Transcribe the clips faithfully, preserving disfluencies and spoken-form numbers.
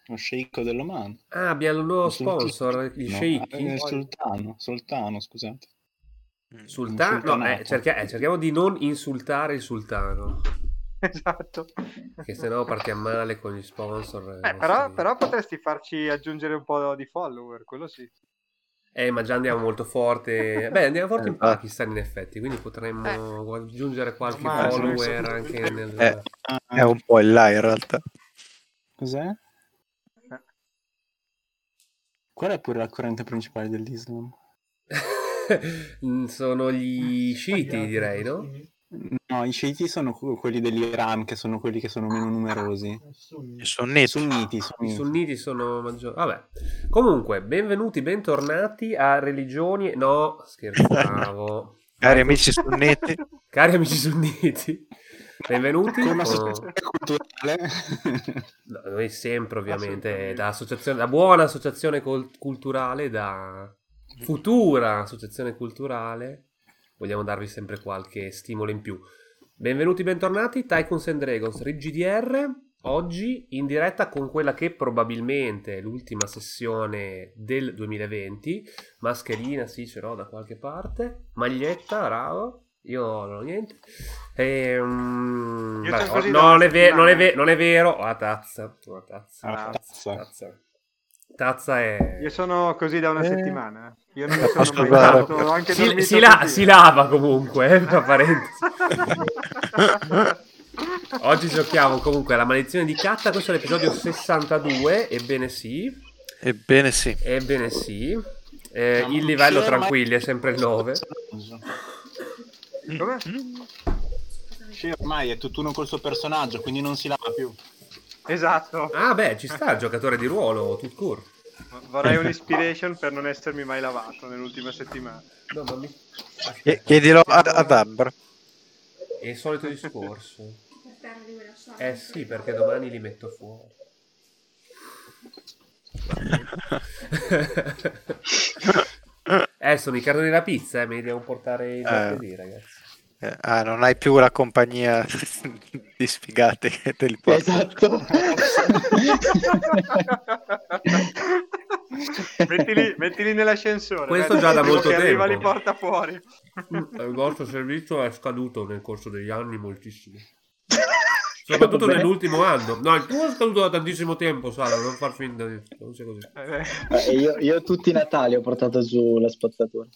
Lo sceicco dell'Oman. Ah, abbiamo il nuovo Il sul- sponsor, gli no, sceicchi. eh, il sultano, sultano, scusate. Sultano? No, eh, sultanato. cerchia- eh, cerchiamo di non insultare il sultano, Esatto. che sennò partiamo male con gli sponsor. Eh, eh, però, sì. però potresti farci aggiungere un po' di follower, quello sì. Eh, ma già andiamo molto forte. Beh, andiamo forte in Eh, Pakistan in effetti, quindi potremmo aggiungere qualche ma- follower anche nel... Eh, è un po' in là in realtà. Cos'è? Eh. Qual è pure la corrente principale dell'Islam? Sono gli sciiti, direi, no? No, i sciiti sono que- quelli dell'Iran, che sono quelli che sono meno numerosi. I sunniti. Sunniti, I sunniti. sunniti sono maggiori. Vabbè. Comunque, benvenuti, bentornati a Religioni. No, scherzavo. Cari amici sunniti. Cari amici sunniti, benvenuti. Con una con- società culturale. No, noi sempre, ovviamente, da, associazione, da buona associazione col- culturale, da futura associazione culturale, vogliamo darvi sempre qualche stimolo in più. Benvenuti, bentornati, Tycoons and Dragons, R G D R, oggi in diretta con quella che probabilmente è l'ultima sessione del duemilaventi, mascherina, sì, ce l'ho da qualche parte, maglietta, bravo. Io non ho niente. Ehm, Io vabbè, c'ho così no, da non una è, ve- non, è ve- settimana. non è vero. Ho la tazza. Ho la tazza. Ah, tazza. tazza. Tazza. Tazza è. Io sono così da una Eh. settimana. Io non mi sono Posso mai usare- fatto, ho anche Si, dormito si la- così. si lava comunque, eh, tra parentesi. Oggi giochiamo comunque alla maledizione di Katta. Questo è l'episodio sessantadue. Ebbene sì. Ebbene sì. Ebbene sì. Eh, No, il livello sì, tranquilli è sempre il nove. Come? Sì, ormai è tutt'uno col suo personaggio, quindi non si lava più. Esatto. Ah, beh, ci sta, giocatore di ruolo, tout court. Vorrei un'inspiration per non essermi mai lavato nell'ultima settimana. No, ma mi... Chie- Aspetta. Chiedilo ad, ad Ambra. È il solito discorso. Eh sì, perché domani li metto fuori. Eh, sono i cartoni della pizza, eh, me li devo portare il martedì, ragazzi. Eh, ah, non hai più la compagnia di sfigate che te li porta. Esatto. mettili, mettili nell'ascensore. Questo vedi, già da quello molto che arriva tempo. li porta fuori. Il vostro servizio è scaduto nel corso degli anni moltissimo. Soprattutto Vabbè. nell'ultimo anno. No, il tuo è scaduto da tantissimo tempo, Sara, non far finta di... Non sia così. Eh, Eh, io, io tutti i Natali ho portato giù la spazzatura.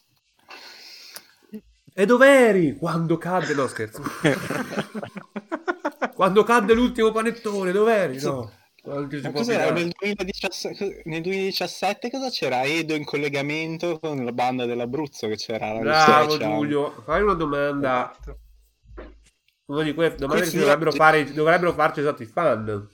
E dov'eri? Quando cadde... No, scherzo. Quando cadde l'ultimo panettone, dov'eri? No. Non ci si Ma può cos'era? fidare. Nel duemiladiciassette, nel duemiladiciassette cosa c'era? Edo in collegamento con la banda dell'Abruzzo che c'era la Bravo Lucia. Giulio, fai una domanda. Esatto. Una di quelle domande che Questi si dovrebbero, oggi- fare, dovrebbero farci esatto i fan.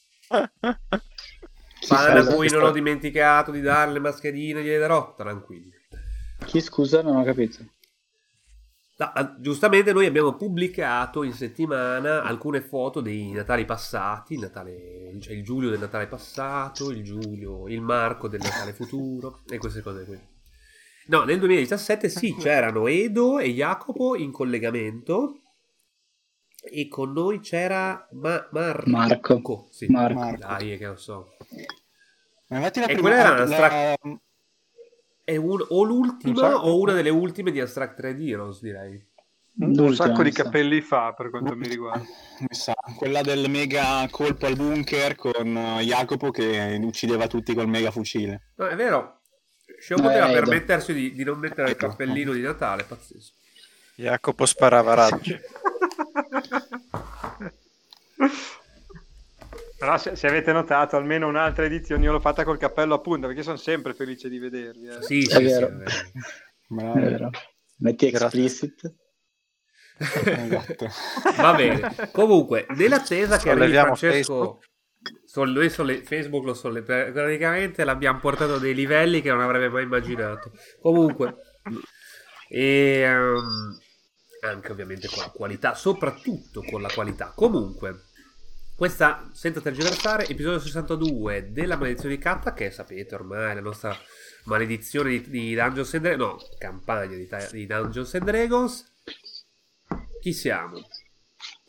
Chi Fan a scusa? cui non ho dimenticato di dare le mascherine, gliele darò, tranquilli. Chi scusa? Non ho capito. No, ah, giustamente noi abbiamo pubblicato in settimana alcune foto dei Natali passati, il Natale, cioè il Giulio del Natale passato, il Giulio, il Marco del Natale futuro e queste cose qui. No, nel duemiladiciassette sì, c'erano Edo e Jacopo in collegamento e con noi c'era Ma- Marco. Marco. Sì, Marco. Marco. dai, che lo so. Ma infatti la E prima quella era la- una stra- la- È un- o l'ultima Non so. o una delle ultime di Abstract Trade Heroes, direi. Un L'ultima, sacco di mi sa. capelli fa per quanto mi riguarda. mi sa, quella del mega colpo al bunker con eh, Jacopo che uccideva tutti col mega fucile. No, è vero. Sceo No, poteva è Edo. permettersi di, di non mettere il cappellino di Natale, pazzesco. Jacopo sparava raggi. Però se, se avete notato almeno un'altra edizione io l'ho fatta col cappello a punta perché sono sempre felice di vedervi. eh. Sì, sì, È sì, vero. è vero. Bravo. È vero. Metti Grazie. explicit. Esatto. Va bene. Comunque, nell'attesa che arrivi Solleviamo Francesco... Sol- noi solle- Facebook lo solle- praticamente l'abbiamo portato a dei livelli che non avrebbe mai immaginato. Comunque, e ehm, anche ovviamente con la qualità, soprattutto con la qualità. Comunque, questa, senza tergiversare, episodio sessantadue della maledizione di Katta, che sapete ormai è la nostra maledizione di, di Dungeons and Dragons, no, campagna di, di Dungeons and Dragons. Chi siamo?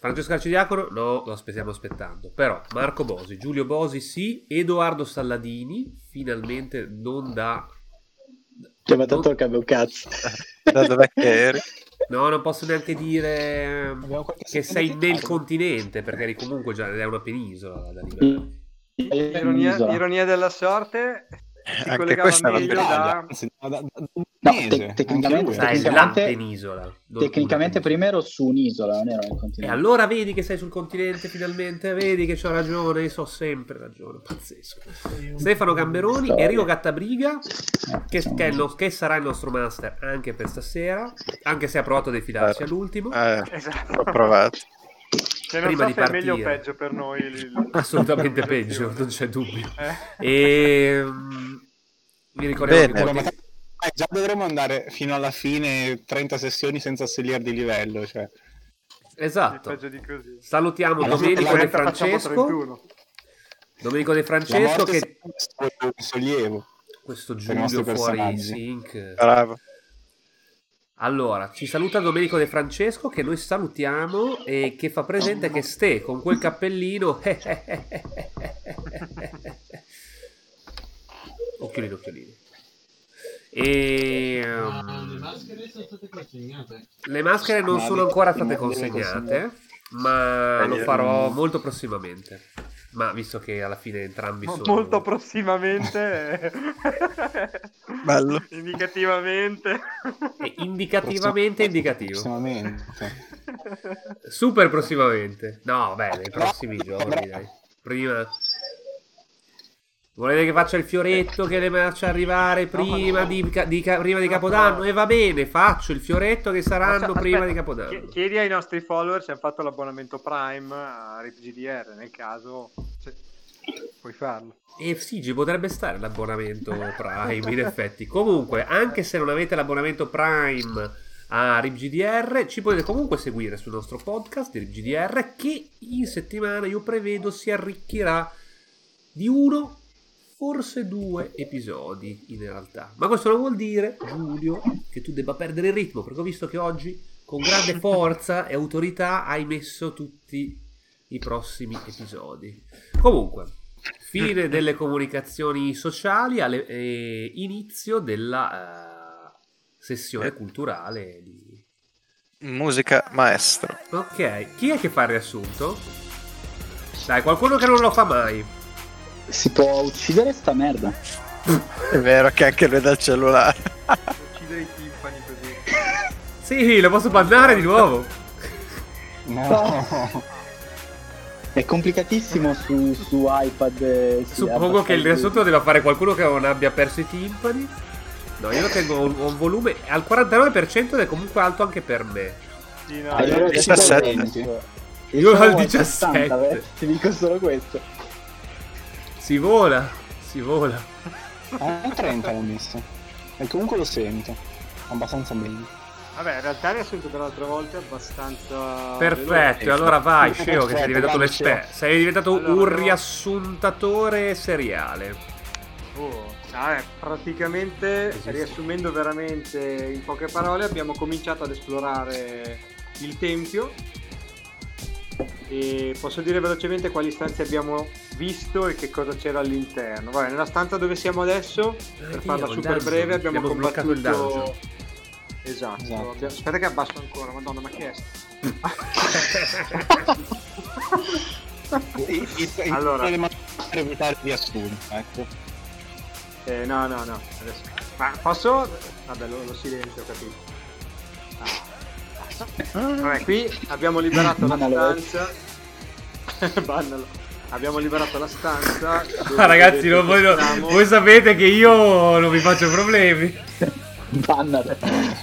Francesco Arcidiacono no, lo aspettiamo aspettando. Però Marco Bosi, Giulio Bosi sì, Edoardo Salladini finalmente non da... Cioè, ma tanto non cambia un cazzo. Da dov'è che eri? No, non posso neanche dire Abbiamo qualche che secondo sei di nel tardo. continente, perché eri comunque già è una penisola da lì. Ironia, ironia della sorte, si Anche collegava questa è una meglio bellezza. da... Anzi, da, da, da un No, mese, te- anche tecnicamente- lui. Sai, la tecnicamente- penisola. non Tecnicamente una prima ero su un'isola, non ero nel E continente. allora vedi che sei sul continente finalmente, vedi che c'ho ragione, io so sempre ragione, pazzesco. Stefano Gamberoni, Storia. Enrico Gattabriga, Eh, che, sono- che è il nos- che sarà il nostro master anche per stasera, anche se ha provato a defilarsi Eh. all'ultimo. Eh, Esatto. ho provato. Che non Prima so di se è meglio o partire. peggio per noi. il- Assolutamente l'organizzazione. peggio, non c'è dubbio. Eh. E mm, vi ricordiamo Bene. che Ma potete- eh, già dovremmo andare fino alla fine trenta sessioni senza salire di livello, cioè. esatto. Peggio di così. Salutiamo Alla Domenico fine De trenta facciamo Francesco. trentuno. Domenico De La Francesco morte che è sempre un sollievo. questo per i nostri Giulio fuori personaggi. sync. Bravo. Allora, ci saluta Domenico De Francesco che noi salutiamo e che fa presente che Ste con quel cappellino occhiolini, occhiolini. E um, Le maschere sono state consegnate. le maschere non Ma sono le- ancora state le consegnate, ma lo Eh, farò molto prossimamente. Ma visto che alla fine entrambi Mo- sono Molto prossimamente. Bello. Indicativamente. e indicativamente indicativo. Prossimamente. Super prossimamente. No, beh, nei prossimi giorni, dai. Prima. Volete che faccia il fioretto che le faccia arrivare prima, Di, di- prima di Capodanno? E va bene, faccio il fioretto che saranno Aspetta, prima di chie- Capodanno. Chiedi ai nostri follower se hanno fatto l'abbonamento Prime a R I P G D R. Nel caso, se- puoi farlo. E sì, ci potrebbe stare l'abbonamento Prime, in effetti. Comunque, anche se non avete l'abbonamento Prime a R I P G D R, ci potete comunque seguire sul nostro podcast di R I P G D R, che in settimana io prevedo si arricchirà di uno, forse due episodi in realtà. Ma questo non vuol dire, Giulio, che tu debba perdere il ritmo, perché ho visto che oggi con grande forza e autorità hai messo tutti i prossimi episodi. Comunque, fine delle comunicazioni sociali alle- e inizio della eh, sessione culturale di... Musica maestro. Ok, chi è che fa il riassunto? Dai, qualcuno che non lo fa mai. Si può uccidere sta merda. È vero che anche lui dal cellulare. Uccidere i timpani così. Sì, lo posso bannare di nuovo. No. È complicatissimo su, su iPad. eh, sì, Suppongo è che il abbastanza- riassunto debba fare qualcuno che non abbia perso i timpani. No, io lo tengo un, un volume al quarantanove per cento ed è comunque alto anche per me. Sì, no, Ah, io ero al diciassette. diciassette. Io sono al al diciassette. sessanta, beh, ti dico solo questo. Si vola, si vola. Ah, un trenta l'ho messo. E comunque lo sento. Abbastanza bene. Vabbè, in realtà il riassunto dell'altra volta è abbastanza... Perfetto, veloce. allora vai, Sì, Sceo, che sei perfetto, diventato vai, l'esperto. Sei diventato Allora, un allora. riassuntatore seriale. Oh, vabbè, praticamente, Esiste. riassumendo veramente in poche parole, abbiamo cominciato ad esplorare il tempio e posso dire velocemente quali stanze abbiamo visto e che cosa c'era all'interno. Vabbè, nella stanza dove siamo adesso, per farla il super dungeon. breve, abbiamo, Abbiamo sbloccato il combattuto... dungeon. Esatto. Esatto. Abbiamo- Aspetta che abbasso ancora, madonna, ma che è? Allora. Le maschere per evitare riassunto, ecco. Eh, no, no, no. Adesso. Ma posso? Vabbè, lo, lo silenzio, ho capito. Ah. Vabbè, qui abbiamo liberato la Bannalo. stanza. Bannalo. Abbiamo liberato la stanza. dove Ah, ragazzi, vedete non- voi, che non- siamo- voi sapete che io non mi faccio problemi. Bannalo.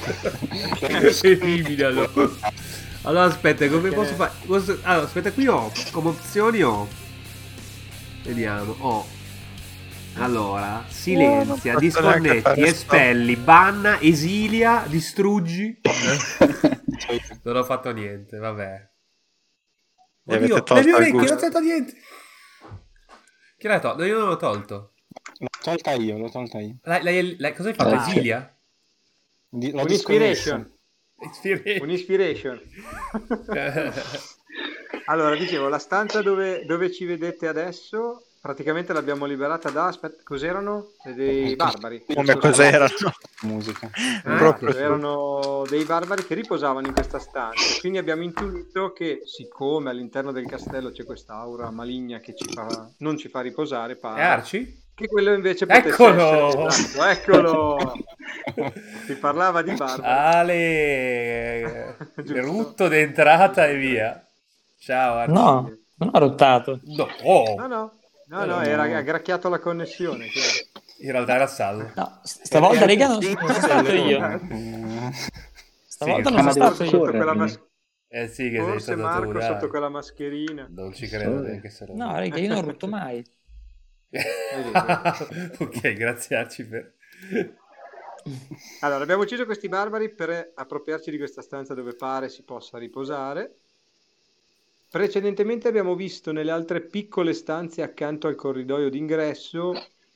Eliminalo. Allora aspetta, come Perché- posso fare? Posso- Allora aspetta, qui ho come opzioni ho. Vediamo, ho. Allora, silenzia, Oh, non posso neanche disconnetti, fare espelli, banna, esilia, distruggi. Non ho fatto niente, vabbè. Mi avete Oddio, tolto le mie il orecchie, gusto. non ho tolto niente. Chi l'ha tolto? Io non l'ho tolto. L'ho tolta io, l'ho tolta io. Lei, lei- lei- cosa hai fatto? Ah. Esilia? Di- l'ho Un'inspiration. disconnesso. Ispira- Un'inspiration. Allora, dicevo, la stanza dove, dove ci vedete adesso, praticamente l'abbiamo liberata da, aspetta, cos'erano? Dei barbari. Come cos'erano? Musica. Ah, Proprio ecco. Erano dei barbari che riposavano in questa stanza, quindi abbiamo intuito che siccome all'interno del castello c'è quest'aura maligna che ci fa, non ci fa riposare, È pare, Arci? che quello invece potesse Eccolo! essere esatto, eccolo! Si parlava di barbari. Ale, Giusto. rutto d'entrata e via. Ciao Arci. No, non ho rottato. No, No, no, no, Eh, no, no. era ha gracchiato la connessione, chiaro. in realtà era Salvo. No, s- stavolta, Era raga, non così, sono non sono stato io. Eh, Stavolta Sì, non ma sono devo stato io. Sotto correre, quella quindi. mas- Eh sì, che sei Forse stato Marco tu, dai. sotto quella mascherina. Non ci credo neanche se lo No, raga, io non rutto mai. Ok, grazie Arci per... Allora, abbiamo ucciso questi barbari per appropriarci di questa stanza dove pare si possa riposare. Precedentemente abbiamo visto nelle altre piccole stanze accanto al corridoio d'ingresso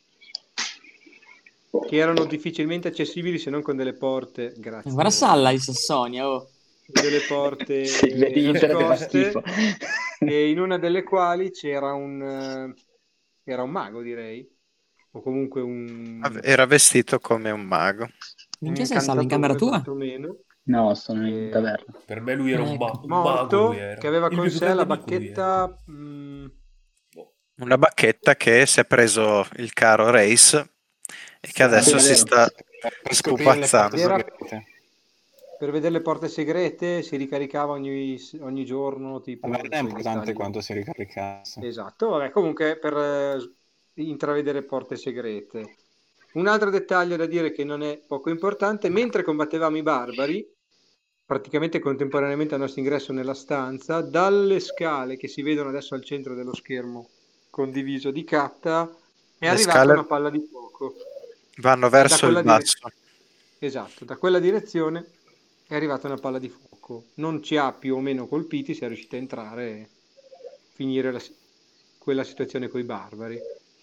che erano difficilmente accessibili se non con delle porte, grazie. Guarda Salla di Sassonia, oh. Delle porte Sì, vedi Inter che fa nascoste, schifo. e in una delle quali c'era un eh, era un mago, direi, o comunque un, Era vestito come un mago. un In che sei Salla? In camera tua? quantomeno, No, sono in Eh, taverna. Per me lui era un, ma- Ecco. un mago, morto, lui era. che aveva Il con mio sé grande la amico lui era. bacchetta mh, Una bacchetta che si è preso il caro Race e che adesso Sì, si è sta per scoprire le spupazzando. porte Era- segrete. per vedere le porte segrete, si ricaricava ogni, ogni giorno, tipo Vabbè, non è adesso i importante dettagli. quanto si ricaricasse. Esatto, vabbè, comunque per eh, intravedere porte segrete. Un altro dettaglio da dire che non è poco importante, mentre combattevamo i barbari, praticamente contemporaneamente al nostro ingresso nella stanza, dalle scale che si vedono adesso al centro dello schermo condiviso di Katta, è Le arrivata scale una palla di fuoco. vanno verso quella il dire- basso. Esatto, da quella direzione è arrivata una palla di fuoco. Non ci ha più o meno colpiti, si è riusciti a entrare e finire la si- quella situazione con i barbari.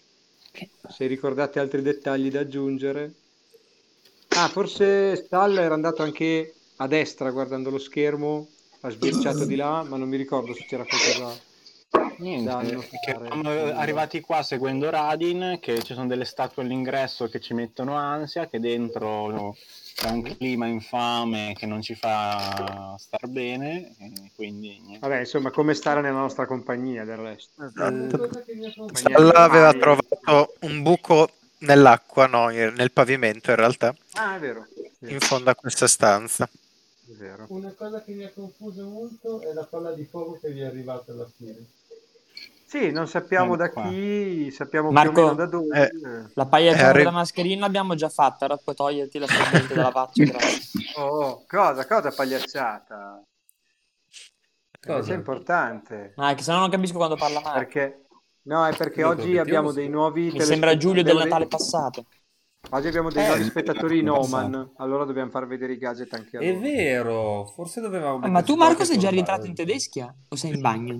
Se ricordate altri dettagli da aggiungere. Ah, forse Stall era andato anche a destra guardando lo schermo, ha sbirciato di là, ma non mi ricordo se c'era qualcosa da Niente, annotare. che eravamo arrivati qua seguendo Radin, che ci sono delle statue all'ingresso che ci mettono ansia, che dentro c'è un clima infame che non ci fa star bene, e quindi niente. Vabbè, insomma, come stare nella nostra compagnia del resto. Esatto. Cosa che mi ha confuso- Stalla aveva Vai. trovato un buco nell'acqua, no, nel pavimento in realtà, Ah, è vero. Sì, in fondo a questa stanza. è vero. Una cosa che mi ha confuso molto è la palla di fuoco che vi è arrivata alla fine. Sì, non sappiamo da Ecco qua. chi, sappiamo Marco, più o meno da dove. eh, eh. La pagliatura È arri- della mascherina l'abbiamo già fatta, ora puoi toglierti la sorgente dalla faccia, grazie. Oh, cosa, cosa pagliacciata? Cosa? Questo è importante. Ah, che se no non capisco quando parla Marco. Perché, no, è perché Lo oggi obiettivo abbiamo sì. dei nuovi Mi sembra Giulio del abbiamo Natale dei- passato. Oggi abbiamo dei Eh, nuovi spettatori in passato. Oman, allora dobbiamo far vedere i gadget anche a È loro. vero, forse dovevamo Ah, ma metterci tu Marco qualche sei già turbante. rientrato in Tedeschia? O sei in bagno?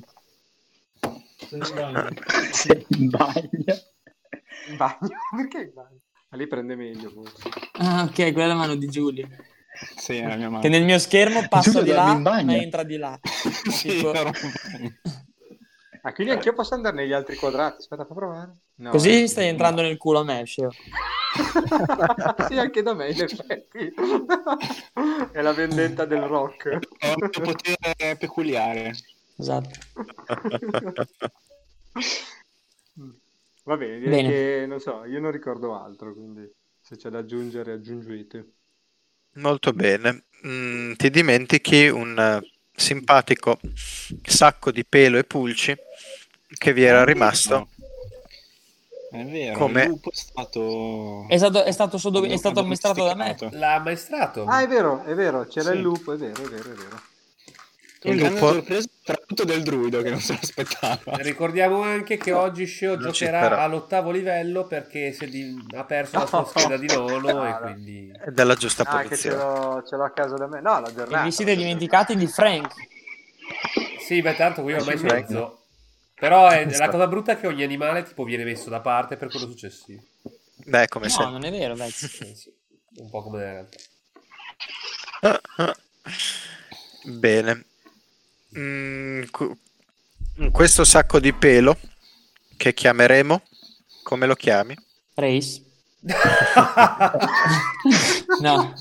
Sono in bagno. Sei in bagno. In bagno? Perché in bagno? Ma lì prende meglio forse. Ah, ok, quella è la mano di Giulio. Sì, è la mia mano. Che nel mio schermo passa Giulio di dorme là, in bagno? ma entra di là. Sì, Tipo- però un bagno. Ah, quindi anch'io posso andare negli altri quadrati. Aspetta, fa provare. No, Così eh. stai entrando nel culo a me, scemo. Sì, anche da me in effetti. È la vendetta del rock. È un potere peculiare. Esatto. Va bene, direi Bene. che non so, io non ricordo altro, quindi se c'è da aggiungere aggiungete. Molto bene. Mm, ti dimentichi un eh, simpatico sacco di pelo e pulci che vi era rimasto. È vero, Come- il lupo è stato... È stato, è stato, sodom- è stato amministrato da me. domesticato. L'ha ammaestrato. Ah, è vero, è vero, c'era Sì. il lupo, è vero, è vero, è vero. Un Il grande lupo- sorpresa soprattutto del druido che non se l'aspettava. Ricordiamo anche che oggi Sheo Non ci giocherà sarà. all'ottavo livello perché si è di- ha perso la sua scheda di nono e quindi... È della giusta Ah, che ce posizione. l'ho, ce l'ho a casa da me. No, la E giornata. vi siete dimenticati di Frank. Sì, beh, tanto qui ormai Sì, sono Frank. zoo. Però è, la cosa brutta è che ogni animale tipo viene messo da parte per quello successivo. Beh, come No, sempre. non è vero, dai. Eh sì, un po' come nella realtà. Bene. Mm, cu- questo sacco di pelo che chiameremo, come lo chiami? Race. No,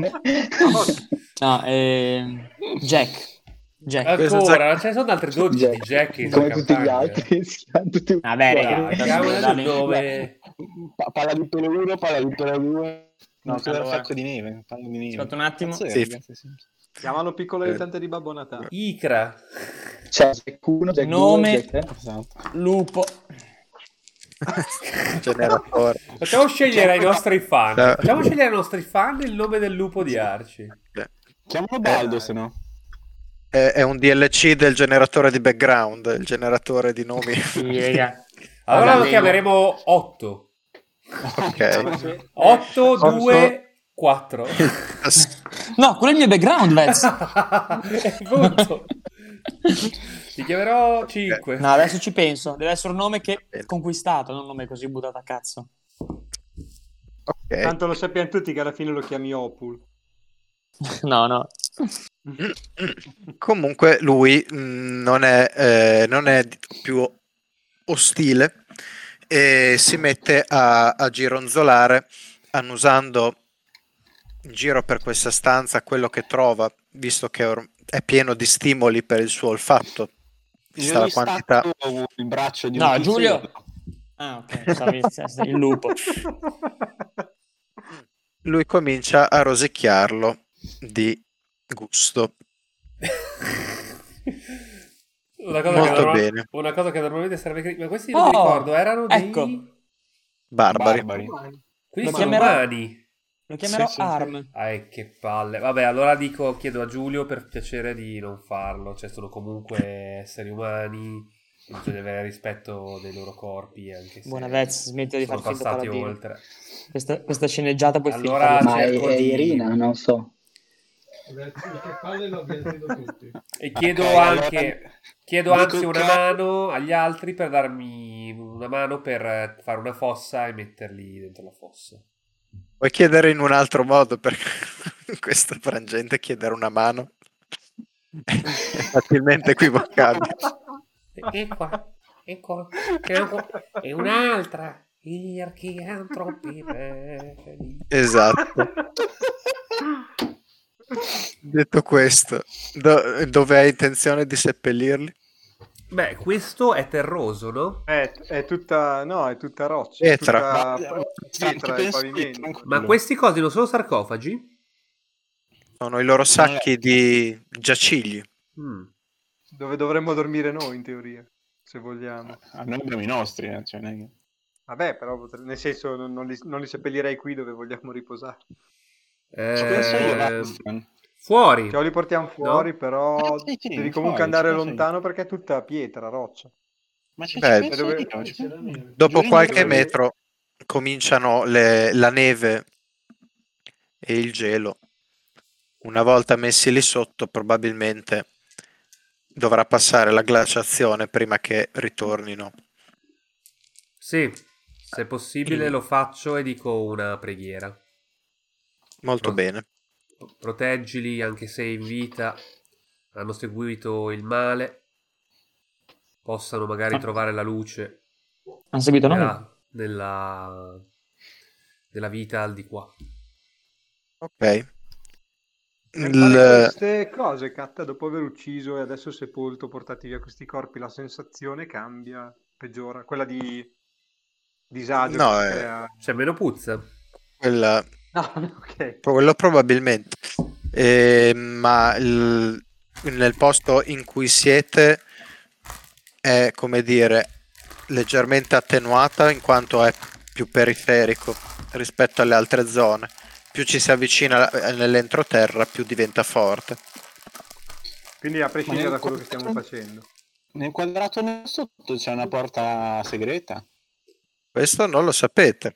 no, ehm, Jack. Jack. Questo Ancora, Jack- ce ne sono altre dodici di Jack in come tutti gli campagna. altri, si chiamano tutti Vabbè, uguali. raga, Chiamiamolo adesso il dai- nome. Pa- palla di pelo uno, palla di pelo due. No, Allora. allora. Sacco di neve. Palla di neve. Aspetta un attimo. Cazzo è, Sì. ragazzi, sì. Chiamalo piccolo aiutante di Babbo Natale. Icra. C'è Jack uno, Jack Nome. due, Jack tre. Esatto. Lupo. Generatore. Facciamo scegliere ai nostri fan. Eh. Facciamo scegliere ai nostri fan il nome del lupo di Arci. Chiamalo Baldo, se no. È, è un D L C del generatore di background, il generatore di nomi. Sì, raga. Allora lo Allora, chiameremo otto. Ok. otto, Posso- due, quattro. No, quello è il mio background, Vez. Appunto. Ti chiamerò cinque. No, adesso ci penso. Deve essere un nome che Bene. conquistato, non un nome così buttato a cazzo. Ok. Tanto lo sappiamo tutti che alla fine lo chiami Opul. No, no. Comunque lui mh, non è, eh, non è più ostile e si mette a, a gironzolare annusando in giro per questa stanza quello che trova, visto che or- è pieno di stimoli per il suo olfatto, vista Io la gli quantità. stacco il braccio di No, un Giulio. pizzetto. Ah, ok. Stavi- il lupo. Lui comincia a rosicchiarlo di gusto. Una cosa, Molto che normal- bene. una cosa che normalmente serve. Ma questi non Oh, mi ricordo, erano dei. ecco. Barbari. Barbari. Quindi Lo sono chiamerò- umani. Lo chiamerò Sì, sì, sì. Arm. Ah, che palle. Vabbè, allora dico, chiedo a Giulio per piacere di non farlo. Cioè, sono comunque esseri umani. E bisogna avere rispetto dei loro corpi. Anche se Buona Vez, smetti di sono far finta passati paladino. oltre. Questa, questa sceneggiata poi Allora, finta. Ma è, cerco è di- Irina, non so. Il che palle lo abbiamo detto tutti. E chiedo Ok, anche, allora- chiedo dico anzi una che- mano agli altri per darmi una mano per fare una fossa e metterli dentro la fossa. Puoi chiedere in un altro modo perché in questo frangente chiedere una mano è facilmente equivocabile. E qua, e qua, e un'altra. Gli archiantropi belli. Esatto. Detto questo, do- dove hai intenzione di seppellirli? Beh, questo è terroso, no? È, è tutta, no, è tutta roccia. Pietra. È tutta Ma- pietra che il pensi? pavimento. Tranquillo. Ma questi cosi non sono sarcofagi? Sono i loro sacchi di giacigli. Mm. Dove dovremmo dormire noi, in teoria, se vogliamo. Ah, noi abbiamo i nostri, eh, cioè, non è che- Vabbè, però, potre- nel senso, non, non li, non li seppellirei qui dove vogliamo riposare. Ci penso io, Eh, Bastian. fuori. Cioè, o li portiamo fuori, No? però Eh, sì, sì, devi fuori, comunque ci andare penso io. lontano perché è tutta pietra, roccia. Ma ci, Beh, ci penso dove- io, ci penso io. Dopo Giulio, qualche dove- metro cominciano le- la neve e il gelo. Una volta messi lì sotto, probabilmente dovrà passare la glaciazione prima che ritornino. Sì, se possibile lo faccio e dico una preghiera. Molto Pro- bene. Proteggili anche se in vita hanno seguito il male, possano magari Ah. trovare la luce Hanno seguito noi? nella, nella, nella vita al di qua. Ok. Per Il- fare queste cose, Catta, dopo aver ucciso e adesso sepolto, portati via questi corpi, la sensazione cambia, peggiora, quella di disagio No, che si eh. crea. C'è meno puzza. quella- No, ok. quello probabilmente. Eh, ma il- nel posto in cui siete è, come dire, leggermente attenuata in quanto è più periferico rispetto alle altre zone. Più ci si avvicina nell'entroterra, più diventa forte. Quindi a prescindere Ma da nel quello che stiamo quadrato- facendo. Nel quadrato nel sotto c'è una porta segreta. Questo non lo sapete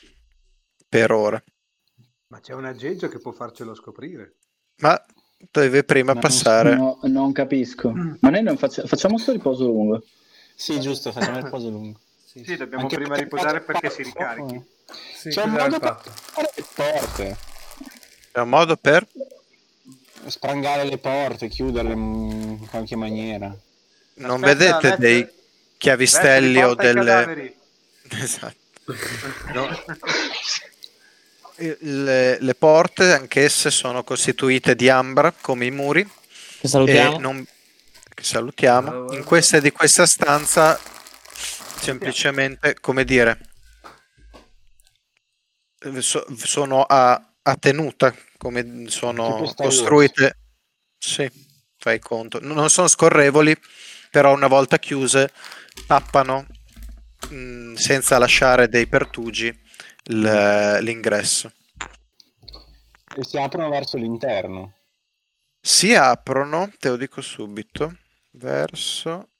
per ora, Ma c'è un aggeggio che può farcelo scoprire. ma deve prima Ma non passare. No, non capisco. Ma noi non faccia- facciamo sto riposo lungo. Sì, giusto, facciamo il riposo lungo. Sì, dobbiamo Anche prima perché- riposare perché si ricarichi. Sì, C'è un cosa modo hai per fatto? fare le porte. È un modo per. Sprangare le porte, chiuderle in qualche maniera. non Aspetta, vedete adesso- dei adesso chiavistelli o riporta i delle... cadaveri. Esatto. No. Le, le porte anch'esse sono costituite di ambra come i muri Che salutiamo. e non... che salutiamo. Ciao. In questa di questa stanza semplicemente, come dire, so- sono a, a tenuta, come sono Tipo Star Wars. costruite. Sì, fai conto. Non sono scorrevoli, però una volta chiuse tappano mh, senza lasciare dei pertugi l- l'ingresso. E si aprono verso l'interno. Si aprono, te lo dico subito, verso...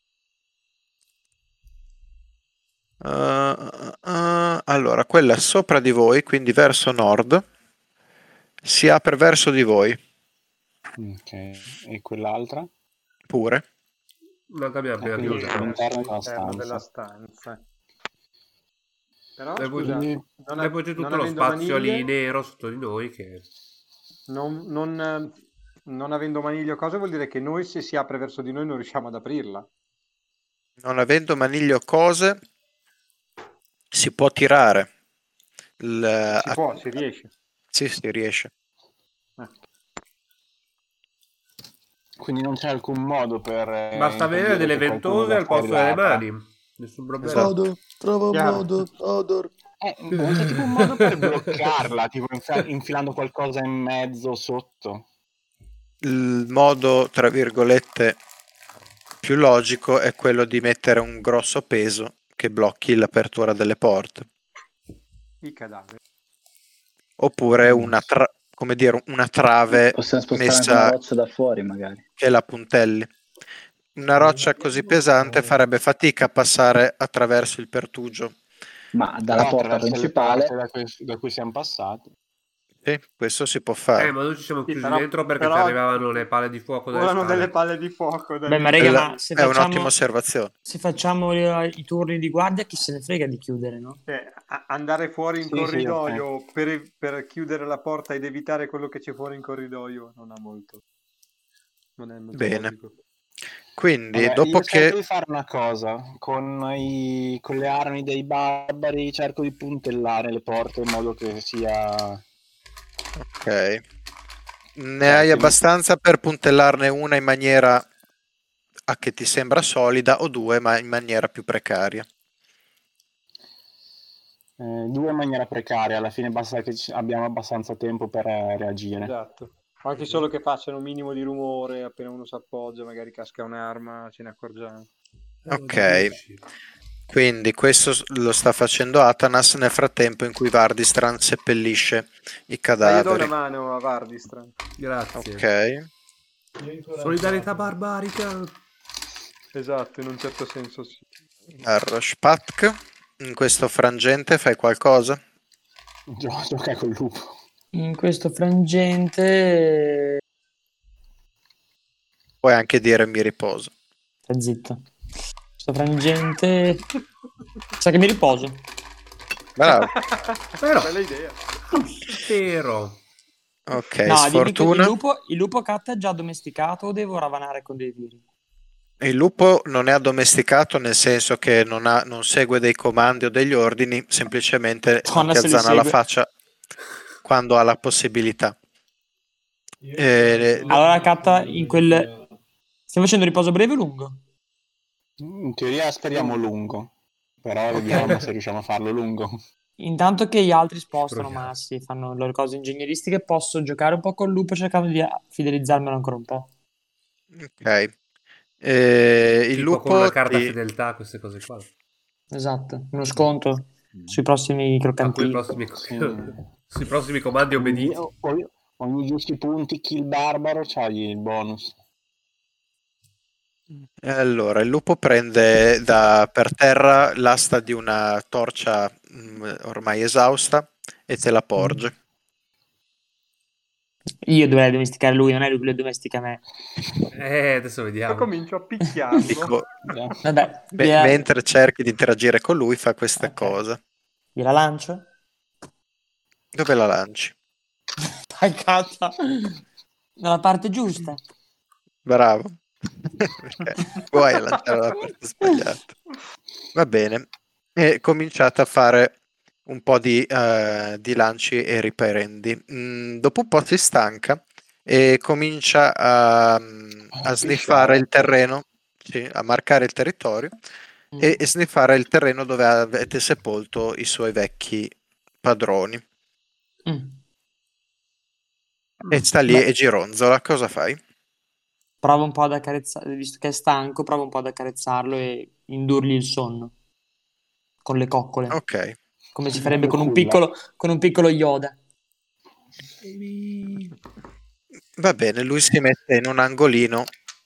Uh, uh, uh, allora, quella sopra di voi, quindi verso nord, si apre verso di voi Ok. E quell'altra? pure. Non abbiamo appena quindi chiuso. all'interno della All'interno stanza. della stanza. Però, E poi- scusa, Quindi- non, E poi c'è non tutto lo avendo spazio lì maniglie, nero sotto di noi che... non, non, eh, non avendo maniglie o cose, vuol dire che noi, se si apre verso di noi, non riusciamo ad aprirla. Non avendo maniglio o cose, si può tirare. Il- Si può, si riesce. Sì, si riesce. Eh. Quindi non c'è alcun modo per... eh, Basta avere impedire delle che qualcuno ventose da al fuori posto delle l'apra. mani. Nessun problema. Esatto. trova Chiaro. modo, Odor. Eh, non c'è tipo un modo per bloccarla, tipo infa- infilando qualcosa in mezzo, sotto. Il modo, tra virgolette, più logico è quello di mettere un grosso peso che blocchi l'apertura delle porte. I cadaveri. Oppure una, tra- come dire, una trave Possiamo spostare anche messa una roccia da fuori, magari. che la puntelli. Una roccia così pesante farebbe fatica a passare attraverso il pertugio. Ma dalla Però porta attraverso le principale, porte da cui, da cui siamo passati. Sì, questo si può Eh, fare. ma noi ci siamo Sì, chiusi però- dentro perché però- ci arrivavano le palle di fuoco dalle Volano spalle. delle palle di fuoco. dai. Beh, ma raga, Quella ma se è un'ottima facciamo, osservazione. se facciamo i, i turni di guardia, chi se ne frega di chiudere, no? Cioè, a- andare fuori in Sì, sì, corridoio per, per chiudere la porta ed evitare quello che c'è fuori in corridoio non ha molto. Non è molto Bene. logico. Quindi, Vabbè, dopo io cerco che... di fare una cosa, con, i- con le armi dei barbari cerco di puntellare le porte in modo che sia... Ok. Ne hai abbastanza per puntellarne una in maniera a che ti sembra solida o due ma in maniera più precaria. eh, due in maniera precaria, alla fine basta che ci- abbiamo abbastanza tempo per eh, reagire. Esatto. Anche solo che facciano un minimo di rumore, appena uno si appoggia, magari casca un'arma, ce ne accorgiamo. Ok. Quindi questo s- lo sta facendo Atanas nel frattempo in cui Vardistran seppellisce i Dai, io do una cadaveri. mano a Vardistran. Grazie. Ok. Solidarietà barbarica. Esatto, in un certo senso sì. Arroshpatk, in questo frangente fai qualcosa? Gio- Gioca col lupo. In questo frangente... Puoi anche dire mi riposo. Stai zitto. Questo frangente... Sa che mi riposo. Bravo. Però, Bella idea. vero. Ok, No, dimmi che sfortuna. il lupo, il lupo cat è già addomesticato o devo ravanare con dei viri? Il lupo non è addomesticato nel senso che non, ha, non segue dei comandi o degli ordini, semplicemente non Donna ti se li azzana la segue. faccia quando ha la possibilità. Eh, Allora, Catta, in quel... Stiamo facendo riposo breve o lungo? In teoria speriamo lungo, però vediamo se riusciamo a farlo lungo. Intanto che gli altri spostano Proviamo. massi, fanno le loro cose ingegneristiche, posso giocare un po' col lupo cercando di fidelizzarmelo ancora un po'. ok. Eh, il Tipo con lupo una carta ti- fedeltà, queste cose qua. Esatto, uno sconto sui prossimi A quei croccantini. prossimi, Sì. sui prossimi comandi obbediti. Ogni, ogni, ogni dieci punti kill barbaro c'hai il bonus. Allora, il lupo prende da per terra l'asta di una torcia mh, ormai esausta e te la porge. Io dovrei domesticare lui, non è lui che lo domestica me. Eh, adesso Io vediamo. comincio a picchiarlo. Dico, Vabbè, me- gliela, mentre cerchi di interagire con lui, fa questa Ok. cosa. gliela lancio? Dove la lanci? Dai, cazzo! Dalla parte giusta. Bravo. Vuoi lanciare la porta sbagliata. Va bene. E cominciate a fare un po' di, eh, di lanci e riprendi. Mm, dopo un po' si stanca e comincia a, a sniffare il terreno, sì, a marcare il territorio e, e sniffare il terreno dove avete sepolto i suoi vecchi padroni. Mm. E sta lì Beh. e gironzola. Cosa fai? Provo un po' ad accarezzarlo, visto che è stanco, provo un po' ad accarezzarlo e indurgli il sonno con le coccole, Ok. come si Una farebbe con un culla. piccolo, con un piccolo Yoda. Va bene, lui si mette in un angolino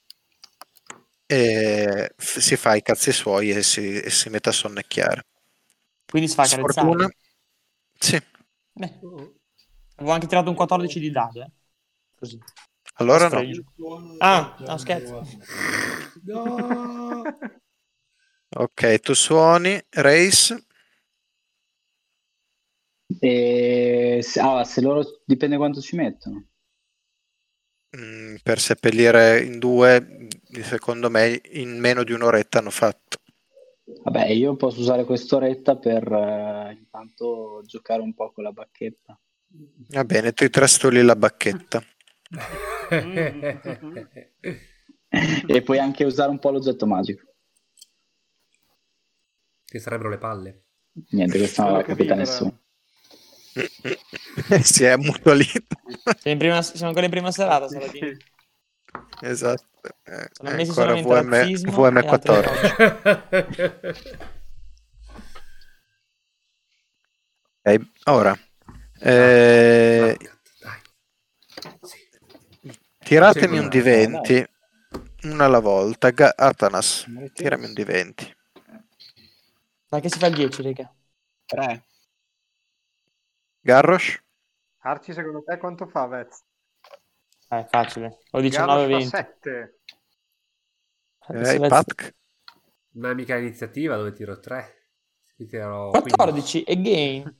e f- si fa i cazzi suoi e si, e si mette a sonnecchiare. Quindi si fa Sfortuna? accarezzare. Sì. Beh, avevo anche tirato un quattordici di dadi, eh. Così. Allora A no. sfregio. Ah, no, scherzo. No! Ok, tu suoni, Race. E se, ah, se loro dipende quanto ci mettono. Mm, per seppellire in due, secondo me in meno di un'oretta hanno fatto. Vabbè, io posso usare quest'oretta per eh, intanto giocare un po' con la bacchetta. Va bene, tu trastulli la bacchetta. E puoi anche usare un po' l'oggetto magico. Che sarebbero le palle. Niente, questa non Quello l'ha che capita vibra. nessuno. Si è ammutolito. Siamo, in prima- siamo ancora in prima serata, Saladino. Esatto. Eh, Sono è ammessi ancora solamente V M, razzismo V M e altre quattordici. Ok, ora eh, Dai. Sì. tiratemi un Segui. di venti una alla volta. Ga- Atanas, Non avete tirami un visto? di venti. Dai che si fa il dieci, raga. Tre. Garrosh? Arci, secondo te quanto fa, Vez? Eh, è facile. O Garrosh diciannove fa venti. sette. Adesso Ok, Vez- Patk? Una mica iniziativa dove tiro tre. Qui tiro quindici. quattordici e gain.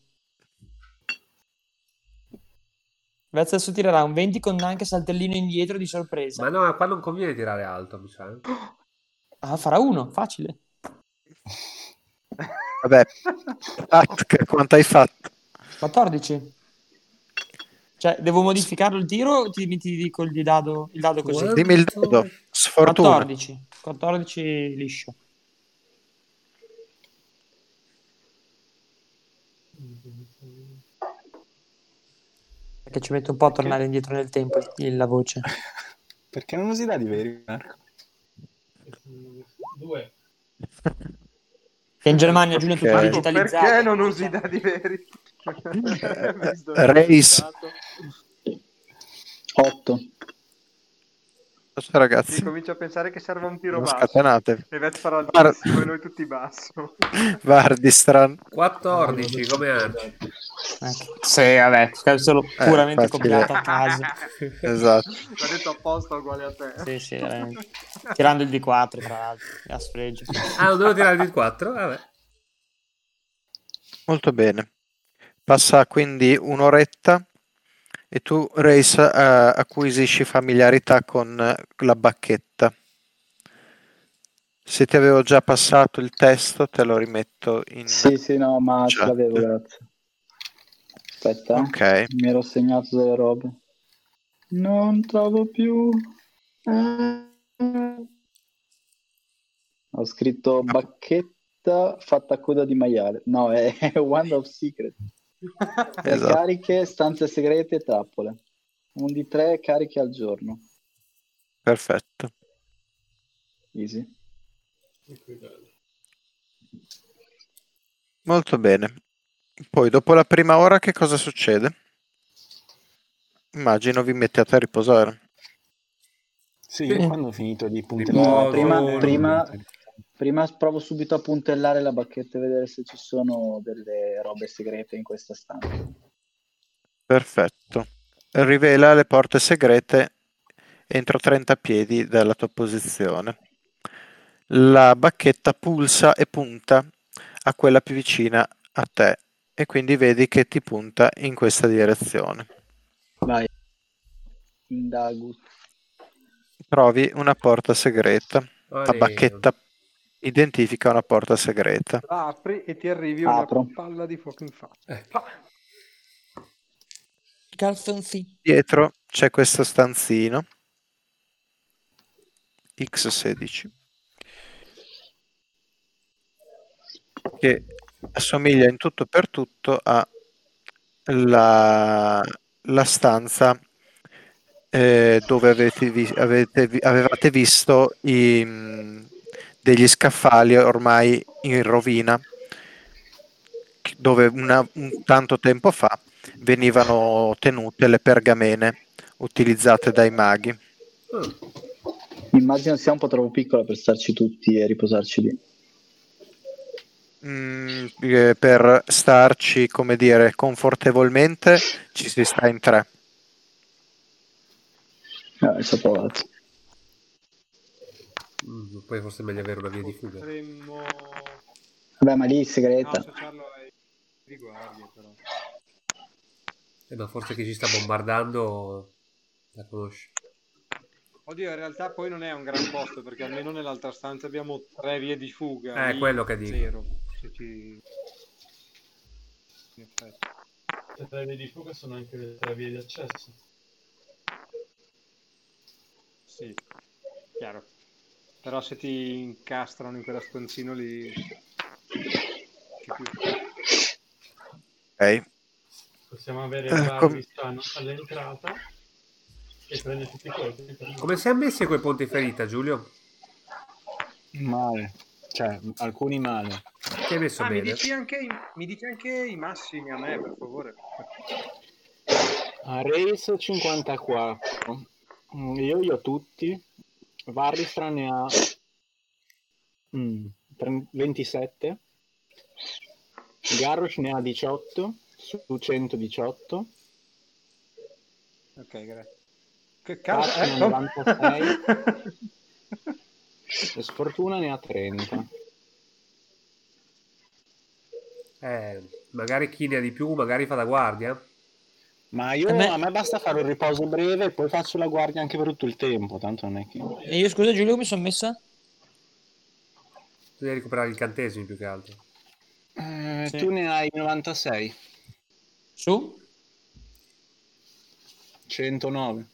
Vez adesso tirerà un venti con anche saltellino indietro di sorpresa. Ma no, qua non conviene tirare alto, mi sa. Ah, farà uno, facile. Vabbè, Patk, quanto hai fatto? quattordici. Cioè, devo modificarlo il tiro o ti, ti dico il dado, il dado così? Quanto? Dimmi il dado. Sfortuna. quattordici. quattordici liscio. Perché ci mette un po' a Perché? tornare indietro nel tempo il- la voce. Perché non usi dadi veri, Marco? Due. Che in Germania, Giulio, tutto Ok. Marco, digitalizzato. perché non usi i dadi veri? Visto il Race. risultato. otto. Si Ragazzi, comincia a pensare che serve un tiro non basso. scatenate. E Vez farà Var- altissimo e noi tutti basso. Vardistran. quattordici come Arci. Ecco. Sì, vabbè, è solo Eh, puramente facile. copiata a caso. Esatto. L'ha detto apposta uguale a te. Sì, sì, veramente. Tirando il D quattro, tra l'altro, a sfregio. Ah, non devo tirare il quattro? Vabbè. Molto bene. Passa quindi un'oretta e tu, Race, eh, acquisisci familiarità con la bacchetta. Se ti avevo già passato il testo, te lo rimetto in Sì, sì, no, ma ce chat. l'avevo, grazie. Aspetta, eh. Ok. Mi ero segnato delle robe. Non trovo più. Eh. Ho scritto bacchetta fatta a coda di maiale. No, è, è Wand of Secret. Tre Esatto. cariche, stanze segrete e trappole. Un di tre cariche al giorno. Perfetto. Easy. Molto bene. Poi, dopo la prima ora, che cosa succede? Immagino vi mettete a riposare. Sì, io quando ho finito di No, puntellare... prima, no, prima, prima provo subito a puntellare la bacchetta e vedere se ci sono delle robe segrete in questa stanza. Perfetto. Rivela le porte segrete entro trenta piedi dalla tua posizione. La bacchetta pulsa e punta a quella più vicina a te e quindi vedi che ti punta in questa direzione. Vai. Indago. trovi una porta segreta. La Olè. bacchetta identifica una porta segreta. La apri e ti arrivi una Apro. palla di fuoco in faccia. Eh, Calzonzi. Dietro c'è questo stanzino X sedici che assomiglia in tutto per tutto a la, la stanza eh, dove avete vi- avete vi- avevate visto i, mh, degli scaffali ormai in rovina, dove una- un tanto tempo fa venivano tenute le pergamene utilizzate dai maghi. mm. Immagino sia un po' troppo piccola per starci tutti e riposarci lì. Mm, eh, per starci, come dire, confortevolmente ci si sta in tre. Eh, ci ho provato. Mm, poi forse è meglio avere una via di fuga. Potremmo Vabbè, ma lì è no, segreta. associarlo ai di guardia, però. Eh, ma forse chi ci sta bombardando la conosce. Oddio, in realtà poi non è un gran posto, perché almeno nell'altra stanza abbiamo tre vie di fuga. Eh, lì quello che dico. zero. Se ci... in effetti. Le tre vie di fuga sono anche le tre vie di accesso. Sì, chiaro. Però se ti incastrano in quella stanzino lì... che più... Ok. Possiamo avere Eh, il com- Barbistan all'entrata e prendere tutti i colpi. per noi. Come siamo messi a quei punti ferita, Giulio? Male. Cioè, alcuni male. Ti hai messo Ah, mi bene? dici, anche i, mi dici anche i massimi a me, per favore. A Race cinquantaquattro. Mm, Io li ho tutti. Varristra ne ha mm, tre- ventisette. Garrosh ne ha diciotto su centodiciotto. Ok, grazie. Che Cazzo, cazzo, ne ha novantasei. E Sfortuna ne ha trenta. Eh, magari chi ne ha di più, magari fa da guardia. Ma io, A me- a me basta fare un riposo breve e poi faccio la guardia anche per tutto il tempo. Tanto non è che... E io scusa Giulio, come sono messa? Tu devi recuperare gli incantesimi più che altro. Eh, Sì. Tu ne hai novantasei. Su? centonove.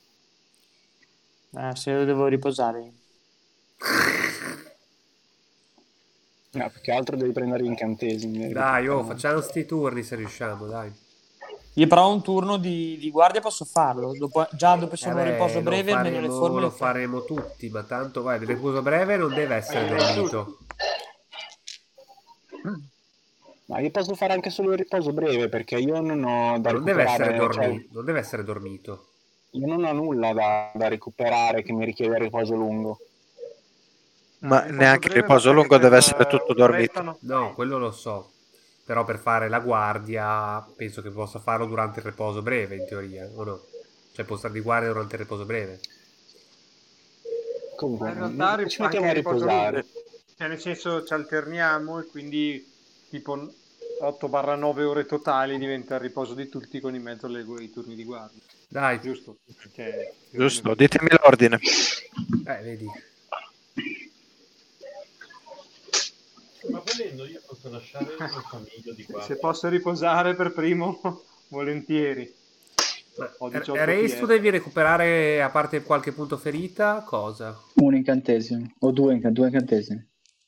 Eh, se io devo riposare. No, più che altro devi prendere gli incantesimi. Dai, oh, facciamo sti turni se riusciamo, dai. Io però un turno di, di guardia posso farlo. Dopo, già dopo se Eh un riposo beh, lo breve, almeno le faremo, formule. lo faremo tutti, ma tanto, vai, il riposo breve non deve essere dormito. Ma io posso fare anche solo il riposo breve perché io non ho da Non deve essere recuperare. Cioè, dormito, non deve essere dormito. io non ho nulla da, da recuperare che mi richiede il riposo lungo. Ma riposo neanche il breve riposo basta che lungo deve prenda essere tutto un dormito. restano. No, quello lo so. Però per fare la guardia penso che possa farlo durante il riposo breve, in teoria, o no? Cioè può stare di guardia durante il riposo breve. Comunque, In realtà non ri- ci anche mettiamo il a riposo riposare. lungo. Cioè, nel senso ci alterniamo e quindi tipo otto nove ore totali diventa il riposo di tutti con in mezzo le, i turni di guardia. Dai, Giusto? Cioè, più o meno Giusto, così. ditemi l'ordine. eh, vedi. Ma volendo io posso lasciare il mio famiglio di guardia. Se posso riposare per primo, volentieri. Ma Ho R- diciotto Reis, tu P S. devi recuperare, a parte qualche punto ferita, cosa? Un incantesimo. O due, inca- due incantesimi.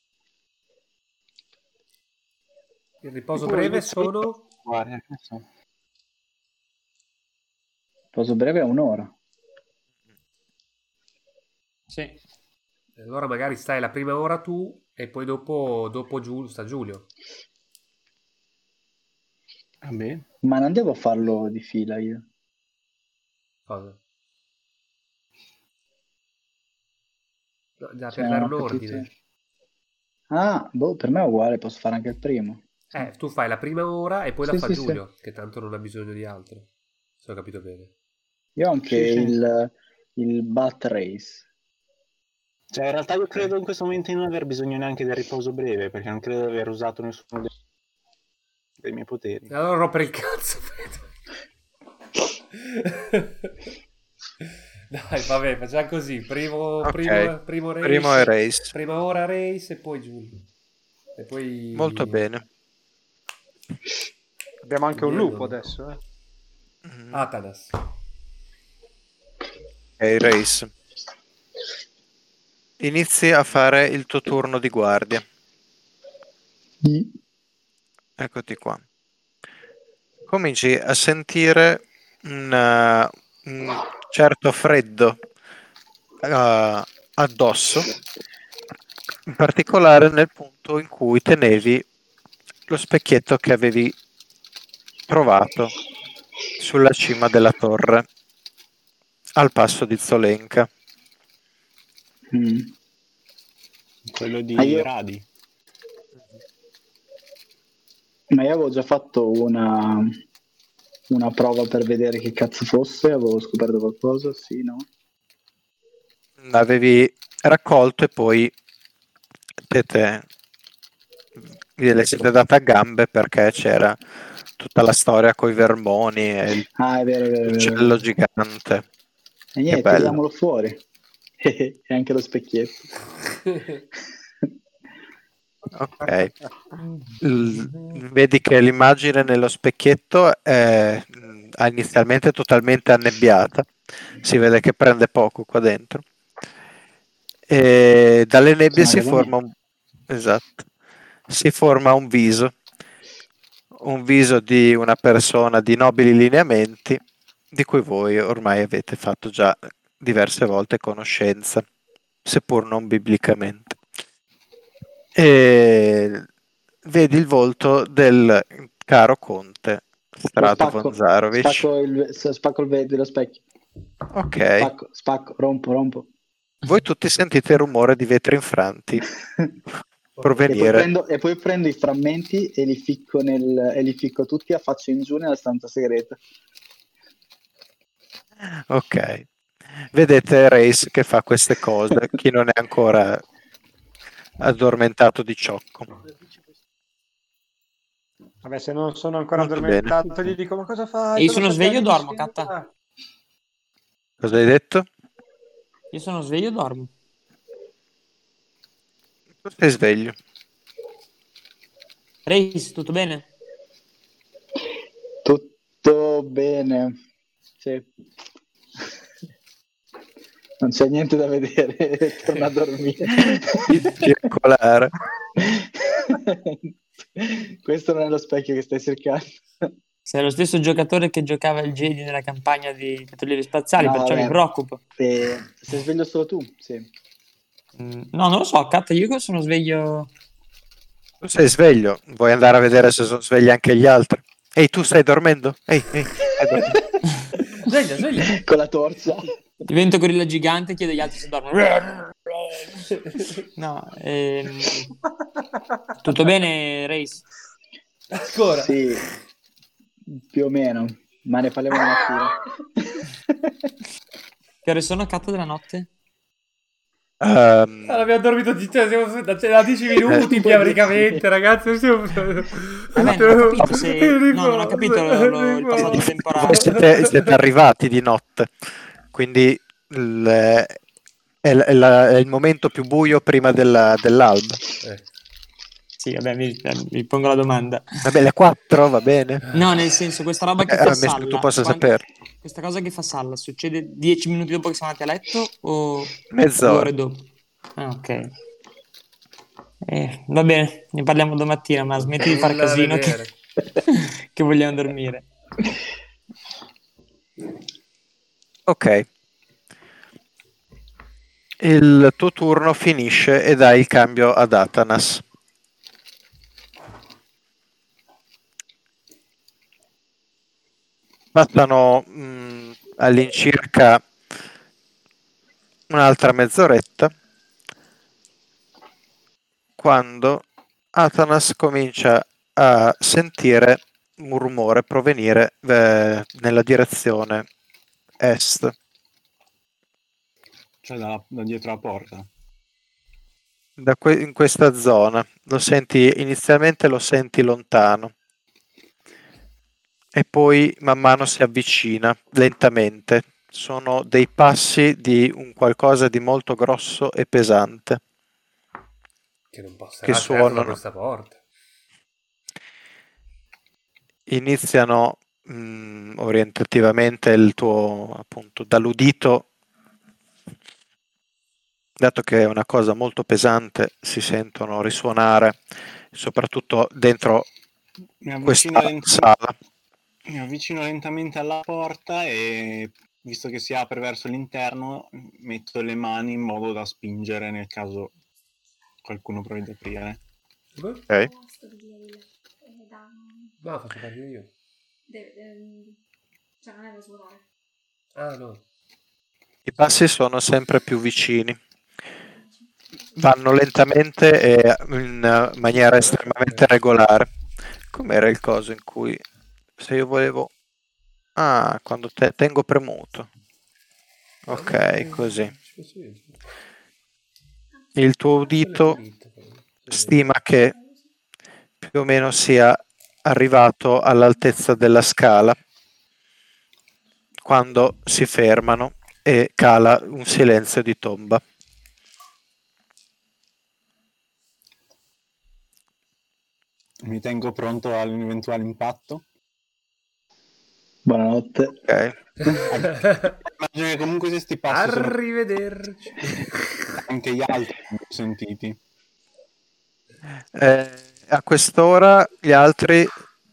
Il riposo Poi breve io- sono... Guarda, che ne so. Poso breve è un'ora. Sì. Allora magari stai la prima ora tu e poi dopo, dopo Giulio, sta Giulio. Vabbè. Ma non devo farlo di fila io. Cosa? No, già, Cioè, per dare non un ho capito. ordine. Ah, boh, per me è uguale, posso fare anche il primo. Eh, tu fai la prima ora e poi la Sì, fa sì, Giulio, che tanto non ha bisogno di altro. Se ho capito bene. Io ho anche Sì, sì. il, il Bat Race. Cioè, in realtà io credo in questo momento di non aver bisogno neanche del riposo breve, perché non credo di aver usato nessuno dei, dei miei poteri. E allora rompere il cazzo, Pedro. No, Dai, vabbè, facciamo così. Primo, Ok. primo, primo race. Primo è race. Prima ora race e poi Giulio. E poi... Molto bene. Abbiamo anche un Diego. lupo adesso. Eh. Mhm. Atanas. Ok, race. Inizi a fare il tuo turno di guardia. Eccoti qua. Cominci a sentire un, uh, un certo freddo uh, addosso, in particolare nel punto in cui tenevi lo specchietto che avevi trovato sulla cima della torre al passo di Zolenka. Mm. Quello di Ah, io- Radi. Ma io avevo già fatto una, una prova per vedere che cazzo fosse, avevo scoperto qualcosa, sì, no? L'avevi raccolto e poi siete, le siete date a gambe perché c'era tutta la storia con i vermoni e il Ah, è vero, è vero, è vero, è uccello vero. gigante. E Che niente, bello. tiriamolo fuori. E anche lo specchietto. Ok. L- vedi che l'immagine nello specchietto è mh, inizialmente totalmente annebbiata, si vede che prende poco qua dentro e dalle nebbie Sono a si casa forma mia. un, esatto, si forma un viso, un viso di una persona di nobili lineamenti di cui voi ormai avete fatto già diverse volte conoscenza, seppur non biblicamente. E vedi il volto del caro conte Lo Strato von spacco, Zarovich. spacco il, spacco il vetro dello specchio. Ok, Spacco, spacco, rompo, rompo. voi tutti sentite il rumore di vetri infranti E poi, provenire. prendo, e poi prendo i frammenti e li ficco, nel, e li ficco tutti a faccia in giù nella stanza segreta. Ok, vedete Race che fa queste cose, chi non è ancora addormentato di ciocco. Vabbè, se non sono ancora Molto addormentato, bene. gli dico: ma cosa fai? E io sono sveglio o sette dormo, anni di Catta? sera." Cosa hai detto? Io sono sveglio o dormo? Tu sei sveglio. Race, tutto bene? Tutto bene. Sì. Non c'è niente da vedere, torna a dormire. Circolare. Questo non è lo specchio che stai cercando. Sei lo stesso giocatore che giocava il Jedi nella campagna di Petrolieri Spaziali, No, perciò mi vabbè. preoccupo. Eh, sei sveglio solo tu? Sì. Mm, no, non lo so, Catta, io sono sveglio... Tu sei sveglio, vuoi andare a vedere se sono svegli anche gli altri? Ehi, tu stai dormendo? Ehi, ehi, stai dormendo? Sveglia, sveglia. Con la torcia. Divento gorilla gigante e chiedo agli altri se dormono. No, ehm, tutto bene, Race? Ancora. Sì, più o meno, ma ne parliamo domattina. Che ore sono, Catta, della notte? Ehm, Allora, abbiamo dormito di, cioè, siamo da, da dieci minuti praticamente, ragazzi. Stiamo... Vabbè, non ho capito se... No, non ho capito lo- lo- il passaggio voi temporale. siete, siete arrivati di notte, quindi il, è, è la- è il momento più buio prima della- dell'alba. Eh. Sì, vabbè, mi, mi pongo la domanda. Vabbè, le quattro va bene. No, nel senso, questa roba che Eh, fa ammesso che tu Salla, possa quan- sapere. questa cosa che fa Salla, succede dieci minuti dopo che siamo andati a letto o Mezz'ora. due ore dopo? Ah, ok. Eh, va bene, ne parliamo domattina, ma smetti di far Nulla da casino che, vedere. che vogliamo dormire. Ok. Il tuo turno finisce e dai il cambio ad Atanas. Passano mh, all'incirca un'altra mezz'oretta quando Atanas comincia a sentire un rumore provenire eh, nella direzione est. Cioè da, da dietro la porta. Da que- in questa zona lo senti inizialmente lo senti lontano e poi man mano si avvicina lentamente sono dei passi di un qualcosa di molto grosso e pesante Che non passerà che certo da suonano, questa porta. iniziano mh, orientativamente il tuo, appunto, dall'udito, dato che è una cosa molto pesante, si sentono risuonare, soprattutto dentro Mi questa avvicino, lent- sala. mi avvicino lentamente alla porta e, visto che si apre verso l'interno, metto le mani in modo da spingere nel caso qualcuno provi ad aprire. Beh, Ok. Sto di ieri, eh, da... no, faccio partire io. Deve, deve- cioè non è da svuotare. Ah, no. I passi sono sempre più vicini, vanno lentamente e in maniera estremamente regolare. Com'era il coso in cui, se io volevo, ah, quando te tengo premuto, ok, così. Il tuo udito stima che più o meno sia arrivato all'altezza della scala quando si fermano e cala un silenzio di tomba. Mi tengo pronto all'eventuale impatto. Buonanotte. Ok. Immagino che comunque se sti passi sono Arrivederci. anche gli altri li ho sentiti. Eh, a quest'ora gli altri,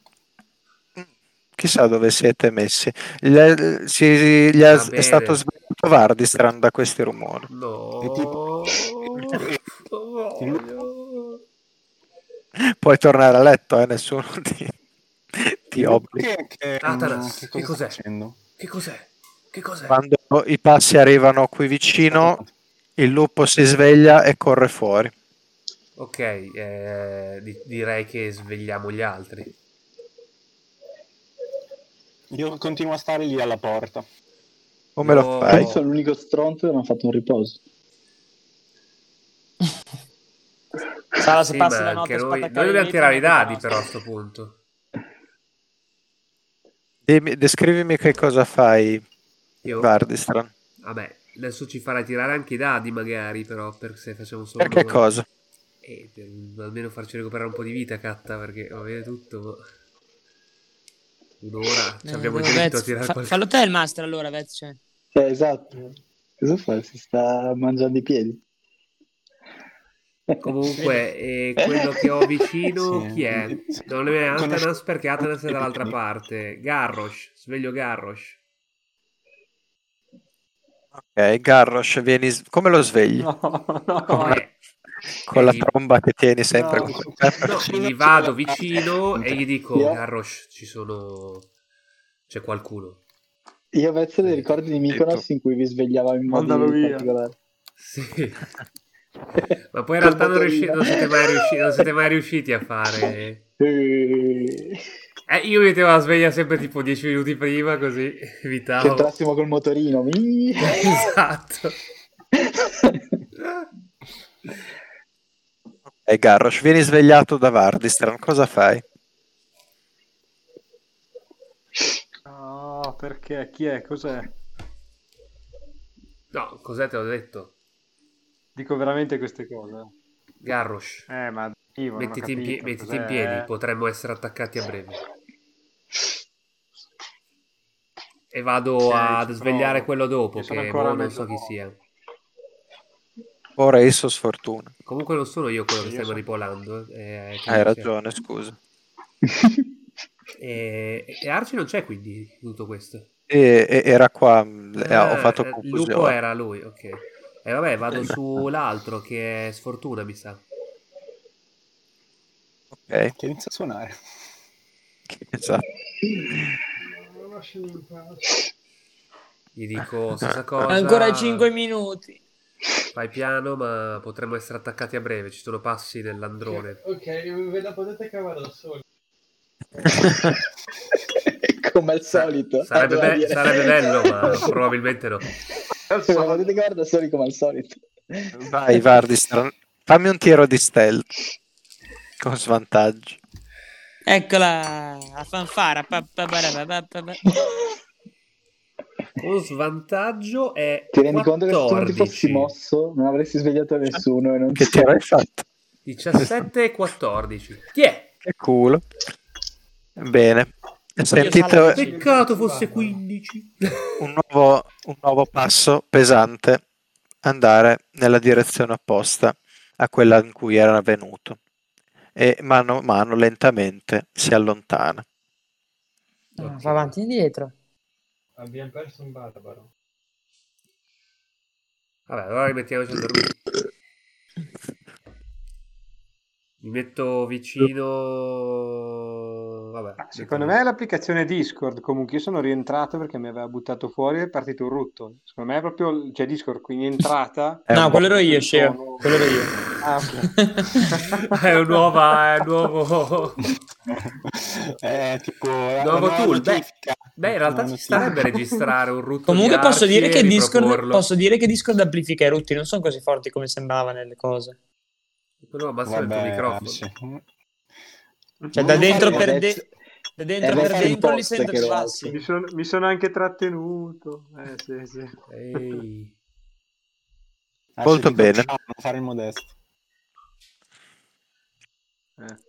chissà dove siete messi. Gli, si, gli è, Va è stato bene. svegliato Vardistran da questi rumori. No. E tipo- Non voglio. Puoi tornare a letto, eh, nessuno ti, ti obbliga. Che, che, Atanas, che che cosa cos'è? sta facendo? Che cos'è? Che cos'è? Quando i passi arrivano qui vicino, il lupo si sveglia e corre fuori. Ok, eh, di- direi che svegliamo gli altri. Io continuo a stare lì alla porta. Come No. lo fai? Io sono l'unico stronzo che non ha fatto un riposo. Sarà se Sì, passi ma la anche notte a noi, noi spaccare dobbiamo il tirare i letto, non è dadi colpa però a nostra. sto punto. Dimmi- descrivimi che cosa fai, Io? Vardistran. Vabbè, adesso ci farai tirare anche i dadi magari, però, per se facciamo solo... Per che cosa? E per almeno farci recuperare un po' di vita, Catta, perché va bene tutto, ma... Un'ora, ci Eh, abbiamo il devo- diritto a Vez, tirare fa- qualcosa. fallo te il master allora, Vez. Cioè. Eh, esatto. Cosa fa? Si sta mangiando i piedi. Comunque, eh, quello che ho vicino, Sì. chi è? Non è Atanas Conosco- perché Atanas è dall'altra parte. Garrosh, sveglio Garrosh. Ok, Garrosh, vieni... s- come lo svegli? No, no, Con, Eh, con e la gli- tromba che tieni sempre No. con te. No, gli vado vicino e gli dico, Io- Garrosh, ci sono... c'è qualcuno. Io vezzo dei ricordi di Mykonos in cui vi svegliavo in modi Mandalo via. particolari. Sì. Ma poi in Col realtà non, riusci- motorino. non siete mai riusciti, non siete mai riusciti a fare... Eh, Eh, io mettevo la sveglia sempre tipo dieci minuti prima, così Che evitavo... entrassimo col motorino. Mi- Esatto. Ok, Garrosh, vieni svegliato da Vardistran, cosa fai? No, perché? Chi è? Cos'è? No, cos'è te l'ho detto? Dico veramente queste cose. Garrosh, Eh, ma Ivo, non ho mettiti, in, pie- capito mettiti in cos'è, piedi, eh. potremmo essere attaccati a breve. E vado Ok, ad ci svegliare provo. quello dopo, Io sono che ancora boh, non mezzo so chi morto. sia. Ora esso sfortuna. Comunque non sono io quello che Io stai sono- manipolando. eh, è Hai credo sia- ragione, scusa. E, e Arci non c'è quindi in tutto questo. E, e- era qua, mh, eh, ho Ah, fatto eh, il lupo confusione. era lui, ok. E vabbè, vado sull'altro che è sfortuna, mi sa. Ok, Che inizia a suonare. esatto. Lasciami in pace. Gli dico stessa cosa. Ancora cinque minuti. Fai piano, ma potremmo essere attaccati a breve. Ci sono passi nell'androne. Ok, ve la potete cavare da soli. Come al solito. Sarebbe, eh, devo be- dire. sarebbe bello, ma probabilmente no. Ve la potete cavare da soli come al solito. Vai, Vardistran, fammi un tiro di stealth con svantaggio. Eccola, la fanfara. Pa, pa, ba, ra, ba, ba, ba. Con svantaggio è Ti rendi conto che se tu non ti fossi quattordici. mosso non avresti svegliato nessuno e non Che ti avrei fatto? diciassette e quattordici. Chi è? Che culo. Bene. Io Sentite salvo- Peccato fosse quindici. un nuovo, un nuovo passo pesante andare nella direzione opposta a quella in cui era venuto e mano a mano lentamente si allontana. Ah, Ok. va avanti e indietro. Abbiamo perso un barbaro. Vabbè, allora rimettiamoci a dormire. Mi metto vicino. Vabbè, Ah, secondo metto- me è l'applicazione Discord. Comunque io sono rientrato perché mi aveva buttato fuori e è partito un rutto. Secondo me è proprio, cioè Discord, quindi entrata. È No, un quello ero po' io, il Sceo. tono. Quello ero io. Ah, ok. è un nuova, è un nuovo. È tipo la Nuovo nuova tool. Beh, notifica. beh, in realtà Nuova ci notifica. starebbe registrare un rutto Comunque di posso arci dire, e che Discord, riproporlo. posso dire che Discord amplifica i rutti, non sono così forti come sembrava nelle cose. Però abbassa il tuo Vabbè, microfono. sì. Cioè, Non da lo dentro fare per, adesso- de- da dentro è per Vecchi dentro li Post sento che più lo bassi. Mi sono, mi sono anche trattenuto. Eh, sì, sì. Ehi. Ah, Molto sì, ti bene. conosciamo, non fare il modesto. Eh.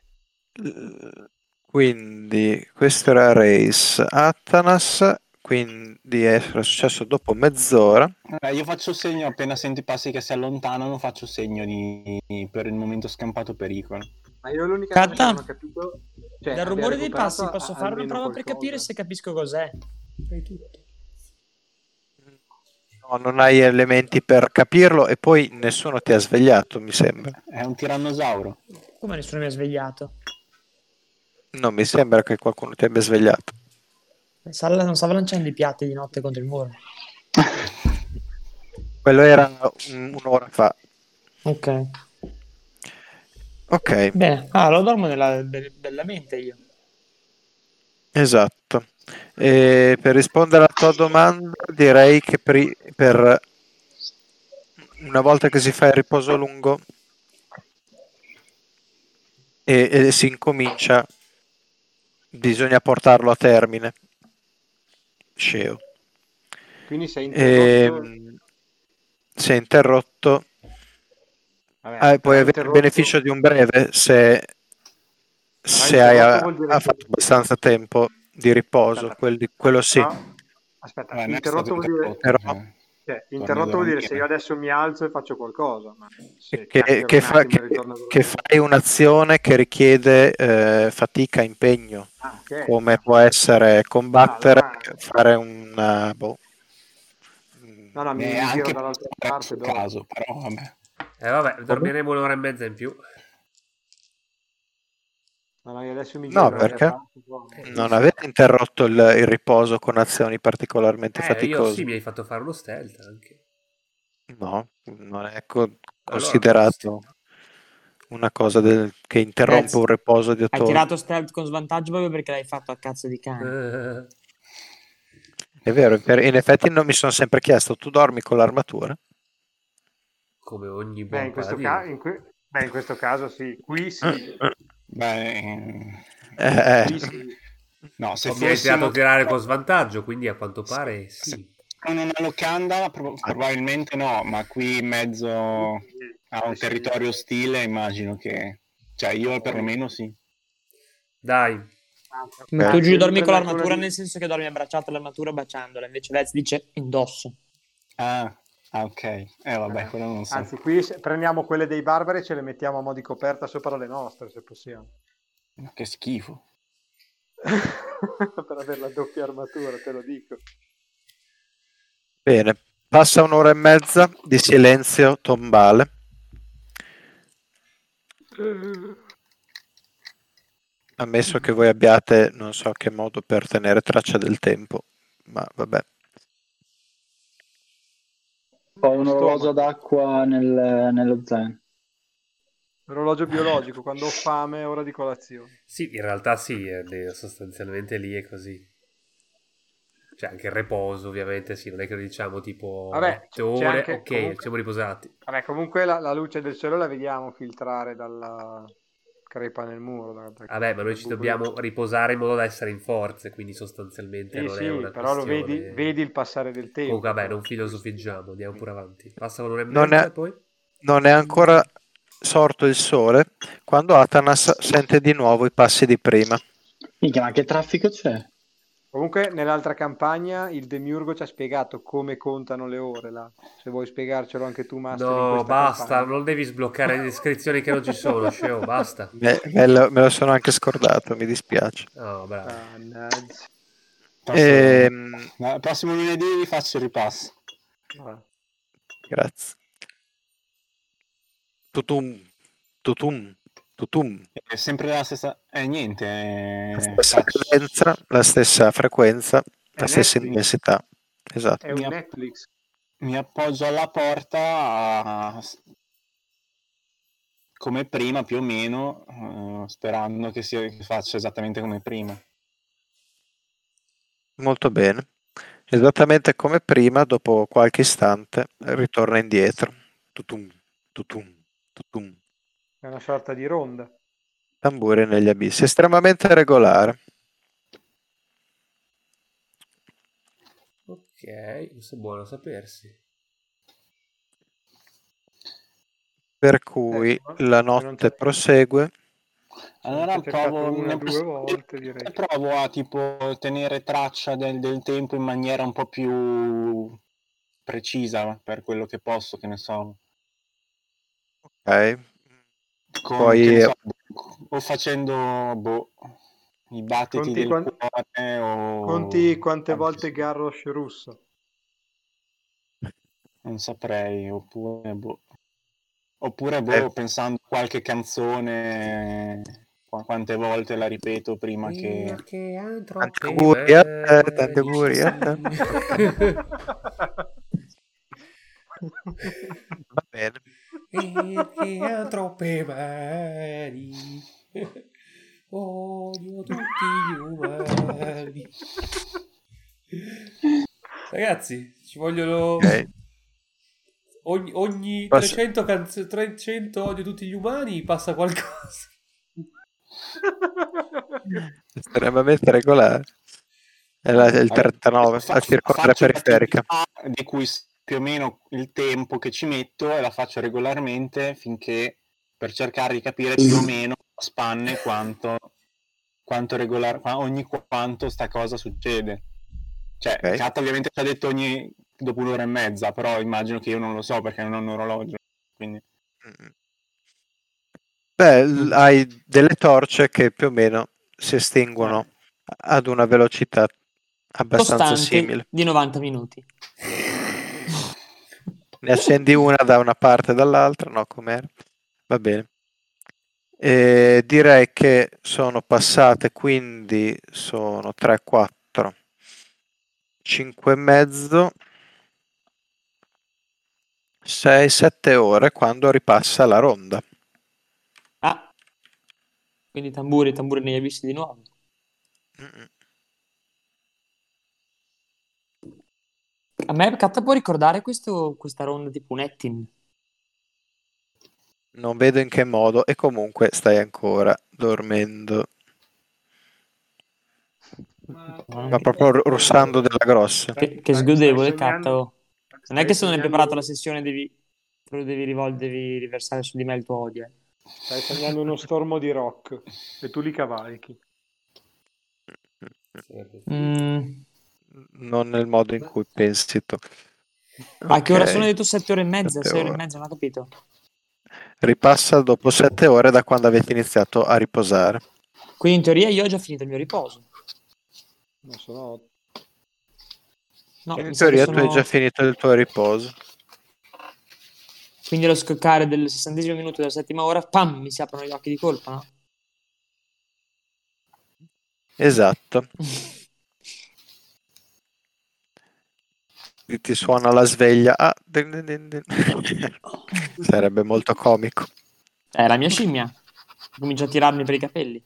Quindi questo era Race Attanas, quindi è successo dopo mezz'ora. Eh, io faccio segno appena sento i passi che si allontanano, faccio segno di per il momento scampato pericolo. Ma io l'unica Catta, cosa che non ho capito, cioè, dal abbia rumore dei recuperato passi posso a- fare una almeno prova per qualcosa. capire se capisco cos'è. Fai tutto. No, non hai elementi per capirlo e poi nessuno ti ha svegliato, mi sembra. È un tirannosauro. Come nessuno mi ha svegliato? Non mi sembra che qualcuno ti abbia svegliato. Salla non stava lanciando i piatti di notte contro il muro. Quello era un- un'ora fa. Ok. Ok, Bene. Ah, lo dormo nella, be- bellamente io. esatto. E per rispondere alla tua domanda, direi che pri- per una volta che si fa il riposo lungo e, e si incomincia, bisogna portarlo a termine. Sceo. Quindi sei interrotto. E, se è interrotto, Vabbè, ah, però puoi avere interrotto- il beneficio di un breve se, se hai, interrotto ha, vuol dire ha che- fatto abbastanza tempo di riposo. Aspetta, Quelli- quello sì. no, aspetta, Vabbè, non è interrotto stato vuol dire, interrotto, Però- cioè, cioè, torni a interrotto vuol dire se dormire. io adesso mi alzo e faccio qualcosa, ma se che, chiacchiero che un fa- attimo e che- ritorno a che dormire. fai un'azione che richiede eh, fatica, impegno, Ah, ok. come può essere combattere, Ah, allora- fare una boh. No, no, mi, Eh, mi giro anche dall'altra per parte questo dopo. caso, però vabbè. Eh vabbè, dormiremo un'ora e mezza in più. No, no, io adesso mi No, giro dall'altra perché? parte dopo. Non avete interrotto il, il riposo con azioni particolarmente Eh, io faticose? sì, mi hai fatto fare uno stealth anche. No, non è co- Allora, considerato una cosa del- che interrompe Eh, un riposo di Hai otto ore. tirato stealth con svantaggio proprio perché l'hai fatto a cazzo di cane. Eh, È vero, per- in effetti non mi sono sempre chiesto, tu dormi con l'armatura? come ogni Beh, buon in questo, paladino. ca- in que- beh, in questo caso sì, qui sì. Beh, Eh, Qui sì. no, se Oh, mi hai tirato fossimo a tirare con svantaggio, quindi a quanto pare sì. con una locanda pro- probabilmente no, ma qui in mezzo a un territorio ostile immagino che, cioè io perlomeno sì. Dai, Ma ok. tu giù Io dormi mi con prendo l'armatura quella di- nel senso che dormi abbracciato all'armatura baciandola, invece Vez dice indosso. Ah, ah, ok. Eh vabbè, Eh, quello non so. Anzi, qui se- prendiamo quelle dei barbari e ce le mettiamo a mo' di coperta sopra le nostre, se possiamo. Che schifo. Per avere la doppia armatura, te lo dico. Bene, passa un'ora e mezza di silenzio tombale. Ammesso che voi abbiate non so che modo per tenere traccia del tempo, ma vabbè. Ho un orologio d'acqua nel- nello zaino. Orologio biologico, quando ho fame è ora di colazione. sì, in realtà sì, è lì, sostanzialmente lì è così. Cioè anche il riposo ovviamente sì, non è che lo diciamo tipo Vabbè, otto c'è ore, anche- ok, comunque- siamo riposati. Vabbè, comunque la, la luce del sole la vediamo filtrare dalla crepa nel muro. Da, da, Vabbè, ma noi ci dobbiamo riposare in modo da essere in forze, quindi sostanzialmente sì, non sì, è una però questione... lo vedi, vedi il passare del tempo. Comunque, vabbè, non filosofeggiamo, andiamo pure avanti. Passa un'ora e Non mezza è, e poi? non è ancora sorto il sole quando Atanas sente di nuovo i passi di prima. Minchia, ma che traffico c'è? Comunque nell'altra campagna il Demiurgo ci ha spiegato come contano le ore là. Se vuoi spiegarcelo anche tu, Master, in No, questa basta, campagna. non devi sbloccare le descrizioni che non ci sono, scemo, basta. Me, me lo, me lo sono anche scordato, mi dispiace. No, bravo. Mannaggia. Ehm, Il prossimo lunedì vi faccio il ripasso. Ah. Grazie. Tutum, tutum, tutum. È sempre la stessa... Eh, niente. La eh, stessa faccio- cadenza, la stessa frequenza, la stessa Netflix. intensità. Esatto. È un Mi app- Netflix. Mi appoggio alla porta a- come prima, più o meno, eh, sperando che si che faccia esattamente come prima. Molto bene. Esattamente come prima, dopo qualche istante, ritorna indietro. Tutum, tutum, tutum. È una sorta di ronda. Tamburi negli abissi. Estremamente regolare. Ok, questo è buono a sapersi. Per cui Eh, se no- la se non notte c'è- prosegue. Se non Allora c'è cercato provo, una o ne- due volte, direi. provo a tipo tenere traccia del, del tempo in maniera un po' più precisa per quello che posso, che ne so. Ok. Con, Poi che ne so, o facendo boh, i battiti Conti del quan- cuore o... Conti quante volte Garrosh russo. Non saprei, oppure boh. Oppure boh, Eh. pensando a qualche canzone, qu- quante volte la ripeto prima che... Perché han Tanti troppi auguri a te, belli. tanti auguri a te. Va bene. Perché ha troppe mani. Odio tutti gli umani. Ragazzi, ci vogliono Ok. ogni, ogni Passa- trecento, canz- trecento odio tutti gli umani passa qualcosa. Estremamente regolare. È, la- è il trentanove, Fa- la circolare faccio periferica. l'attività di cui s- più o meno il tempo che ci metto e la faccio regolarmente finché per cercare di capire più o meno a spanne quanto, quanto regolare, qua- ogni quanto sta cosa succede. Cioè, Ok. Kat ovviamente ci ha detto ogni dopo un'ora e mezza, però immagino che io non lo so perché non ho un orologio. Quindi... Mm. Beh, l- hai delle torce che più o meno si estinguono ad una velocità abbastanza Costante simile. di novanta minuti. Ne accendi una da una parte e dall'altra, no, com'era? Va bene. E direi che sono passate, quindi sono tre, quattro, cinque e mezzo, sei, sette ore quando ripassa la ronda. Ah, quindi tamburi, tamburi negli abissi di nuovo. Mm-mm. A me Katta può ricordare questo, questa ronda tipo un Ettin. Non vedo in che modo e comunque stai ancora dormendo. Ma proprio ru- russando della grossa. Che, che Stai- sgodevole, stai sognando- Katta. oh. Non è stai che se non hai sognando- preparato la sessione devi, te lo devi rivolgere, devi riversare su di me il tuo odio. eh. Stai sognando uno stormo di rock e tu li cavalchi. Mm, Non nel modo in cui pensi tu. A che ora Ok. sono? Hai detto sette ore e mezza, Sette sei ore e ore. mezza, non ho capito. Ripassa dopo sette ore da quando avete iniziato a riposare. Quindi in teoria io ho già finito il mio riposo. Non sono No, In mi sa che teoria tu hai sono... già finito il tuo riposo. Quindi allo scoccare del sessantesimo minuto della settima ora, pam, mi si aprono gli occhi di colpa, no? Esatto. Ti suona la sveglia. Ah, din din din din. Sarebbe molto comico. È la mia scimmia. Comincia a tirarmi per i capelli.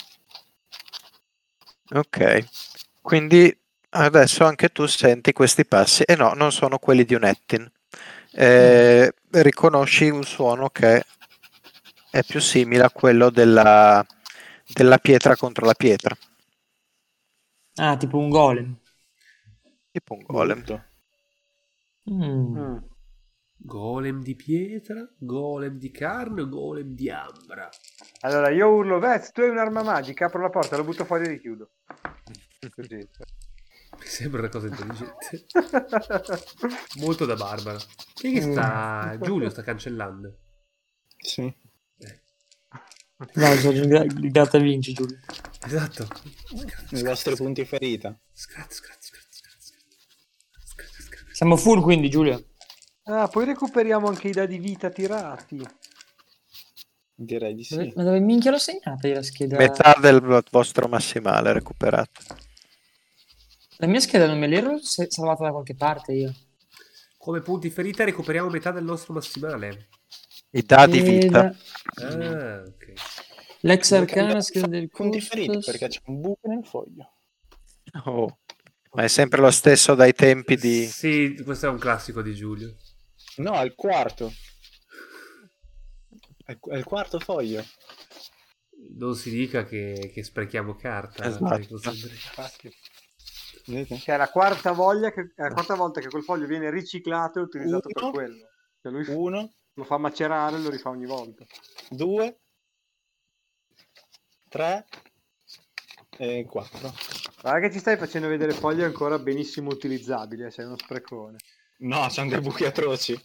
Ok. Quindi adesso anche tu senti questi passi. E no, non sono quelli di un Ettin. Eh, riconosci un suono che è più simile a quello della, della pietra contro la pietra, Ah, tipo un golem. tipo un golem. Brutto. Mm. Mm. Golem di pietra, golem di carne, golem di ambra. Allora io urlo, Vez, tu hai un'arma magica, apro la porta, la butto fuori e richiudo. Così. Mi sembra una cosa intelligente. Molto da Barbara. Chi è che sta? Giulio sta cancellando. Sì. Eh, No, sono il gra- il gratta vinci, Giulio. esatto. I vostri punti ferita. Scrazzi, scrazzi, scrazzi, scrazzi. Scrazzi, scrazzi. Siamo full quindi, Giulio. Ah, poi recuperiamo anche i dadi vita tirati. Direi di Dove- sì. Ma dove minchia l'ho segnata io la scheda? Metà del vostro massimale recuperato. La mia scheda non me l'ero se- salvata da qualche parte io. Come punti ferita recuperiamo metà del nostro massimale. I dadi vita. Scheda- Ah, ok. L'ex Devo arcana, cambiare scheda del punti feriti custos. perché c'è un buco nel foglio. Oh. Ma è sempre lo stesso dai tempi di... Sì, questo è un classico di Giulio. No, è il quarto. È è il quarto foglio. Non si dica che, che sprechiamo carta. Esatto. per i cose- Infatti. Vedete? Che è la quarta, voglia che, è la quarta volta che quel foglio viene riciclato e utilizzato Uno. per quello. Cioè lui Uno, lo fa macerare e lo rifà ogni volta. due, tre e quattro. Guarda che ci stai facendo vedere foglie ancora benissimo utilizzabili, eh, sei uno sprecone. No, c'hanno dei buchi atroci.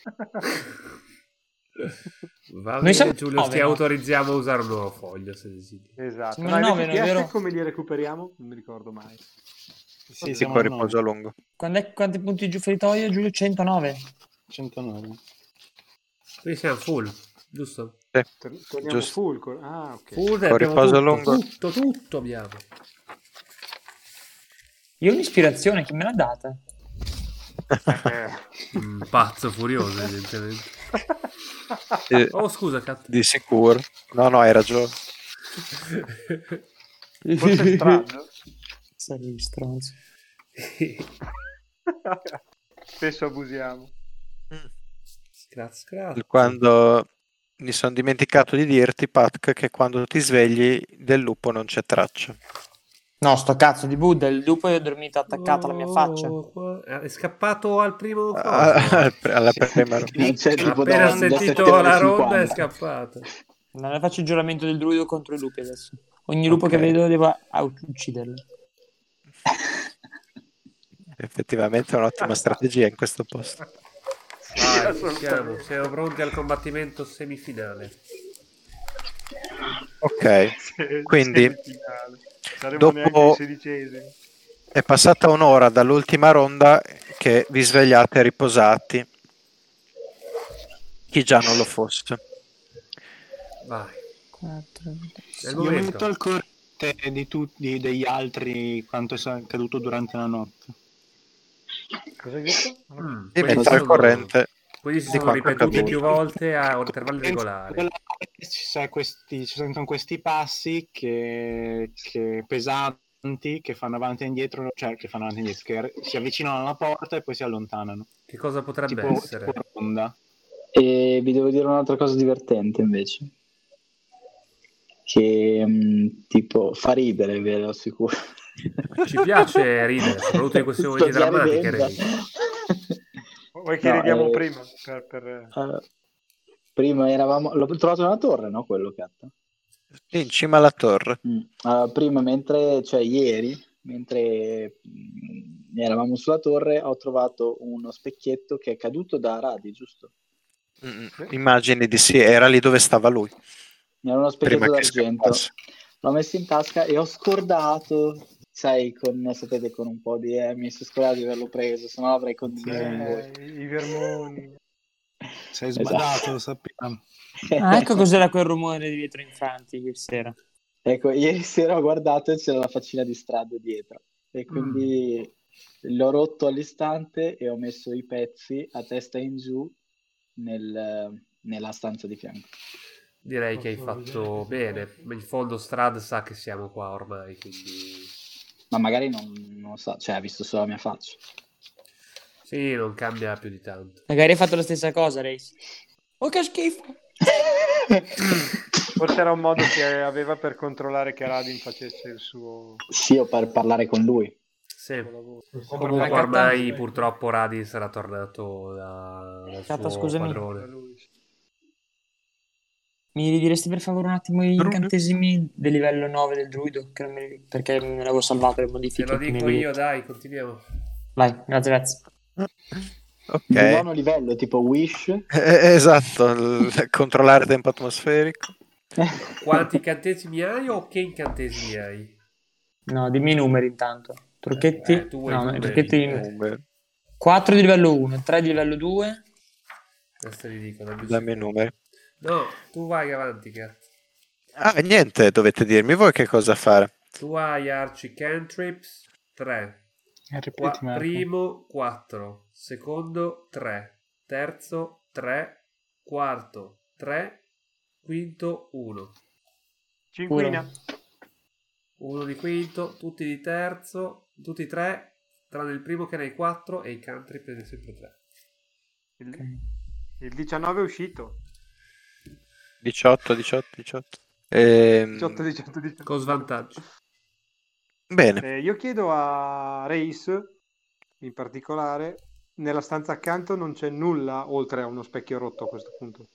Va Noi bene, siamo Giulio, nove, ti no? autorizziamo a usare un nuovo foglio se desideri. Esatto. Siamo Ma nove, i non è P S vero? come li recuperiamo? Non mi ricordo mai. Sì, Sì, siamo con a riposo a lungo. Quando è, quanti punti giù ferito io, Giulio? centonove. centonove. Quindi siamo full, giusto? Tor- torniamo Giusto. full. col- Ah, ok. Full, Con abbiamo riposo tutto, lungo. tutto, tutto abbiamo. Io ho un'ispirazione, chi me l'ha data? Eh. Mm, pazzo furioso, evidentemente. Eh, Oh, scusa, cazzo. di sicuro. No, no, hai ragione. Forse è strano. Sei stronzo. Spesso abusiamo. Scrazzi, scrazzi. Quando mi sono dimenticato di dirti, Pat, che quando ti svegli del lupo non c'è traccia. No, sto cazzo di Buddha, il lupo è dormito attaccato alla mia faccia. Oh, qua- È scappato al primo Ah, coso. alla Sì. prima ronda. Non c'è tipo Appena da- ha da sentito la settembre ronda è cinquanta. scappato. Non ne faccio il giuramento del druido contro i lupi adesso. Ogni lupo Ok. che vedo devo au- ucciderlo. Effettivamente è un'ottima strategia in questo posto. Vai, ci siamo, siamo pronti al combattimento semifinale. Ok, Se- quindi semifinale. Saremo dopo- neanche ai sedicesimi. è passata un'ora dall'ultima ronda che vi svegliate riposati. Chi già non lo fosse. Vai, Quattro. è il Io mi momento. metto al corrente di tutti degli altri quanto è accaduto durante la notte. Cosa hai detto? Mm, E quelli mentre si al sono- corrente quelli si di sono quanto ripetuti accaduto. più volte a intervalli regolari. Ci sono questi, ci sono questi passi che, che pesanti che fanno avanti e indietro, cioè che fanno avanti e indietro, che si avvicinano alla porta e poi si allontanano. Che cosa potrebbe Tipo, essere? tipo ronda. E vi devo dire un'altra cosa divertente invece. Che mh, tipo fa ridere, ve lo assicuro. Ci piace ridere, soprattutto in questi momenti Sto già drammatici. ridendo. Ray. Vuoi che No, ridiamo eh, prima? Per, per... Eh, prima eravamo, l'ho trovato nella torre, no? Quello Catta. in cima alla torre. Mm. Uh, prima, mentre, cioè ieri, mentre mm, eravamo sulla torre, ho trovato uno specchietto che è caduto da Radi, giusto? Mm, immagini di sì, era lì dove stava lui. Era uno specchietto Prima che d'argento. scappasse. L'ho messo in tasca e ho scordato, sai, con, sapete, con un po' di... Eh, mi sono scordato di averlo preso, se no l'avrei condiviso con voi. Eh, i vermoni. Sei Esatto. sbadato, lo sappiamo. Ah, ecco cos'era quel rumore di dietro Infranti ieri sera. Ecco, ieri sera ho guardato e c'era la faccina di Strad dietro e quindi l'ho rotto all'istante e ho messo i pezzi a testa in giù nel- nella stanza di fianco. Direi che hai fatto bene. In fondo Strad sa che siamo qua ormai, quindi... Ma magari non, non lo sa, cioè ha visto solo la mia faccia. Sì, non cambia più di tanto. Magari hai fatto la stessa cosa, Race. Oh, che schifo. Forse era un modo che aveva per controllare che Radin facesse il suo Sì, o per parlare con lui. Sì. lavoro. Comunque Catta- ormai purtroppo Radin sarà tornato da- dal Catta, suo scusami. Da padrone. lui, sì. Mi diresti per favore un attimo gli Bruno? incantesimi del livello nove del druido? Che non me li- Perché me l'avevo salvato le Te modifiche. lo che mi dico avevi io, detto. dai, continuiamo. Vai, grazie, grazie. Ok. Di nono livello, tipo Wish. Eh, esatto, il- controllare tempo atmosferico. Quanti incantesimi hai o che incantesimi hai? No, dimmi i numeri intanto. Trucchetti? Eh, tu vuoi no, numeri. trucchetti di Numeri. quattro di livello uno, tre di livello due. Adesso li dico, dammi un Dammi i secondo. numeri. No, tu vai avanti, Kat. Ah, niente, dovete dirmi voi che cosa fare. Tu hai Arci Cantrips tre. Eh, ripeti, Qua- Marco. primo quattro, secondo tre, terzo tre, quarto tre, quinto uno. Cinquina. Uno di quinto, tutti di terzo, tutti tre, tranne il primo che ne hai quattro e i country prende sempre tre. Il, il diciannove è uscito. diciotto, diciotto, diciotto. Ehm, diciotto, diciotto, diciotto. Con svantaggio. Bene. Eh, io chiedo a Race, in particolare, nella stanza accanto non c'è nulla oltre a uno specchio rotto a questo punto.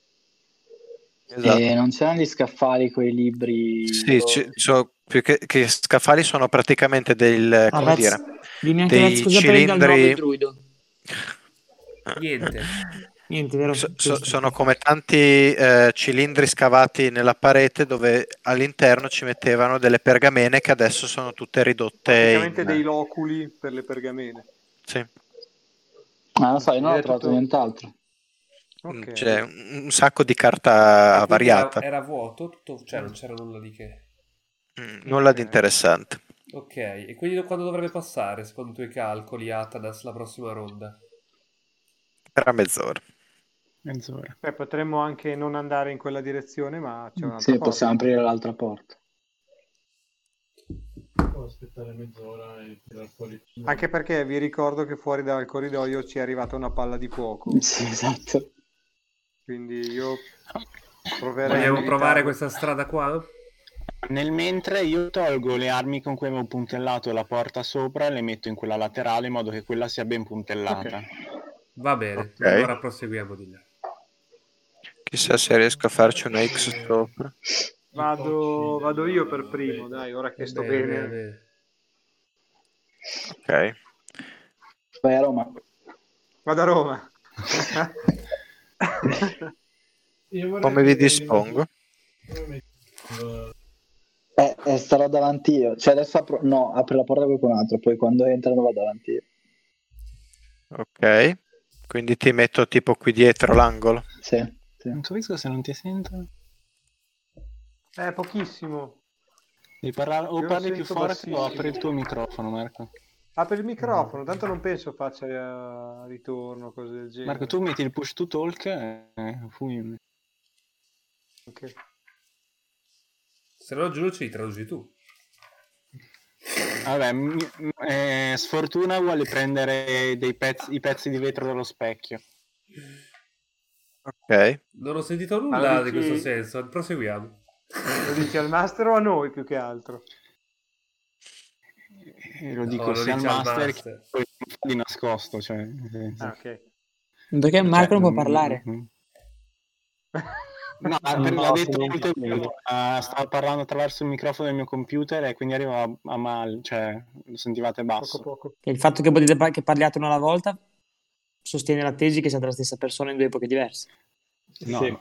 Esatto. E non c'erano gli scaffali con i libri. Sì, ci- so- più che, che scaffali sono praticamente del, come Vez, dire, dimmi anche dei Vez cosa prende al nove il cilindri. druido. Niente. Niente, vero? So- so- Giusto. sono come tanti eh, cilindri scavati nella parete dove all'interno ci mettevano delle pergamene che adesso sono tutte ridotte Praticamente in... dei loculi per le pergamene. Sì. Ah, non so, io non È ho trovato tutto- nient'altro. Ok. C'è un, un sacco di carta Quindi era, variata. era vuoto, tutto, cioè non c'era nulla di che. Mm, nulla di Ok. interessante. Ok, e quindi quando dovrebbe passare, secondo i tuoi calcoli, Atanas, la prossima ronda? Tra mezz'ora. Mezz'ora. Beh, potremmo anche non andare in quella direzione, ma c'è un'altra Sì, porta. possiamo aprire l'altra porta. Devo aspettare mezz'ora e tirar fuori. Anche perché vi ricordo che fuori dal corridoio ci è arrivata una palla di fuoco. Sì, esatto. Quindi io proverei a Vogliamo evitarlo. provare questa strada qua? Nel mentre io tolgo le armi con cui avevo puntellato la porta sopra e le metto in quella laterale in modo che quella sia ben puntellata. Va bene, Ok. allora proseguiamo di là. Chissà se riesco a farci una X sopra. Vado, vado io per primo, dai, ora che Va sto bene, bene. bene, bene. Ok. Vai a Roma. Vado a Roma. Io vorrei Come vi che- dispongo? Eh, eh, starò davanti io. Cioè adesso apro... No, apre la porta qualcun altro, poi quando entrano vado davanti io. Ok. Quindi ti metto tipo qui dietro l'angolo. Sì, sì. Non capisco se non ti sento. Eh, pochissimo. Devi parlare, o Io parli più sento forte bassissimo. o apri il tuo microfono, Marco. Apri il microfono, tanto non penso faccia eh, ritorno, cose del genere. Marco, tu metti il push to talk e fui. Ok. Se no Giulio ci traduci tu. Vabbè, mi- m- eh, sfortuna vuole prendere dei pezzi, i pezzi di vetro dallo specchio. Ok. Non ho sentito nulla Allora di dici- questo senso, proseguiamo. Lo dici al master o a noi più che altro? E lo No, dico lo sia al dice al master, master. che poi non fa di nascosto. Cioè, nel senso- Ah, ok. Perché Marco non può mm, parlare. mm, mm. No, per- No, l'ha detto comunque molte sì. volte. Ah, stavo parlando attraverso il microfono del mio computer e quindi arriva a, a mal, cioè lo sentivate basso. Poco poco. Che il fatto che potete par- che parliate una alla volta sostiene la tesi che siete la stessa persona in due epoche diverse. No, Sì. no.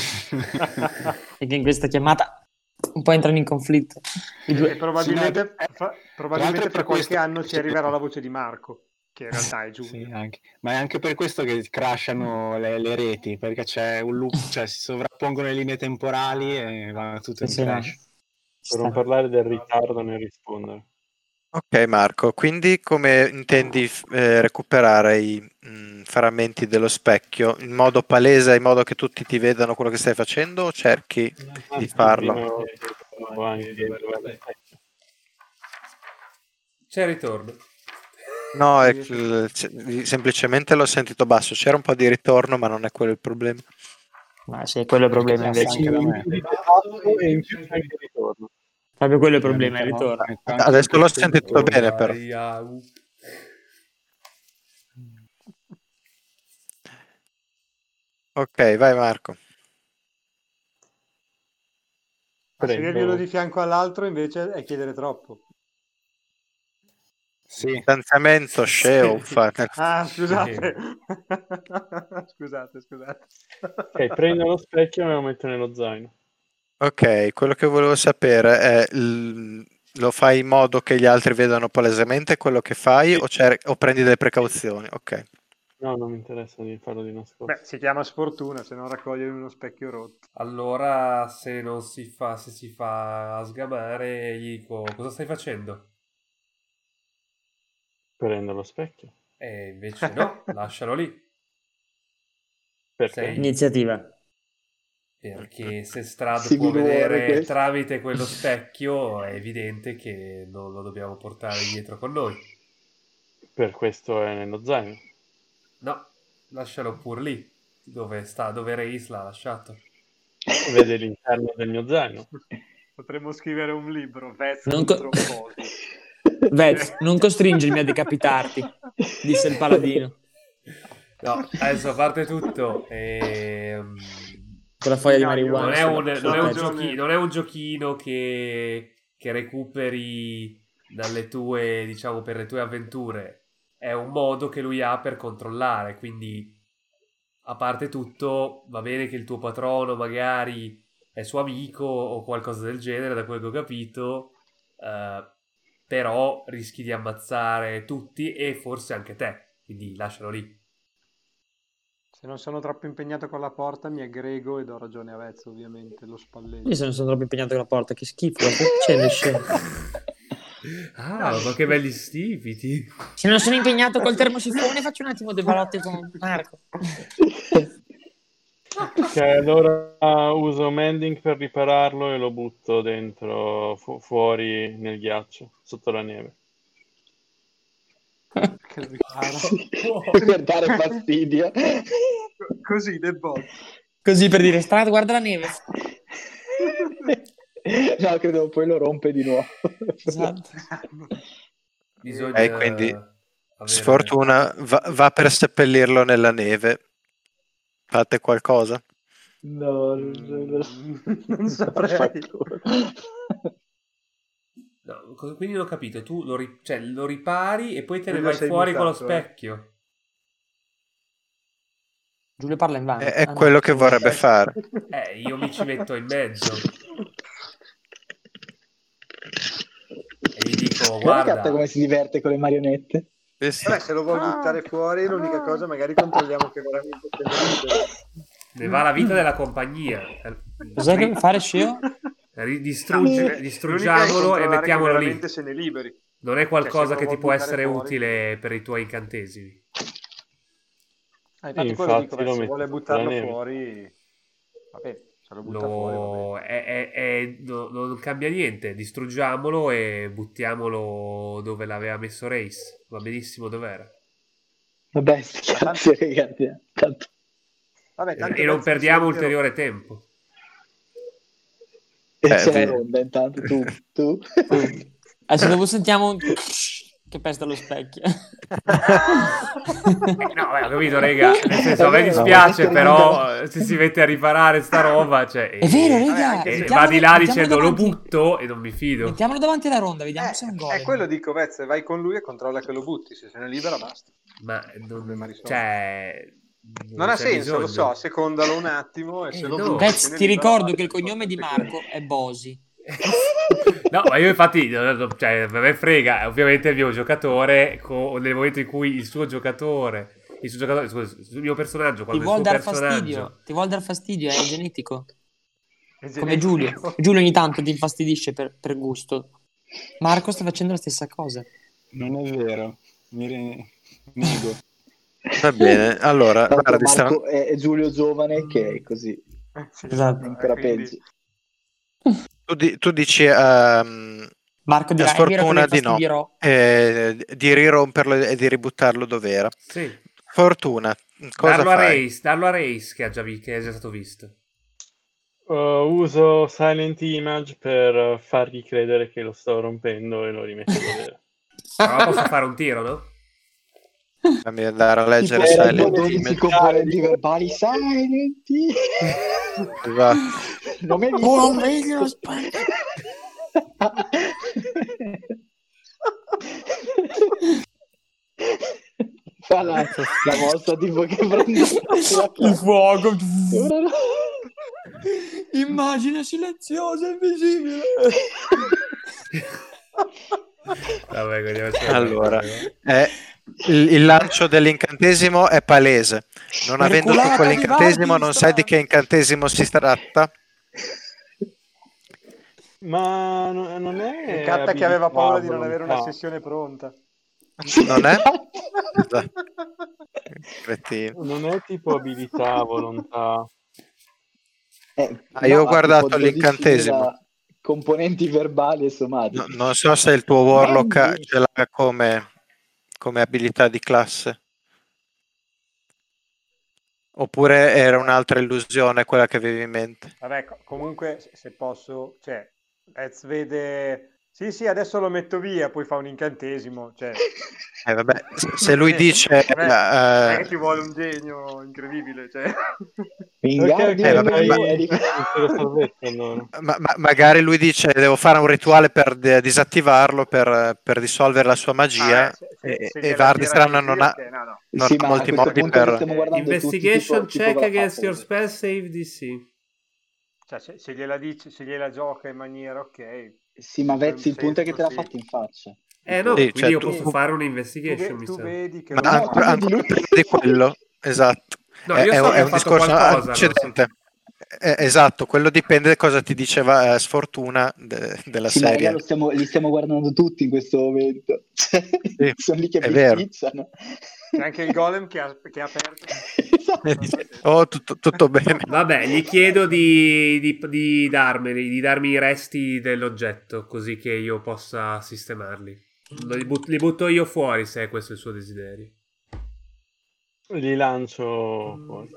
E che in questa chiamata un po' entrano in conflitto. I E due. probabilmente, Sì, no, fra, tra probabilmente l'altro fra per qualche questo- anno ci arriverà la voce di Marco, che in realtà è Giulio. Sì, anche. Ma è anche per questo che crashano le, le reti, perché c'è un loop, cioè si sovrappongono le linee temporali e va tutto Sì, in sì, no. crash. Per non parlare del ritardo nel rispondere. Ok Marco, quindi come intendi f- eh, recuperare i mh, frammenti dello specchio? In modo palese, in modo che tutti ti vedano quello che stai facendo o cerchi di farlo? C'è il ritorno. No, è il- c- semplicemente l'ho sentito basso, c'era un po' di ritorno ma non è quello il problema. Ma sì, quello è il problema Passa invece. anche da me. E in più c'è il ritorno. Proprio quello è il problema, il Metterò- ritorno. metto anche Adesso il l'ho testo sentito intorno. bene, però. Vai, au. Ok, vai Marco. Ma Prendo- sederglielo di fianco all'altro invece è chiedere troppo. Sì, Stanziamento, sceo, Sì. fate. Ah, scusate. Scusate, scusate. Ok, prendo lo specchio e me lo metto nello zaino. Ok, quello che volevo sapere è l- lo fai in modo che gli altri vedano palesemente quello che fai Sì. o, cer- o prendi delle precauzioni? Ok. No, non mi interessa di farlo di nascosto. Beh, si chiama sfortuna se non raccogliere uno specchio rotto. Allora, se non si fa, se si fa sgamare, gli dico, cosa stai facendo? Prendo lo specchio. E invece no, lascialo lì. Perché? Sei- Iniziativa. Perché se Strad Si può vuole vedere questo. tramite quello specchio, è evidente che non lo dobbiamo portare dietro con noi. Per questo è nello zaino. No, lascialo pur lì, dove sta, dove Reis l'ha lasciato. Vede l'interno del mio zaino. Potremmo scrivere un libro, Vez Non co- contro Bosi. Vez, non costringermi a decapitarti, disse il paladino. No, adesso a parte tutto, ehm, Con la foglia di No, io- marijuana. non, è sulla- un, sulla non, è un testa. ragione. giochi- non è un giochino che, che recuperi dalle tue, diciamo, per le tue avventure. È un modo che lui ha per controllare, quindi a parte tutto va bene che il tuo patrono magari è suo amico o qualcosa del genere, da quel che ho capito, eh, però rischi di ammazzare tutti e forse anche te, quindi lascialo lì. Se non sono troppo impegnato con la porta mi aggrego e do ragione a Vez, ovviamente, lo spalleggio. Io se non sono troppo impegnato con la porta, che schifo. Ma che c'è le scene? Ah, ma che belli stipiti! Se non sono impegnato col termosifone, faccio un attimo due balotte con Marco. Ok, allora uso Mending per ripararlo e lo butto dentro, fu- fuori nel ghiaccio, sotto la neve. Che lo ripara. Sì, per dare fastidio. Così, del bot. Così per dire, Strad, guarda la neve. No, credo poi lo rompe di nuovo. Esatto. Bisogna Eh, quindi, avere- Sfortuna va, va per seppellirlo nella neve. Fate qualcosa? No, Mm, non saprei. Fattura. No, co- quindi non ho capito, tu lo, ri- cioè, lo ripari e poi te ne Giulio vai sei fuori con lo mutato, eh. specchio. Giulio parla in vano. È, è Ah, no. quello che vorrebbe fare. Eh, io mi ci metto in mezzo e gli dico, Guarda guarda, come si diverte con le marionette. Sì, sì. Vabbè, se lo vuoi buttare fuori, l'unica cosa magari controlliamo che veramente se ne libero. ne va la vita della compagnia. Cos'è che fare, Sceo? Ri- distruggi- L'unica è distruggiamolo e controllare che mettiamolo lì. veramente se ne liberi. Non è Cioè, se qualcosa che lo ti vuoi può buttare essere fuori- utile per i tuoi incantesimi. Ah, infatti, Infatti quello dico, beh, lo se metto vuole sotto buttarlo la neve. fuori, vabbè, se lo butta fuori, va bene. Lo... è- è- è- no- non cambia niente, distruggiamolo e buttiamolo dove l'aveva messo Race. Va benissimo dov'era. Vabbè, sti cazzi, ragazzi. Tanto... Vabbè, tanto E non Vez perdiamo si sente- ulteriore tempo. E Eh, c'è sì. la ronda, intanto tu, tu. Adesso dopo sentiamo un... che pesta allo specchio. Eh, no, beh, ho capito, raga. Nel senso, a me È vero, dispiace, no, però eh, se si mette a riparare sta roba, cioè... È vero, e- raga. e mettiamolo- va di là mettiamolo dicendo lo davanti- butto e non mi fido. Mettiamolo davanti alla ronda, vediamo Eh, se è un gol. è quello dico, Vez, vai con lui e controlla che lo butti, se se ne libera basta. Ma Problema non, risolto. cioè, Non ha c'è senso, lo bisogno. so, secondalo un attimo e Eh, se lo no. butti, Vez, se ne ti libera, ricordo basta, che il cognome di l'importante è Marco è Bosi. No, ma io infatti, no, no, cioè, a me frega, ovviamente il mio giocatore, co- nel momento in cui il suo giocatore, il suo giocatore, scusa, il mio personaggio, Ti quando il vuol suo dar personaggio... fastidio, ti vuol dar fastidio, è genetico. È Come genetico. Giulio. Giulio ogni tanto ti infastidisce per, per gusto. Marco sta facendo la stessa cosa. Non è vero, mi re- nego. Va bene, allora, Tanto guardi, sta- Marco è, è Giulio giovane che è così, Eh, sì, Esatto. è ancora quindi- peggio. tu, di- tu dici ehm, Marco a dirà, è vero che lo Sfortuna di no, infastidierò. eh, di riromperlo e di ributtarlo dov'era. Sì, Fortuna, cosa darlo a fai? Race, darlo a Race che, ha già vi- che è già stato visto. Uh, uso Silent Image per fargli credere che lo sto rompendo e lo rimetto davvero. Però posso fare un tiro, no? Fammi andare a leggere Tipo, Silent tipo Silent dodici Image. componenti verbali. Silenti. Esatto. Non mi hai Tu non visto? vedi lo specchio. Fa la, la mossa tipo che prende Il fuoco. Ora- Immagine silenziosa, invisibile. Vabbè, vediamo. Allora, eh, il, il lancio dell'incantesimo è palese. Non avendo tu Perculata di quell'incantesimo, Varghis, non sai di tra- che incantesimo si tratta. Ma no- non è Il Catta che aveva paura di non abilità, avere una volontà. sessione pronta. Non è? Esatto. Cretino. Non è tipo abilità, volontà. Eh, Ah, io ho no, ha guardato tipo l'incantesimo. dodicimila componenti verbali e somatici. No- non so se il tuo Warlock ha- Mandy. ce l'ha come, come abilità di classe. Oppure era un'altra illusione quella che avevi in mente. Vabbè, co- comunque, se- se posso, cioè, Ez vede... Sì, sì, adesso lo metto via, poi fa un incantesimo, cioè... Eh, vabbè, se- se lui dice... Vabbè, non è eh, che ci vuole un genio incredibile, cioè... Wingardium Eh, vabbè, Leviosa ma- è di- Lo salvezza, allora. ma- ma- magari lui dice devo fare un rituale per de- disattivarlo, per, per dissolvere la sua magia, Ah, eh, se- se- e, se e gliela Vardistran gira non così, ha, ok, no, no. non Sì, ha ma a molti questo modi punto che per... stiamo guardando tutti Investigation tipo, tipo check con la against your favola. spell save D C. Cioè, se, se gliela dice, se gliela gioca in maniera ok... Sì, ma in quel Vezzi, il punto è che te l'ha senso, fatto in faccia. Eh Tipo, no, Sì, quindi cioè, io tu- posso tu- fare un Tu, investigation, ve- mi tu sa. vedi che... Ma lui- No, ancora, tu vedi ancora lui. prima di quello, esatto, No, è, io è so un- che è ha un fatto discorso qualcosa, non so. antecedente. Eh, esatto, quello dipende da cosa ti diceva eh, Sfortuna de- della Sì, ma raga, serie. lo stiamo, li stiamo guardando tutti in questo momento. Cioè, Sì, sono lì che è vero. bisticciano. C'è anche il golem che ha, che ha aperto. Esatto. E dice, oh, tutto, tutto bene. Vabbè, gli chiedo di, di, di darmeli, di darmi i resti dell'oggetto, così che io possa sistemarli. Li, but- li butto io fuori, se questo è il suo desiderio. Li lancio fuori.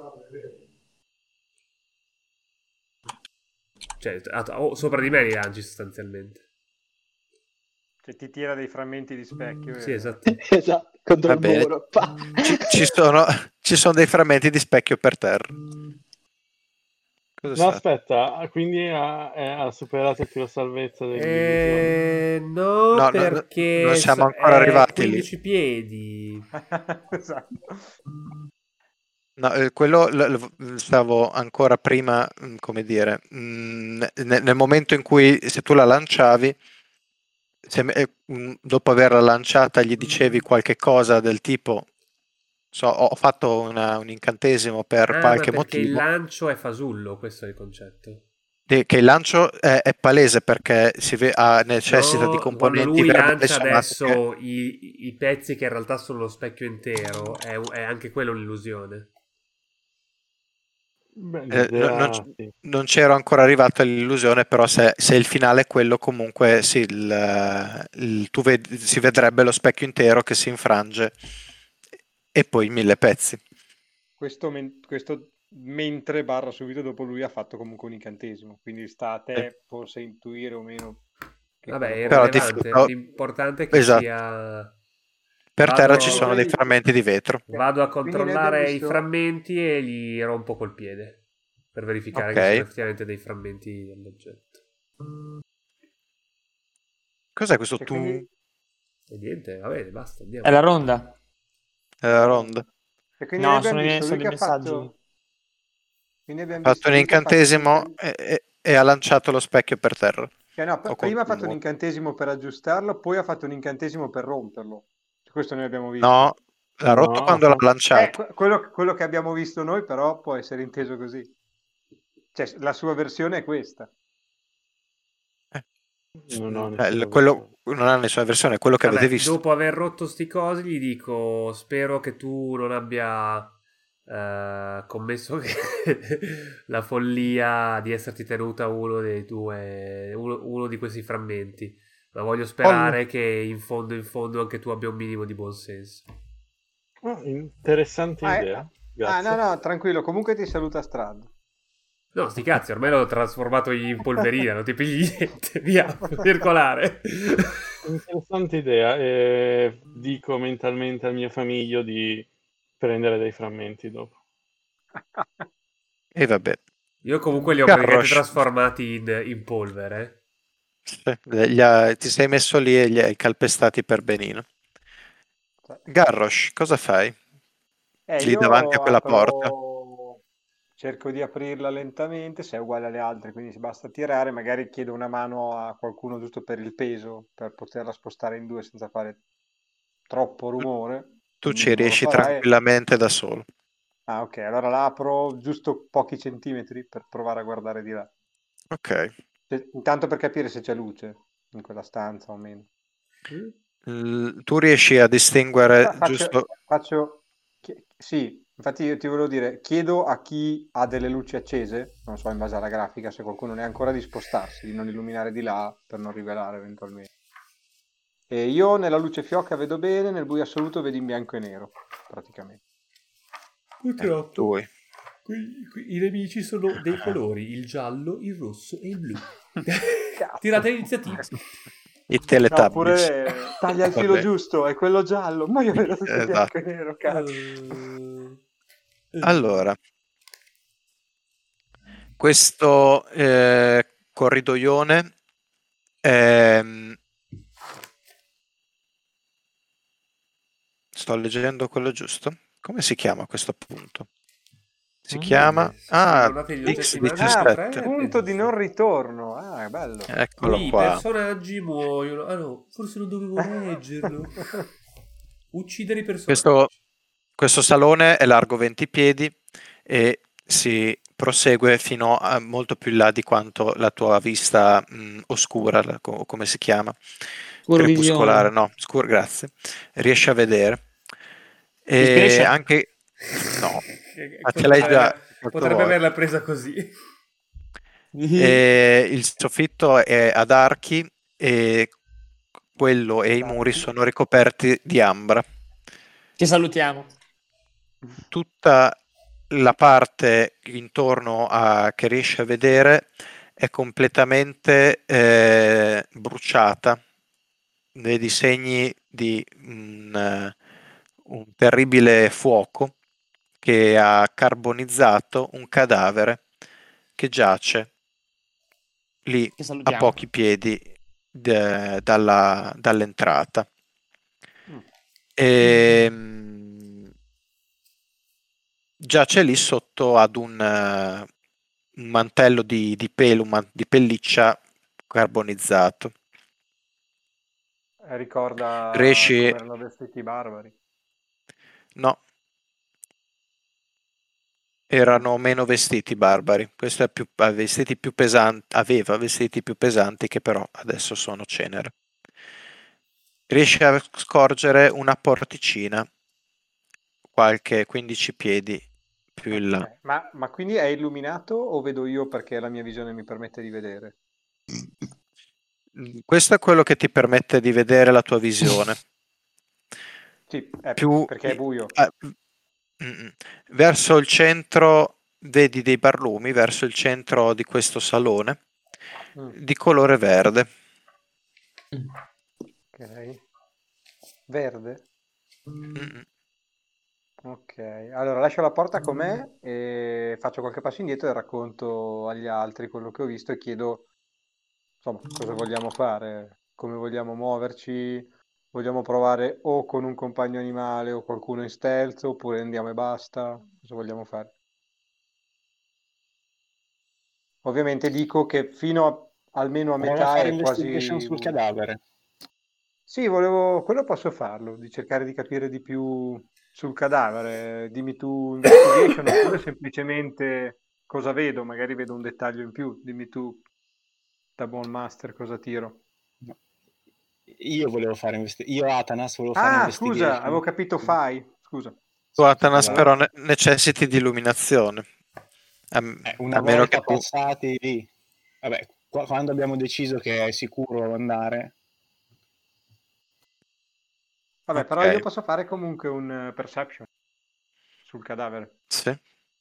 Cioè, a- oh, sopra di me li lanci sostanzialmente. Cioè, ti tira dei frammenti di specchio. Sì, e- esatto. Esatto, contro Va il bene. muro. Pa. Ci, ci sono, ci sono dei frammenti di specchio per terra. Cosa No, sa? aspetta, quindi ha, è- ha superato il tiro salvezza dell'illusione. Eh, no, No, no, no, perché non siamo so- ancora è arrivati lì. quindici piedi. Esatto. No, eh, quello l- l- stavo ancora prima, mm, come dire, mm, ne- nel momento in cui se tu la lanciavi, se, eh, mm, dopo averla lanciata gli dicevi qualche cosa del tipo, so, ho fatto una- un incantesimo per Ah, ma qualche perché il motivo, lancio è fasullo, questo è il concetto. e che il lancio è, è palese perché si ve- ha- necessita No, di quando componenti lui verbali lancia somatiche. adesso i, i pezzi che in realtà sono lo specchio intero, è, è anche quello un'illusione. Beh, Eh, l'idea, no- non, c- sì. non c'ero ancora arrivato all'illusione, però se, se il finale è quello, comunque sì, il, il- tu ved- si vedrebbe lo specchio intero che si infrange e poi mille pezzi. Questo, men- questo mentre barra subito dopo lui ha fatto comunque un incantesimo, quindi sta a te forse intuire o meno. che Vabbè, è cosa- Però di- irrilevante. no, L'importante è che esatto. sia... Per Vado- terra ci sono dei Quindi- frammenti di vetro. Vado a Quindi noi controllare abbiamo i visto- frammenti e gli rompo col piede per verificare Ok. che sono effettivamente dei frammenti dell'oggetto. Cos'è questo E tu? quindi- E niente, va bene, basta, andiamo. È la ronda. Eh, ronda. E quindi No, noi abbiamo sono i- visto sono lui i che ha messaggi. fatto... Quindi abbiamo Ha fatto visto un lui che ha fatto incantesimo un incan- e, e- e ha lanciato lo specchio per terra. Cioè, no, pr- O prima ha contro fatto il un muro. incantesimo per aggiustarlo, poi ha fatto un incantesimo per romperlo. Questo noi abbiamo visto. No, l'ha No, rotto quando ha l'ha fatto- Eh, lanciato. que- quello, quello che abbiamo visto noi però può essere inteso così. Cioè, la sua versione è questa. Non ho Eh, nessuna il- quello versione. non ha nessuna versione, è quello che Vabbè, avete visto. dopo aver rotto sti cosi gli dico spero che tu non abbia eh, commesso che- la follia di esserti tenuta uno dei due uno, uno di questi frammenti, ma voglio sperare che in fondo in fondo anche tu abbia un minimo di buonsenso. Ah, interessante Ah, eh, idea. ah, Grazie. no, no, tranquillo, comunque ti saluta Strad. No, sti cazzi, ormai l'ho trasformato in polverina, non ti pigli niente, via, circolare. Interessante idea. E dico mentalmente al mio famiglio di prendere dei frammenti dopo. E vabbè. Io comunque li ho praticamente Garrosh, trasformati in, in polvere. gli ha- ti sei messo lì e li hai calpestati per benino. Garrosh, cosa fai? Eh, Lì davanti a io quella porta? apro, cerco di aprirla lentamente, se è uguale alle altre, quindi si basta tirare, magari chiedo una mano a qualcuno giusto per il peso, per poterla spostare in due senza fare troppo rumore. Tu Non ci non lo riesci farai? tranquillamente da solo. Ah, ok, allora la apro giusto pochi centimetri per provare a guardare di là. Ok. Se- Intanto per capire se c'è luce in quella stanza o meno. L- tu riesci a distinguere Fa- Faccio, giusto. faccio, chi- sì, infatti io ti volevo dire, chiedo a chi ha delle luci accese, non so in base alla grafica, se qualcuno ne ha ancora di spostarsi, di non illuminare di là per non rivelare eventualmente. E io nella luce fioca vedo bene, nel buio assoluto vedo in bianco e nero, praticamente. Purtroppo, Lui. qui- qui i nemici sono dei colori, il giallo, il rosso e il blu. Cazzo. Tirate l'iniziativa. I No, Teletubbies. oppure taglia il filo Vabbè. giusto, è quello giallo, ma io vedo tutto Esatto. bianco e nero, cazzo. Eh, Allora, questo eh, corridoione ehm, sto leggendo quello giusto? Come si chiama questo punto? Si Mm. chiama ah, Abbandonate gli oggetti X in mano, Ah, diciassette. tre, punto è di giusto. non ritorno. Ah, è bello. Eccolo Qui i qua. personaggi muoiono. Ah no, forse non dovevo leggerlo. Uccidere i personaggi. Questo, questo salone è largo venti piedi e si prosegue fino a molto più in là di quanto la tua vista mh, oscura, la- co- come si chiama? Crepuscolare, Scurvisione. no, scura, grazie. Riesci a vedere. E Ispiration. anche no, ma ce l'hai Potrebbe già averla, qualche potrebbe volta. averla presa così. E il soffitto è ad archi e quello e i muri Archi. sono ricoperti di ambra. Che salutiamo. Tutta la parte intorno a che riesci a vedere è completamente eh, bruciata. Vedi segni di un, eh, un terribile fuoco che ha carbonizzato un cadavere che giace lì Che a salutiamo. pochi piedi de- dalla- dall'entrata. Mm. E, mm, giace lì sotto ad un, eh, un mantello di, di pelo, un man- di pelliccia carbonizzato. Eh, Ricorda Riesci? come erano vestiti i barbari. No, erano meno vestiti i barbari. Questo è più, ha vestiti più pesanti, aveva vestiti più pesanti che però adesso sono cenere. Riesci a scorgere una porticina qualche quindici piedi più in là. Ok. Ma, ma quindi è illuminato o vedo io perché la mia visione mi permette di vedere? Questo è quello che ti permette di vedere la tua visione. Sì, è Più perché è buio. eh, mm, mm. verso il centro vedi dei barlumi, verso il centro di questo salone Mm. di colore verde. Ok. Verde? Mm, mm. Ok, allora lascio la porta com'è e faccio qualche passo indietro e racconto agli altri quello che ho visto e chiedo, insomma, cosa vogliamo fare, come vogliamo muoverci, vogliamo provare o con un compagno animale o qualcuno in stealth oppure andiamo e basta, cosa vogliamo fare? Ovviamente dico che fino a, almeno a Prova a metà fare è investigation quasi sul buio. cadavere. Sì, volevo, quello posso farlo, di cercare di capire di più sul cadavere. Dimmi tu investigation oppure semplicemente cosa vedo, magari vedo un dettaglio in più. Dimmi tu, da buon master, cosa tiro. Io volevo fare investigation. Io, Atanas, volevo fare Ah, scusa, investigation. avevo capito fai. Scusa. Tu, Atanas, Allora, però ne- necessiti di illuminazione. A, Eh, una a meno che volta tu... passati lì, vabbè, qua- quando abbiamo deciso che è sicuro andare, Vabbè, però Ok. io posso fare comunque un eh, perception sul cadavere. Sì.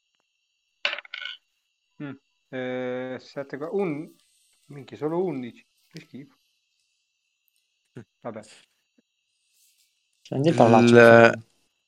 Mm. Eh, sette, qua- un... Minchia, solo undici. Che schifo. Vabbè. Prendi il parolaccio, Il, per favore.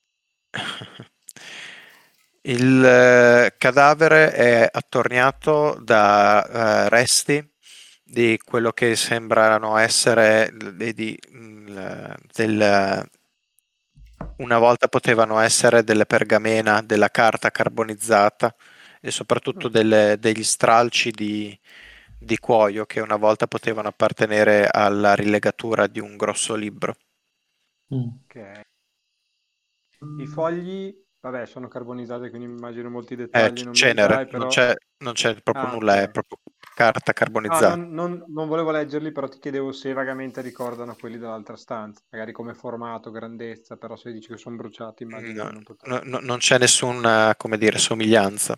il eh, cadavere è attorniato da eh, resti di quello che sembrano essere di, di- il- del, una volta potevano essere delle pergamena, della carta carbonizzata e soprattutto Mm. delle- degli stralci di, di cuoio che una volta potevano appartenere alla rilegatura di un grosso libro. Mm. Ok. I fogli, vabbè, sono carbonizzati, quindi immagino molti È dettagli non me li cenere, dai, non però... c'è, non c'è proprio Ah, nulla, è ok. proprio carta Ah, carbonizzata. non, non- non volevo leggerli, però ti chiedevo se vagamente ricordano quelli dell'altra stanza, magari come formato, grandezza, però se dici che sono bruciati immagino No, che non potrebbe. no, no- non c'è nessuna, come dire, somiglianza.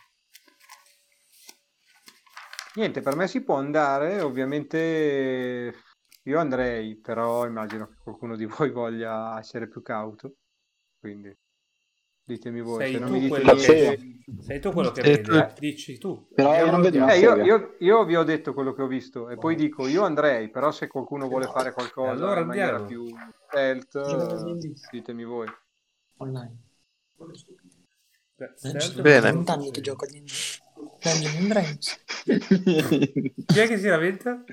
Niente, per me si può andare, ovviamente io andrei, però immagino che qualcuno di voi voglia essere più cauto, quindi ditemi voi, se Sei non tu mi dite quello Sì. che, niente... sei tu quello che Sì, tu- vede, dici tu. Però io Andiamo, non vedo una Eh, andiamo. io, sega. io- io vi ho detto quello che ho visto e poi dico io andrei, però se qualcuno vuole fare E qualcosa allora in maniera andiamo. più stealth, Gioca eh, D and D ditemi voi. online. Beh, Eh, ci stealth sono Bene. non lo vent'anni so che se- gioco a D and D. Dungeons and Dragons. Chi è che si lamenta?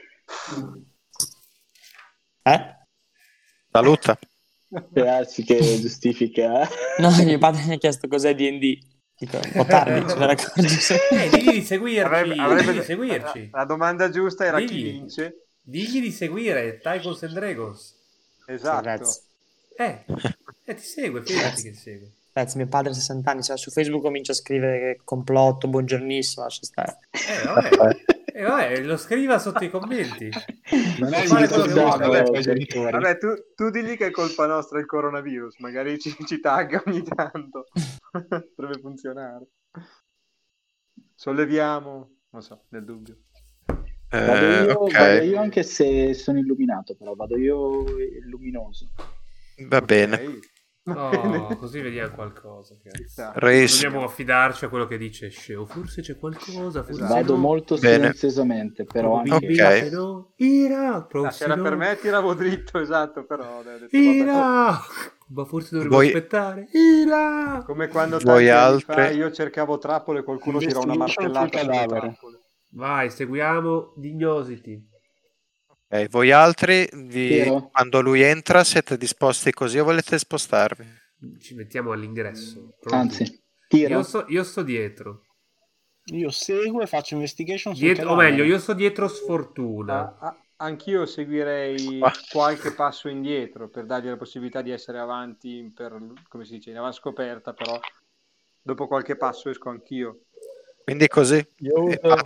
Eh? Saluta. Ragazzi che giustifica. No, mio padre mi ha chiesto cos'è D and D. Dico, un po' tardi, ce ne accorgi se... Eh, digli di seguirci, Avrebbe- digli avrebbe- di seguirci. La, la domanda giusta era chi Digli. vince. Digli di seguire Tychons and Dragons. Esatto. Ragazzi, Eh, eh, ti segue, fidati che ti segue. ragazzi, mio padre ha sessanta anni, cioè, su Facebook comincia a scrivere che complotto, buongiornissimo, lascia stare. Eh, vabbè. Eh, vabbè, lo scriva sotto i commenti. Non è Può fare il quello che diritto vuole. dei Vabbè, tuoi genitori. Vabbè, tu, tu digli che è colpa nostra il coronavirus, magari ci, ci tagga ogni tanto. Potrebbe funzionare. Solleviamo, non so, nel dubbio. Vado Eh, io, ok, vado io anche se sono illuminato, però vado io luminoso. va Ok. bene. Va bene. Oh, così vediamo qualcosa. Ci Cazzo. sta. Race. Dobbiamo affidarci a quello che dice Sceo. Forse c'è qualcosa, forse Esatto. Vado no. molto Bene. silenziosamente, però anche... Probabilmente Ok. no. Ira, Ah, forse se era no. per me tiravo dritto, esatto, però ho detto, vabbè, Ira! Ma forse dovremmo Voi- aspettare. Ira! come quando Voi tanti anni altri? fa io cercavo trappole e qualcuno tirò una Investigation martellata sul sulle cadavere. trappole. Vai, seguiamo Dignosity. Ok, voi altri, vi- Piero? quando lui entra, siete disposti così o volete spostarvi? Ci mettiamo all'ingresso. Mm. Pronti? Anzi, tiro? Io, so- io sto dietro. Io seguo e faccio investigation sul Dietro- o cadavere. meglio, io sto dietro sfortuna. Ah, ah, anch'io seguirei Qua. qualche passo indietro per dargli la possibilità di essere avanti per, come si dice, in avanscoperta, però dopo qualche passo esco anch'io. Quindi così. Io E uso... pa-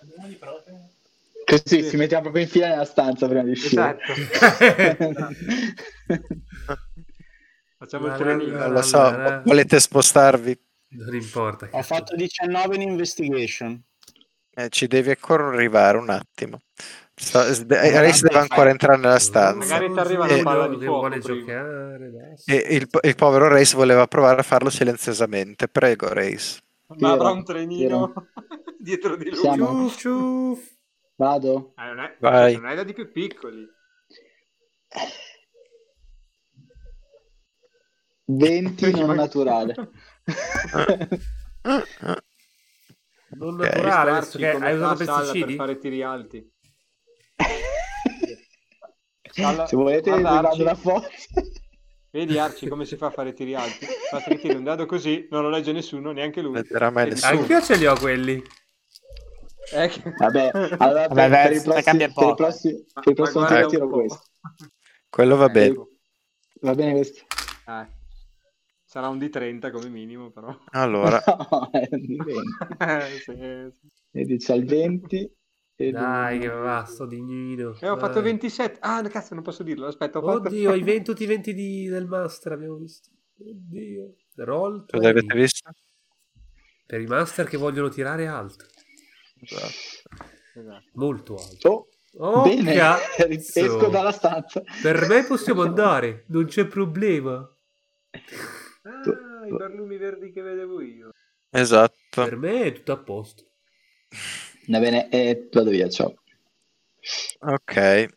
Così Sì. si mettiamo proprio in fila nella stanza prima di uscire. Esatto. Facciamo il La, trenino. non lo so, volete spostarvi? Non importa. Ho fatto diciannove in investigation. Eh, ci devi ancora arrivare un attimo. Sto, Guarda, Race deve ancora entrare nella stanza. Magari ti arriva una una palla di che fuoco vuole prima. giocare. adesso. E il, il povero Race voleva provare a farlo silenziosamente. Prego, Race. Ma avrà Piero, un trenino dietro di lui. Siamo? Ciuf, ciuf. Vado? Ah, non è, Vai. cioè, non è da di più piccoli. venti non naturale. Non Ok. naturale, Arci, adesso che come hai usato fa Salla pesticidi? per fare tiri alti. Salla, Se volete vi guarda, vado Arci, la forza. vedi Arci come si fa a fare tiri alti? Basta che tiri un dado così, non lo legge nessuno, neanche lui. Leggerà mai E nessuno. Anch'io ce li ho quelli. Eh, che- Vabbè, allora Vabbè, per, per, Vez, i prossimi, cambia per, i poco. prossimi, Ma- per il ma prossimo guarda tiro un tiro po'. questo. Quello va bene. Ecco. Va bene questo? Eh, sarà un di trenta come minimo, però. Allora, No, è un di venti. Eh, sì, sì. Vedi, c'ha il venti. E Dai, lui- che va, sto dignino. E ho Vai. fatto ventisette. Ah, cazzo, non posso dirlo. Aspetta, ho fatto... Oddio, i venti tutti i venti di, del master abbiamo visto. Oddio. Roll cosa avete venti. visto? Per i master che vogliono tirare alto. Esatto. Molto alto. Oh, Oh, Bene, cazzo. esco dalla stanza. Per me possiamo andare, non c'è problema. Ah, i barlumi verdi che vedevo io. Esatto. Per me è tutto a posto. Va bene, e vado via, ciao. Ok.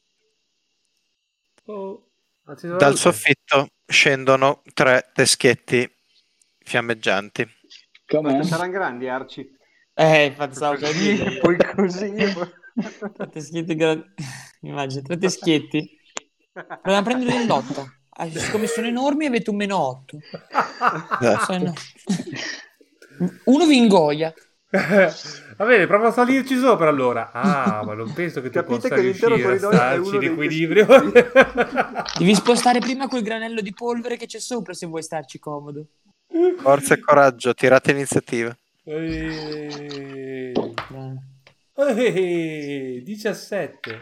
Oh, anzi, Dal salute. soffitto scendono tre teschetti fiammeggianti. Com'è? Quanto saranno grandi, Arci? Eh, infatti stavo per Così, dire. poi così. Tre teschietti gra- immagino, tre teschietti. Proviamo a prenderli in lotta. Ah, siccome sono enormi avete un meno otto. Sono- Uno vi ingoia. Va bene, prova a salirci sopra allora. Ah, ma non penso che tu Capite possa che l'intero riuscire a corridoio è starci uno in dei equilibrio. Devi spostare prima quel granello di polvere che c'è sopra se vuoi starci comodo. Forza e coraggio, tirate iniziativa. Eh, Eh. eh, diciassette.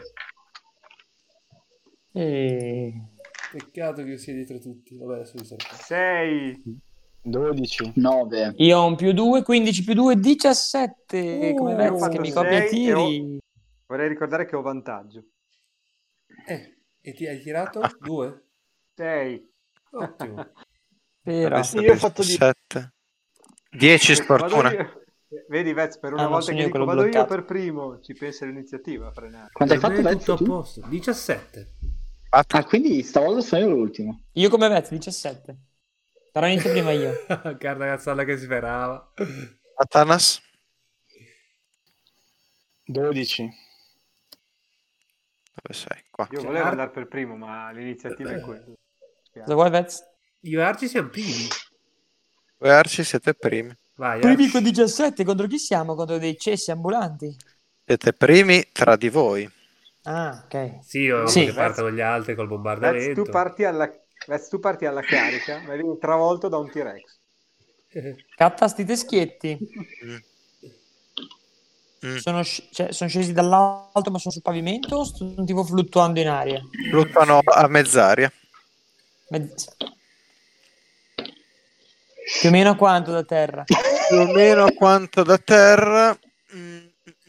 E... Peccato che io sia dietro tutti. Vabbè, adesso vi sarò. sei. dodici. nove. Io ho un più due, quindici più due, diciassette. Uh, Come io ho Vez che fatto mi copia i sei e ho- tiri. Vorrei ricordare che ho vantaggio. Eh, e ti hai tirato? Due? sei. Ottimo. Però. Avessi Io ho fatto di- sette. dieci Vado sfortuna. io. Vedi, Vez, per una Ah, no, volta sono che io dico quello vado io bloccato. per primo, ci pensa l'iniziativa a frenare. Quanto hai Per fatto, me è Vez, tutto a tu? posto. diciassette. Ah, quindi stavolta sono io l'ultimo. Io come Vez, diciassette. Però inizio prima io. Guarda cazzalla che sperava. Atanas. dodici. Dove sei? Qua. Io volevo andare per primo, ma l'iniziativa è quella. Cosa vuoi, Vez? Io e Arci siamo primi. Voi Arci siete primi. Vai, Primi Arci. con diciassette, contro chi siamo? Contro dei cessi ambulanti? Siete primi tra di voi. Ah, ok. Sì, io Sì. che parto con gli altri col Vez, bombardamento. tu parti alla, Vez, tu parti alla carica, ma vieni travolto da un T-Rex. Catta sti teschietti. Mm. Mm. Sono, sc- cioè, sono scesi dall'alto ma sono sul pavimento o sono tipo fluttuando in aria? Fluttuano a mezz'aria. Mezz- Più o meno a quanto da terra? Più o meno quanto da terra. Mm.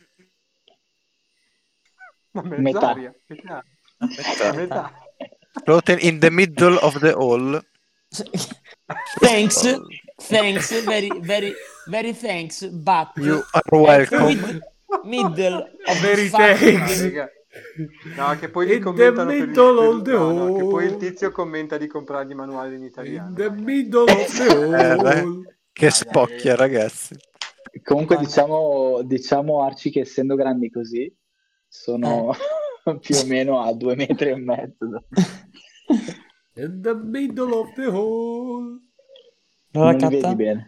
Ma Metà. mezz'aria. Metà. Metà. Metà. Floating in the middle of the hall. Thanks, thanks, very, very, very thanks, but You are welcome. mid- middle of Very the fucking- thanks. Ah, raga. No, che poi li In the commentano per il, middle per- of the no, no, che poi il hall. tizio commenta di comprargli i manuali in italiano. In the dai. middle of the Eh, hall. che spocchia, ragazzi. Comunque Vai. diciamo, diciamo Arci che essendo grandi così sono Eh. più o meno a due metri e mezzo. In the middle of the hall. Allora, Non li Catta? vedi bene.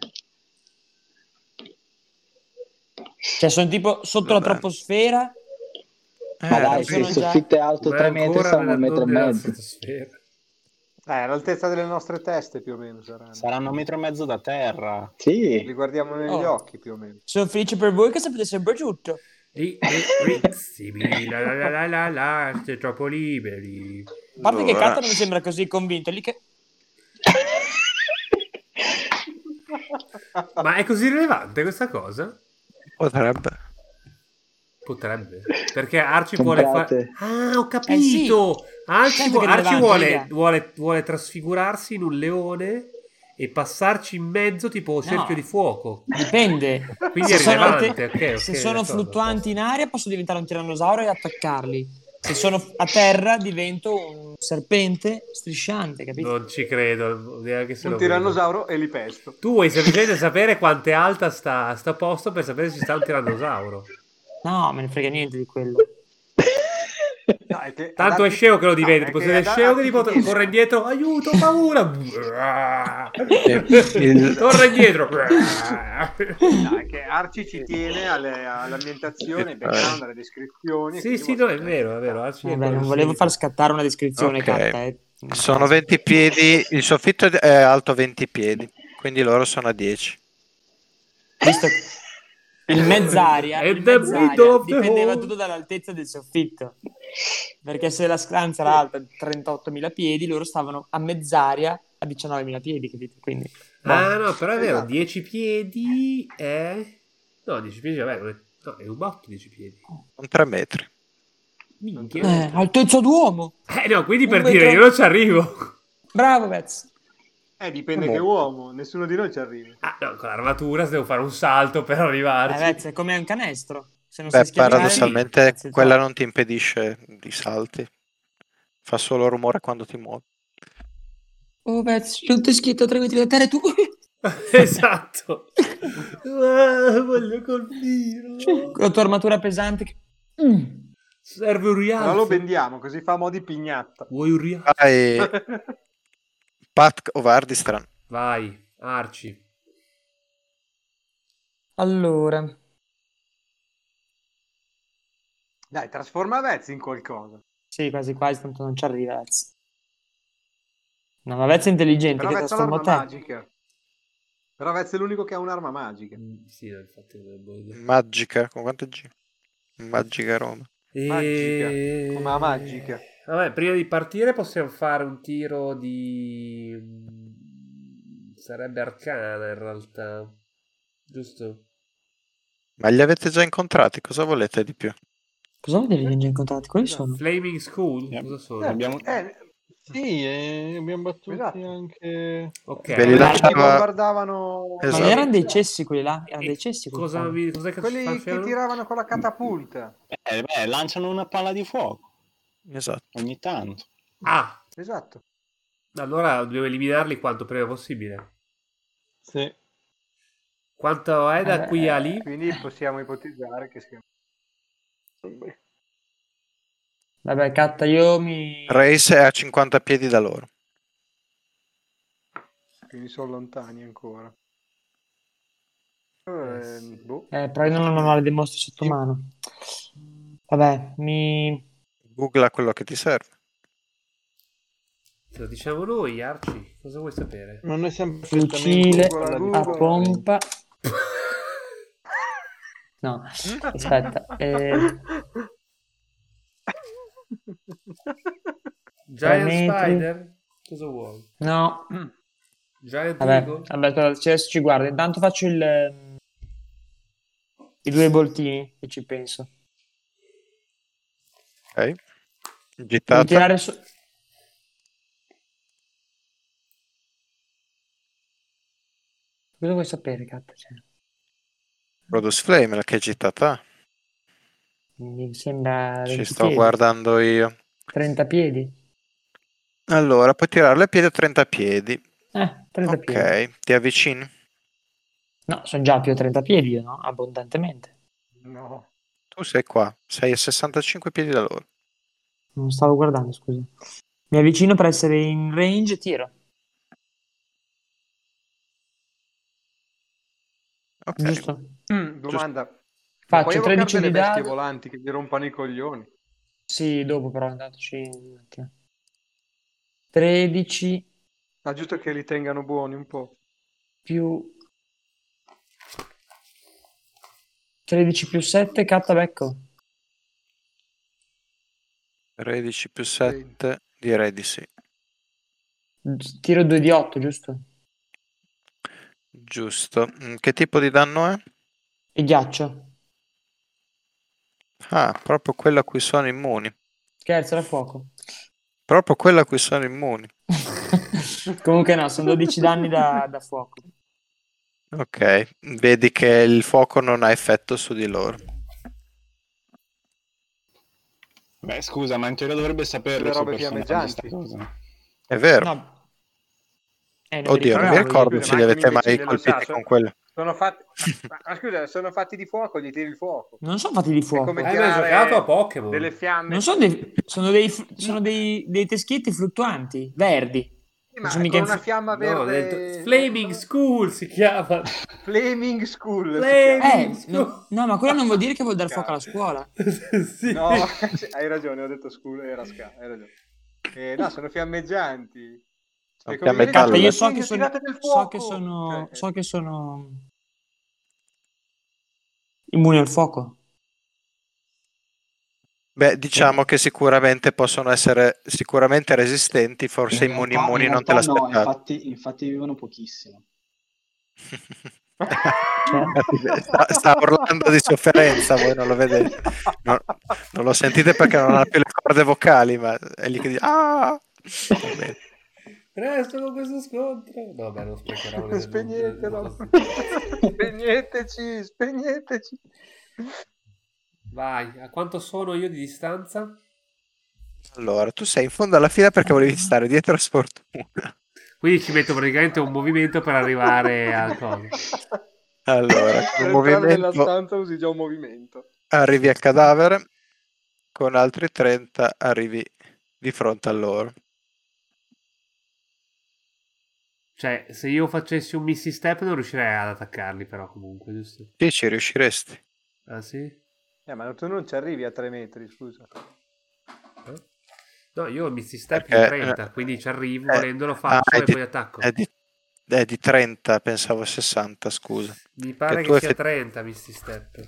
Cioè sono tipo sotto la Vabbè. troposfera. Eh, Ma dai, se sono il già- soffitto è alto Beh, tre metri, ancora siamo a un nella- metro e non nella mezzo. stratosfera. Eh, all'altezza delle nostre teste più o meno saranno. Saranno un metro e mezzo da terra. Li Sì, guardiamo negli Oh. occhi più o meno. Sono felice per voi che sapete sempre tutto. E, e, Riximi, la la la la la la, siete troppo liberi. A parte che Allora. Catta non mi sembra così convinto. Lì che... Ma è così rilevante questa cosa? Potrebbe. Potrebbe. Perché Arci vuole Comprate. fare... Ah, ho capito! Arci, Certo vu- che è Arci rilevante, vuole, raga. vuole, vuole trasfigurarsi in un leone e passarci in mezzo tipo cerchio di fuoco. Dipende. Quindi Se è sono rilevante, alte- ok, se ok, sono d'accordo, fluttuanti in aria posso diventare un tirannosauro e attaccarli. Se sono a terra divento un serpente strisciante, capito? Non ci credo. Neanche se Un lo vedo. tirannosauro e li pesto. Tu vuoi semplicemente sapere quanto è alta sta, sta posto per sapere se sta un tirannosauro. No, me ne frega niente di quello. No, è che Tanto ad è sceo che lo no, diventi. è Tipo, che se è ad- sceo ad- che tipo ad- corre indietro. Aiuto, paura. Il- Torna indietro. No, è che Arci ci tiene alle- all'ambientazione, Eh. background, alle descrizioni. e Sì, quindi sì, vuole no, è sapere vero, è che vero. cazzo. Arci è Vabbè, quello, non sì. volevo far scattare una descrizione, Ok. Catta. eh. Sono venti piedi, il soffitto è alto venti piedi, quindi loro sono a dieci. Visto il mezz'aria, È il the mezz'aria middle of the dipendeva hall. tutto dall'altezza del soffitto. Perché se la stanza era alta trentottomila piedi, loro stavano a mezz'aria a diciannovemila piedi, capito? Quindi Ah, no, però è vero. Esatto. dieci piedi è... No, dieci piedi, vabbè, non è... No, è un botto dieci piedi. Sono tre metri. Minchia. Eh, altezza d'uomo. Eh no, quindi Un per metro- dire io non ci arrivo. Bravo, Vez. Eh, dipende Boh. che uomo, nessuno di noi ci arriva. Ah, no, con l'armatura devo fare un salto per Eh, arrivarci. Vez, è come un canestro. Se non Beh, sei schiacciato, paradossalmente alzi il quella toro. non ti impedisce di salti. Fa solo rumore quando ti muovi. Oh, Vez, c'è un teschetto a tre metri da terra e tu... Esatto. Ah, voglio colpirlo. Con la tua armatura pesante che... Mm. Serve un rialzo. Allora lo vendiamo, così fa a mo' di pignatta. Vuoi un rialzo? Vai, Pat o Vardistran. Vai, Arci. Allora, Dai, trasforma Vez in qualcosa. sì, quasi quasi, tanto non ci arriva Vez. No, ma Vez è intelligente, Però che Vez ha trasforma l'arma te. magica. Però Vez è l'unico che ha un'arma magica. Mm, sì, no, infatti non devo dire. Magica, con quanto G? Magica Roma. Magica, E- come la magica. Vabbè, prima di partire possiamo fare un tiro di... mm, sarebbe arcana in realtà. Giusto? Ma li avete già incontrati? Cosa volete di più? Cosa vuol dire che li abbiamo incontrati? Quali Esatto. sono? Flaming School? Eh, Cosa sono? Eh, abbiamo- eh, Sì, e abbiamo battuti Esatto. anche... Ok. Ve li quelli lasciava- che bombardavano... Ma Esatto. non erano dei cessi quelli là? Erano E dei cessi quelli cosa là. vi... Cos'è che Quelli che facevano? tiravano con la catapulta. Eh, beh, lanciano una palla di fuoco Esatto. ogni tanto. Ah, Esatto. allora dobbiamo eliminarli quanto prima possibile. Sì. Quanto è da Eh, qui a lì? Quindi possiamo ipotizzare che sia... Vabbè, Catta, io mi... Race è a cinquanta piedi da loro. Quindi sono lontani ancora. Eh, boh. Eh, però io non ho il manuale dei mostri sotto mano. Vabbè, mi... Googla quello che ti serve. Te lo diciamo noi, Arci. Cosa vuoi sapere? Non è sempre Fucile palla di a fuoco. pompa. No, aspetta. Eh, Giant metri. Spider? Cosa vuoi? no, Giant vabbè, Eagle? vabbè, aspetta, adesso ci guardo. Intanto faccio il... ehm, i due voltini che ci penso. Ok. Devo Gittata. tirare su... Cosa vuoi sapere, Catta? Cioè, Produce Flame, la che gittata. mi sembra Ci venti sto piedi, guardando io. trenta piedi. Allora, puoi tirarle a piedi a trenta piedi. Eh, trenta piedi. Ok, ti avvicini? No, sono già più a trenta piedi io, no? Abbondantemente. No. Tu sei qua, sei a sessantacinque piedi da loro. Non stavo guardando, scusa. Mi avvicino per essere in range e tiro. Ok. Giusto? Mm, domanda. Ma Faccio puoi evocare tredici delle di bestie dado. volanti che vi rompano i coglioni? Sì, dopo però, intanto ci... un attimo. tredici Ah, giusto che li tengano buoni un po'. più... tredici più sette, Catta becco. tredici più sette, direi di sì. Tiro due di otto, giusto? Giusto. Mm, Che tipo di danno è? E ghiaccio. Ah, proprio quello a cui sono immuni. Scherzo, era fuoco. Proprio quello a cui sono immuni. Comunque no, sono dodici danni da, da fuoco. Ok, vedi che il fuoco non ha effetto su di loro. Beh, scusa, ma in teoria dovrebbe saperlo Le il suo robe personaggio sta fiammeggianti. cosa. È vero. No. Eh, non mi Oddio, non mi ricordavo io. ricordo scusa, se ma li anche avete mai l'imbecille lo sa, colpiti so- con quello. Sono fatti... ma, ma scusa, sono fatti di fuoco, gli tiri il fuoco. Non sono fatti di È fuoco. come Hai mai tirare giocato a Pokémon? delle fiamme. Non sono dei, sono dei, sono dei, dei teschietti fluttuanti, verdi. Sì, Non ma sono con mica una inf- fiamma No, verde... detto- Flaming School si chiama. Flaming School. si Flaming- chiama. Eh, no, no, ma quello non vuol dire che vuol dar fuoco alla scuola. Sì. No, hai ragione, ho detto school, era sca, hai ragione. Eh, no, sono fiammeggianti. Sono E come fiamme viene Catta, gialle. io detto, so che "Quindi sono, tirate del so che fuoco". sono, Cioè, so che sono immuni al fuoco. Beh, diciamo che sicuramente possono essere sicuramente resistenti, forse In immuni realtà, immuni in non te realtà no, l'aspettavi. infatti, infatti vivono pochissimo. sta, sta urlando di sofferenza, voi non lo vedete, no, non lo sentite perché non ha più le corde vocali, ma è lì che dice ah! Presto con questo scontro. No, beh, non sprecherò le Spegnetelo. Spegneteci, spegneteci. Vai, a quanto sono io di distanza? Allora, tu sei in fondo alla fila perché volevi stare dietro a Sfortuna. Quindi ci metto praticamente un movimento per arrivare al coso. Allora, Per con entrare nella movimento stanza usi già un movimento. arrivi al cadavere, con altri trenta arrivi di fronte a loro. Cioè, se io facessi un Misty Step non riuscirei ad attaccarli, però comunque, giusto? Sì, ci riusciresti. Ah, sì? Eh, ma tu non ci arrivi a tre metri, scusa. Eh? No, io ho il Misty Step Perché, di trenta, eh, quindi ci arrivo, eh, volendo lo ah, faccio è e di- poi attacco. È di, è di trenta, pensavo sessanta, scusa. Mi pare che che, tu sia effett- trenta Misty Step.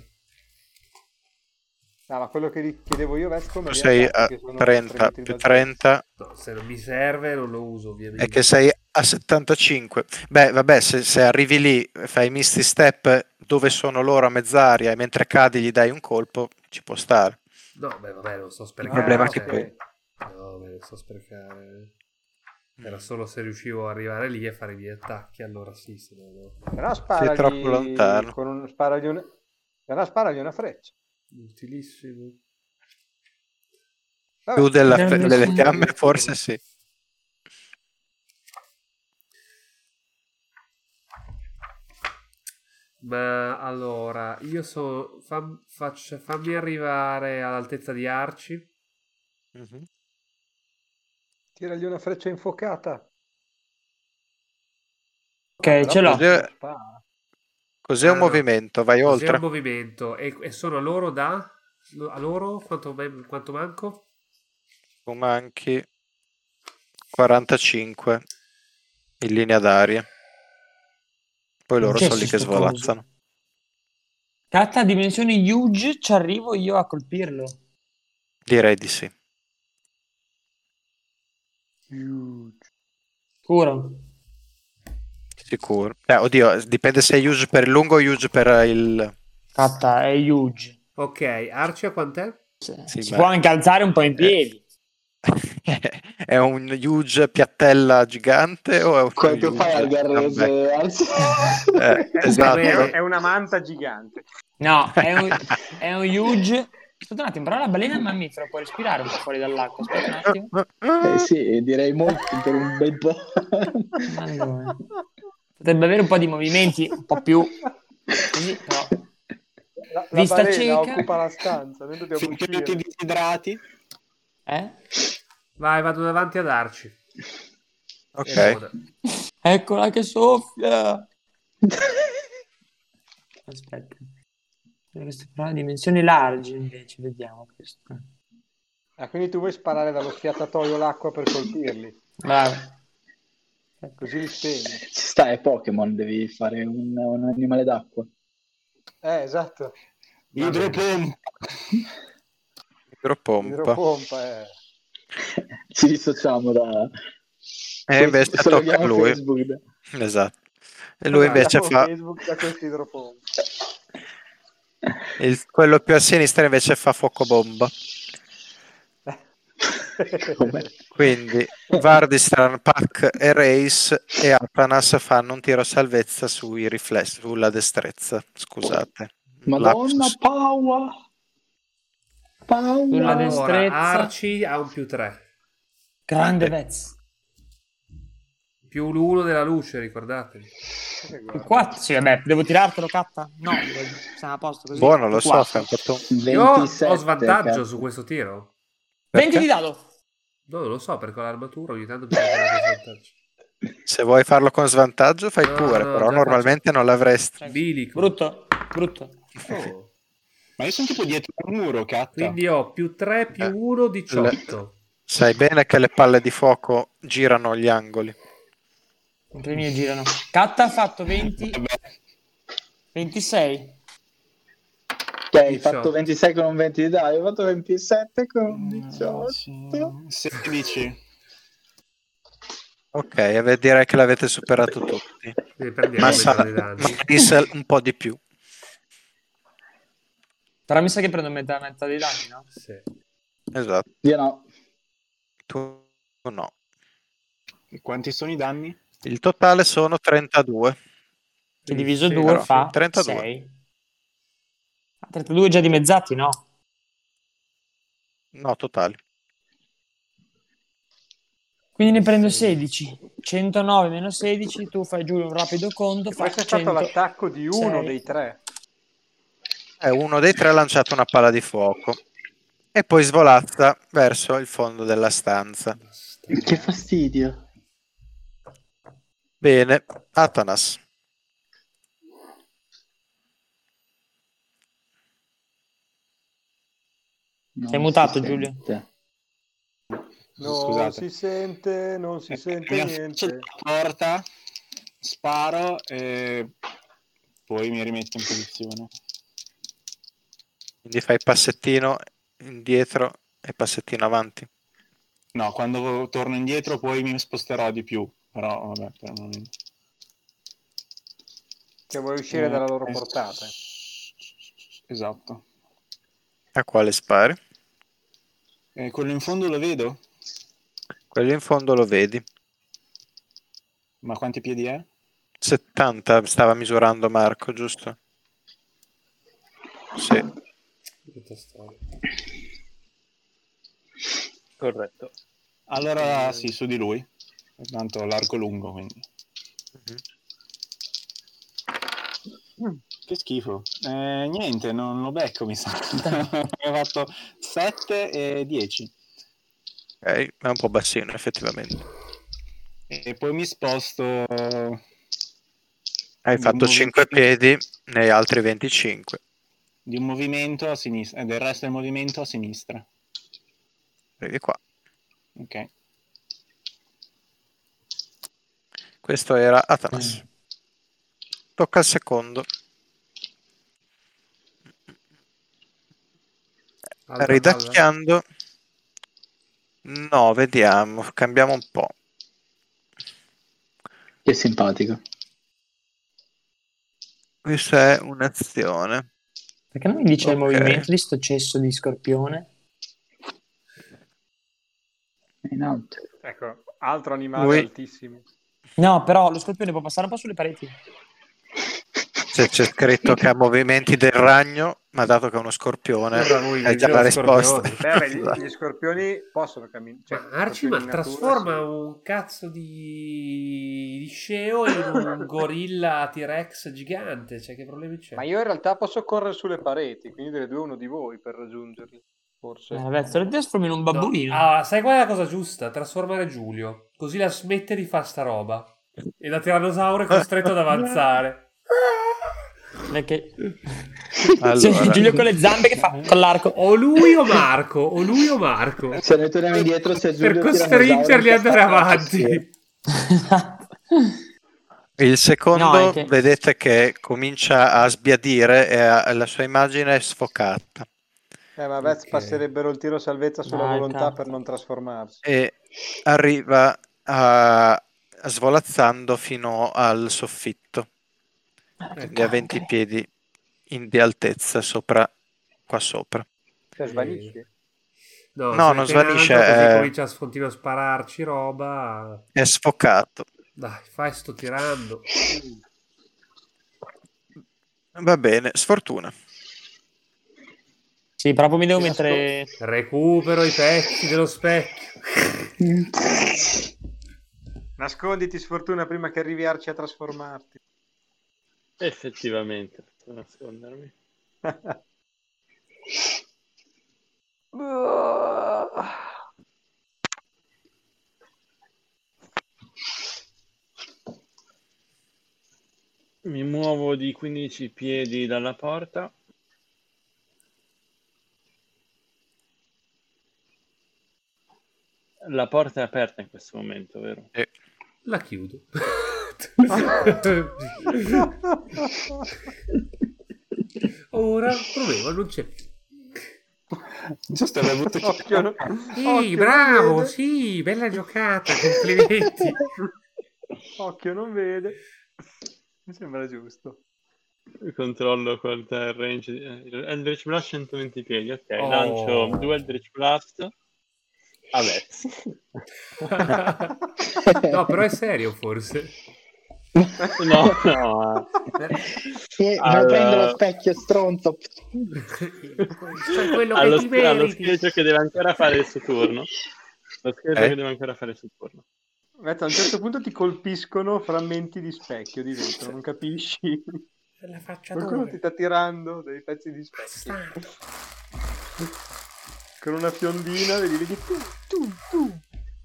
No, ma quello che ri- chiedevo io, Vesco, me Tu li sei attacchi, a che sono trenta tre metri più da te. trenta, No, se non mi serve non lo uso, ovviamente. è che sei a settantacinque. Beh, vabbè, se, se arrivi lì, fai Misty Step dove sono loro a mezz'aria e mentre cadi gli dai un colpo, ci può stare. No, beh, vabbè, non so Il sprecare. problema è Ah, che ok. poi... No, beh, non so sprecare. Era solo se riuscivo ad arrivare lì e fare i miei attacchi, allora sì, se no no. Però Sei troppo lontano. sparagli con un, sparagli una... Però sparagli una freccia. Utilissimo. Vabbè, Più della- Grande delle sì. fiamme forse sì. Ma allora, io so, fam- faccio, fammi arrivare all'altezza di Arci. Mhm. Tiragli una freccia infuocata. Ok, Ah, però ce l'ho. poi Cos'è- la spara. Cos'è Ah, un no. movimento? Vai Così è oltre. un movimento. E, e sono a loro da... A loro? Quanto, quanto manco? Tu manchi quarantacinque in linea d'aria. Poi loro Che sono lì che sto svolazzano. Catta dimensioni huge, ci arrivo io a colpirlo. Direi di sì. Sicuro. Sicuro. Eh, oddio, dipende se è huge per il lungo o huge per il... Catta è huge. Ok, Arci a quant'è? Cioè, Sì, si ma- può anche alzare un po' in piedi. È un huge piattella gigante o è un Come tu fai al huge Garrese? Anzi... Eh, esatto. Bene. È una manta gigante. No, è un, è un huge. Aspetta un attimo, però la balena è un mammifero, può respirare un po' fuori dall'acqua. Aspetta un attimo. Eh sì, direi molto per un bel po'. Allora, potrebbe avere un po' di movimenti un po' più così, però. La, la Vista balena cieca. occupa la stanza, noi dobbiamo Finché non uscire. ti disidrati. Eh? Vai, vado davanti ad Arci. Ok. E moda. Eccola che soffia. Aspetta. Dovresti provare dimensioni large invece, vediamo questo. Ah, quindi tu vuoi sparare dallo sfiatatoio l'acqua per colpirli, Bravo. così li spegni. Ci sta, è Pokémon, devi fare un, un animale d'acqua. Eh, esatto. Idropompa. Idropompa. Idropompa, eh. Ci dissociamo da... E invece tocca a Salutiamo lui. Facebook, dai. Esatto. E lui invece Salutiamo fa... Facebook da questi idropompa. il- quello più a sinistra invece fa fuoco bomba. Come? Quindi Vardistran, Pac e Race e Atanas fanno un tiro a salvezza sui riflessi, sulla destrezza. Scusate. Madonna, Lapsus. paura! Paura! Sulla Allora, destrezza. Arci ha un più tre. Grande Vez. Più l'uno della luce, ricordatevi. Più quattro. Sì, vabbè, devo tirartelo, Catta? No, siamo a posto così. Buono, lo Più so, quattro. fai un po' tu. Io ho ventisette, svantaggio cazzo. su questo tiro. venti Perché? di dado. No, non lo so, perché ho l'armatura ogni tanto bisogna tirare svantaggio. Se vuoi farlo con svantaggio fai No, pure, no, però già normalmente non l'avresti. Bilico. Brutto, brutto. Oh. Ma io sono tipo dietro al muro, catta. Quindi ho più tre più Eh, uno, diciotto. Sai bene che le palle di fuoco girano gli angoli. Anche le mie girano. Catta ha fatto venti, Vabbè. ventisei. Che hai diciotto. fatto ventisei con un venti di dai, ho fatto ventisette con un Mm, diciotto. sì. sedici. Ok, ave- direi che l'avete superato tutti. Quindi prendiamo Ma, metà sa- dei danni. ma Diesel un po' di più. Però mi sa che prendo metà, metà dei danni, no? Sì. Esatto. Io no. Tu no. E quanti sono i danni? Il totale sono trentadue. Che diviso Sì, due però, fa trentadue. sei. Ah, trentadue già dimezzati, no? No, totali. Quindi ne prendo sedici. sedici. centonove meno sedici, tu fai giù un rapido conto, E fa questo è stato cento. l'attacco di uno sei. dei tre. Eh, uno dei tre ha lanciato una palla di fuoco e poi svolazza verso il fondo della stanza. Che fastidio. Bene, Atanas. Non Sei mutato, si Giulio? sente. Non Scusate. si sente, non si sente Mi affaccio niente. dalla porta, sparo e poi mi rimetto in posizione. Quindi fai passettino indietro e passettino avanti. No, quando torno indietro poi mi sposterò di più, però vabbè, per il momento. Cioè vuoi uscire Eh, dalla loro eh, portata. Esatto. A quale spari? E quello in fondo lo vedo? Quello in fondo lo vedi. Ma quanti piedi è? settanta stava misurando Marco, giusto? Sì. Corretto. Allora sì, su di lui. Tanto l'arco è lungo, quindi. Mhm. Che schifo. Eh, niente, non lo becco, mi sa. Ho fatto sette e dieci. Ok, è un po' bassino effettivamente. E poi mi sposto. Hai di fatto un cinque movimento- piedi, ne hai altri venticinque. Di un movimento a sinistra, e del resto del movimento a sinistra. Arrivi qua. Ok. Questo era Atanas. Tocca al secondo. Altra Ridacchiando. No, vediamo, cambiamo un po'. Che simpatico. Questa è un'azione. Perché non mi dice il Ok. movimento di sto cesso di scorpione? È in alto. Ecco, altro animale Lui- altissimo. No, però lo scorpione può passare un po' sulle pareti. Se c'è scritto che ha movimenti del ragno, ma dato che è uno scorpione, Allora, voi hai già vicino la allo risposta. scorpione. Beh, beh, gli, gli scorpioni possono camminare. Cioè, Ma Arci, scorpioni ma in natura, trasforma sì. un cazzo di... di sceo in un gorilla T-Rex gigante. Cioè, che problemi c'è? Ma io in realtà posso correre sulle pareti, quindi delle due uno di voi per raggiungerli. Forse. Eh, vabbè, se lo trasformi in un No. babbuino. Ah, sai qual è la cosa giusta? Trasformare Giulio. Così la smette di fare sta roba. E la tirannosauro è costretto ad avanzare. Perché... Allora. Sì, Giulio con le zampe che fa con l'arco. O lui o Marco. O lui o Marco. Se noi torniamo indietro, se Per Giulio costringerli ad andare avanti. Il secondo No, è che- vedete che comincia a sbiadire e a- la sua immagine è sfocata. Eh, ma Vez Ok. passerebbero il tiro salvezza sulla Dai, volontà cazzo. per non trasformarsi. E arriva a, a svolazzando fino al soffitto, quindi a venti piedi in, di altezza sopra, qua sopra. Cioè, svanisci. No, No, se non è appena svanisce, alto, così eh. comincia a continua a spararci roba. È sfocato. Dai, fai sto tirando. Va bene, sfortuna. Sì, proprio mi devo Sì, mettere... Recupero i pezzi dello specchio. Nasconditi, sfortuna, prima che arrivi Arci a trasformarti. Effettivamente, per nascondermi. Mi muovo di quindici piedi dalla porta. La porta è aperta in questo momento, vero? Eh, La chiudo. Ora problema non c'è più. Giusto, avevo avuto Occhio, no- Sì, occhio, bravo, non vede. sì, bella giocata, complimenti. Occhio non vede. Mi sembra giusto. Controllo qual è il range. di- eh, Il Eldritch Blast centoventi piedi. Ok, Oh. lancio due Eldritch Blast. Vabbè. No, però è serio forse. No, no. Eh, Al- non prendo lo specchio, stronzo. Cioè, quello che allo, ti sch- allo meriti. scheletro che deve ancora fare il suo turno. Lo scheletro Eh? che deve ancora fare il suo turno. Aspetta, a un certo punto ti colpiscono frammenti di specchio di vetro, non capisci? La faccia Qualcuno dove? ti sta tirando dei pezzi di specchio. Bastardo. Con una fiondina, vedi, vedi tu, tu, tu.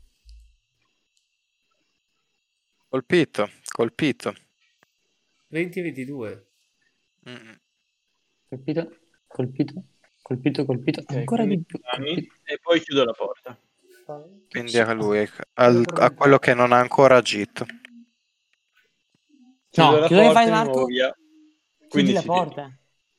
Colpito, colpito. venti ventidue. Mm. Colpito, colpito, colpito, colpito. Ok, Ancora di quindi più. danni, colpito. e poi chiudo la porta. Quindi a lui, al- a quello che non ha ancora agito. Chiudo No, la chiudo che porta fai e mi muovo Marco? via. Chiudi quindici la piedi. porta.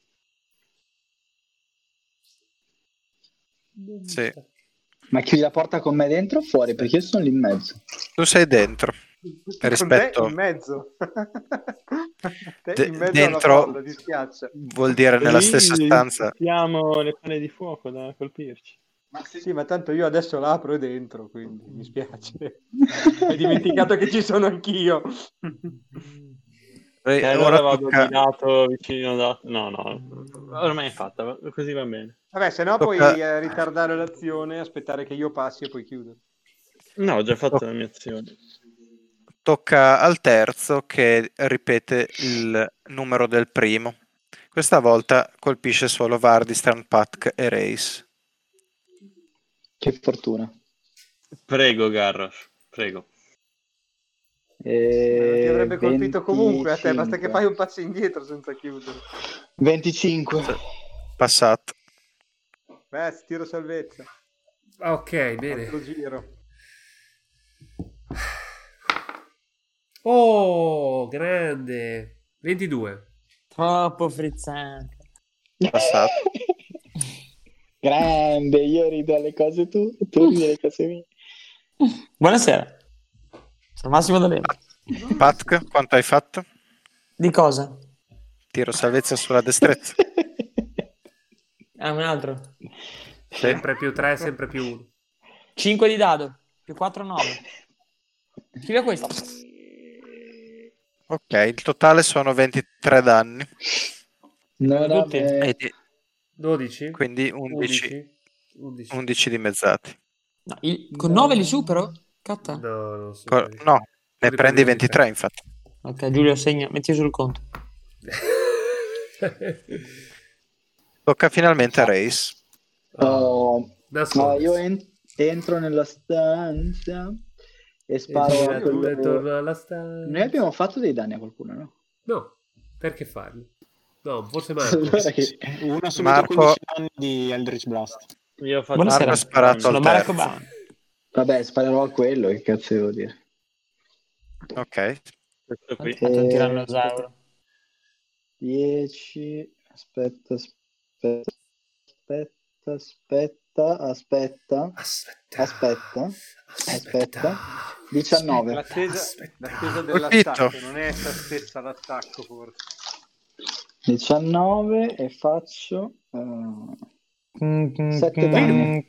Sì. Ma chiudi la porta con me dentro o fuori? Perché io sono lì in mezzo. Tu sei dentro. Con te Rispetto in mezzo. Te de- in mezzo dentro alla porta, ti schiaccia. vuol dire nella Così stessa stanza. Abbiamo le palle di fuoco da colpirci. Sì, ma tanto io adesso l'apro e dentro, quindi mi spiace. Hai dimenticato che ci sono anch'io. Eh, E allora ora vado tocca, di lato vicino da... No, no, ormai è fatta, va- così va bene. Vabbè, se no Tocca- puoi eh, ritardare l'azione, aspettare che io passi e poi chiudere. No, ho già fatto Toc- la mia azione. tocca al terzo che ripete il numero del primo. Questa volta colpisce solo Vardistran, Patk e Reis. Che fortuna. Prego, Garrosh, prego. E Ma non ti avrebbe colpito comunque a te, basta che venticinque. fai un passo indietro senza chiudere. venticinque. Passato. Beh, tiro salvezza. Ok, bene. Altro giro. Oh, grande. ventidue. Troppo frizzante. Passato. Grande, io rido alle cose tu, tu ridi alle cose mie. Buonasera. Sono Massimo D'Alema. Patk, quanto hai fatto? Di cosa? Tiro salvezza sulla destrezza. Ah, un altro. Sempre più tre, sempre più uno. cinque di dado. Più quattro, nove. Scrive questo. Ok, il totale sono ventitré danni. Non a Tutti? me. E di- dodici. quindi undici, undici. undici dimezzati. No, il- con nove li supero? Catta. No, non so. Co- no, ne prendi ventitré infatti. Ok, Giulio, segna. Metti sul conto. Tocca finalmente a Reis. Oh, Nascondersi. no, io en- entro nella stanza e E sparo gira a tu quello. attorno alla stanza. Noi abbiamo fatto dei danni a qualcuno, no? No, perché farli? No, forse Marco. Allora che... Uno ha subito Marco- quindici anni di Eldritch Blast. Io ho fatto Buonasera. Marco ha sparato Sono al Barack terzo. Obama. Vabbè, sparerò a quello, che cazzo devo dire. Ok. questo qui. Fatto un Eh, tirannosauro. dieci, aspetta, aspetta, aspetta, aspetta, aspetta, Aspetta. aspetta, aspetta, diciannove. L'attesa, Aspetta. l'attesa Colpito. dell'attacco, non è essa stessa l'attacco forse. diciannove e faccio eh, sette danni.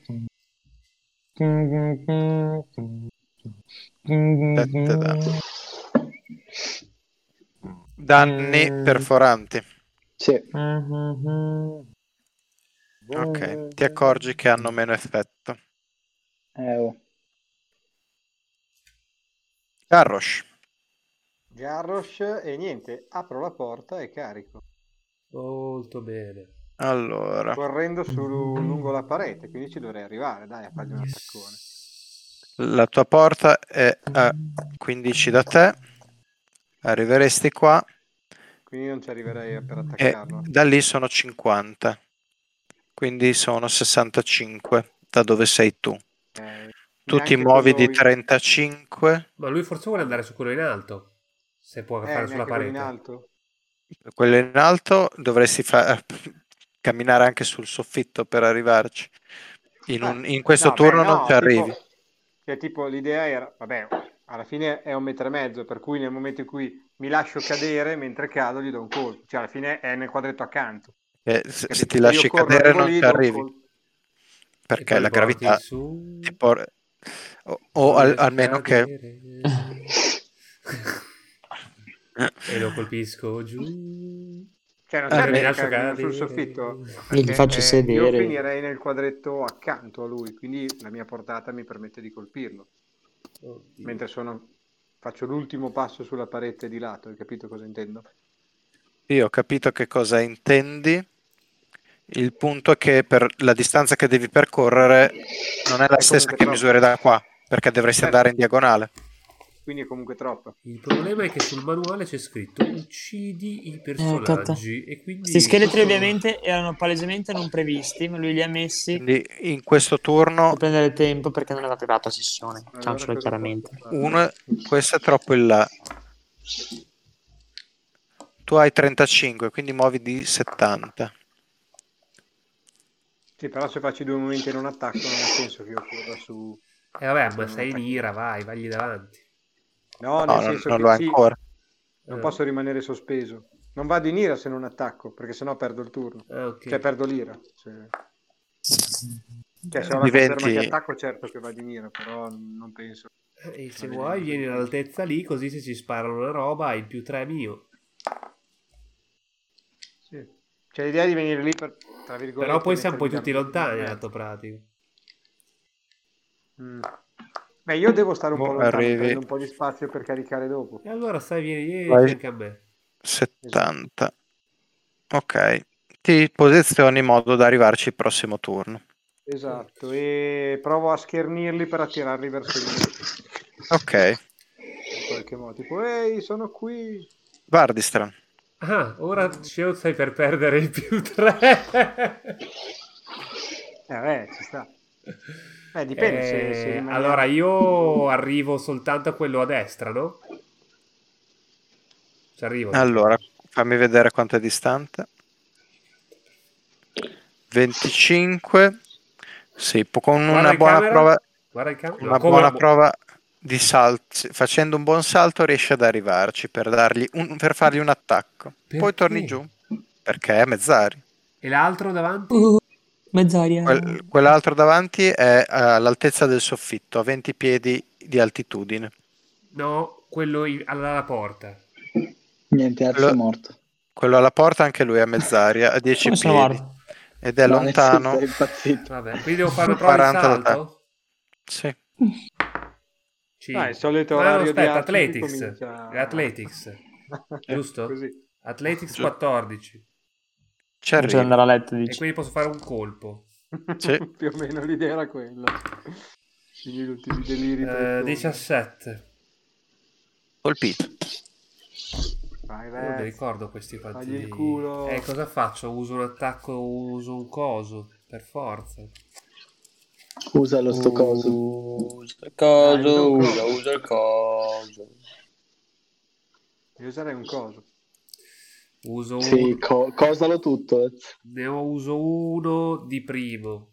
Sette danni. Danni perforanti. Sì, Ok, ti accorgi che hanno meno effetto. eh, oh. Garrosh. Garrosh e niente, apro la porta e carico. Molto bene. Allora, Correndo su, lungo la parete, quindi ci dovrei arrivare, dai, a fargli un attaccone. la tua porta è a quindici da te. Arriveresti qua Quindi non ci arriverei per e attaccarlo. da lì sono cinquanta. Quindi sono sessantacinque da dove sei tu. Eh, Tu ti neanche muovi quello di in- trentacinque. Ma lui forse vuole andare su quello in alto. Se può Eh, fare sulla neanche quello in parete. alto. Quello in alto dovresti fare. camminare anche sul soffitto per arrivarci. In, un- in questo No, turno beh, non no, ci arrivi. tipo, cioè, tipo l'idea era, vabbè, alla fine è un metro e mezzo, per cui nel momento in cui mi lascio cadere, mentre cado gli do un colpo, cioè alla fine è nel quadretto accanto. Eh, se, se Capito? ti Se lasci io corro, cadere arrivo non lì, ci do un arrivi, colpo. E perché poi la porti gravità su. ti por- o, o Voglio al- almeno che scadere. E lo colpisco giù. Cioè non Ah, serve beh. che lascio caghino sul cadere. soffitto, Io gli perché faccio eh, sedere. io finirei nel quadretto accanto a lui, quindi la mia portata mi permette di colpirlo. Oddio. Mentre sono faccio l'ultimo passo sulla parete di lato, hai capito cosa intendo? io ho capito che cosa intendi. Il punto è che per la distanza che devi percorrere non è la È stessa comunque che troppo. misuri da qua, perché dovresti Certo. andare in diagonale. Quindi è comunque troppo. Il problema è che sul manuale c'è scritto uccidi i catta. personaggi e quindi Questi scheletri questo- ovviamente erano palesemente non previsti, ma lui li ha messi Quindi in questo turno per prendere tempo perché non aveva preparato la sessione. Allora Diciamocelo cosa chiaramente. posso fare? uno, questo è troppo in là. Tu hai trentacinque, quindi muovi di settanta. Sì, però se faccio i due momenti in un attacco non ha senso che io corra su... Eh vabbè, su ma un sei in attacco. ira, vai, vagli davanti. No, No, nel non, senso non che lo è sì, ancora. non Eh. posso rimanere sospeso. Non vado in ira se non attacco, perché sennò perdo il turno. Ah, ok. Cioè perdo l'ira. Se... Cioè se ho la Diventi- conferma che attacco certo che vado in ira, però non penso. E se Vabbè, vuoi non vieni so. all'altezza lì, così se ci sparano una roba hai il più tre mio. Sì. C'è l'idea di venire lì per, tra virgolette... Però poi siamo poi mettermi tutti da- lontani, in lato pratico. Mm. Beh, io devo stare un Boh, po' lontano, arrivi. prendo un po' di spazio per caricare dopo. E allora stai, vieni, vieni Vai. di fianco a me. settanta. Ok. Ti posizioni in modo da arrivarci il prossimo turno. Esatto, e provo a schernirli per attirarli verso di me. Ok. In qualche modo, tipo, ehi, sono qui. Vardistran. Ah, ora Sheo stai per perdere il più tre. Eh, beh, ci sta. Eh, dipende se, se Eh, rimaniamo- allora io arrivo soltanto a quello a destra, no? Ci arrivo. Allora, fammi vedere quanto è distante. venticinque. Sì, po- con Guarda una in buona camera. prova, Guarda il cam- una no, come- buona prova di salto, facendo un buon salto riesci ad arrivarci per dargli un, per fargli un attacco. Poi Perché? torni giù perché è mezz'aria. E l'altro davanti? Uh, mezz'aria. Quel- quell'altro davanti è all'altezza del soffitto, a venti piedi di altitudine. No, quello in- alla porta. Niente, Arzo Lo- è morto. Quello alla porta anche lui è a mezz'aria, a dieci Come sono piedi. morto? Ed è No, nel lontano. senso, è impazzito. Vabbè, quindi devo fare una prova di quaranta da te. salto? Sì. Cinque. Ah, il solito Ah, no, orario di aspetta, Arci che Athletics. comincia- È Athletics, giusto? Così. Athletics Giusto. quattordici. Ci Non c'è da arrivi. andare a letto, E dici. quindi posso fare un colpo. Sì. Più o meno l'idea era quella. Quindi tutti i deliri. Eh, per- diciassette. Colpito. Vai, Non mi vai. ricordo questi quanti. Fagli il culo. Eh, cosa faccio? Uso un attacco, uso un coso, per forza. Usalo sto coso. Usa il coso, Dai, usa un usa, coso. usa il coso. Io userei un coso. Uso Sì, un... co- cosalo tutto. Ne ho uso uno di primo.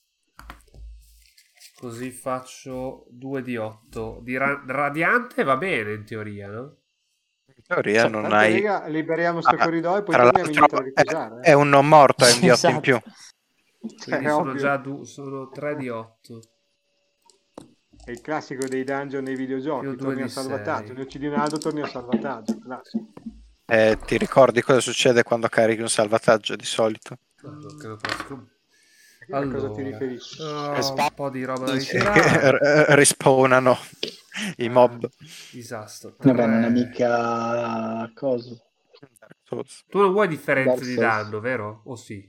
Così faccio due di otto. Di ra- radiante va bene in teoria, no? In teoria non Tanto, hai... raga, liberiamo sto Ah, corridoio e poi tra torniamo indietro a l'altro riposare. è, è un non morto, è un di otto in Esatto. più. Quindi È sono ovvio. già du- sono tre di otto. È il classico dei dungeon nei videogiochi. Più due Torni di a salvataggio. sei. Ne uccidi un altro, torni a salvataggio. Classico. Eh, ti ricordi cosa succede quando carichi un salvataggio di solito? No, non credo posso. A cosa ti Allora, riferisci? ho Espa- un po' di roba da Eh, ritirare. rispawnano i mob. Disastro. Vabbè, non è Tre. mica coso. Tu non vuoi differenze Dark di Souls. danno, vero? O sì?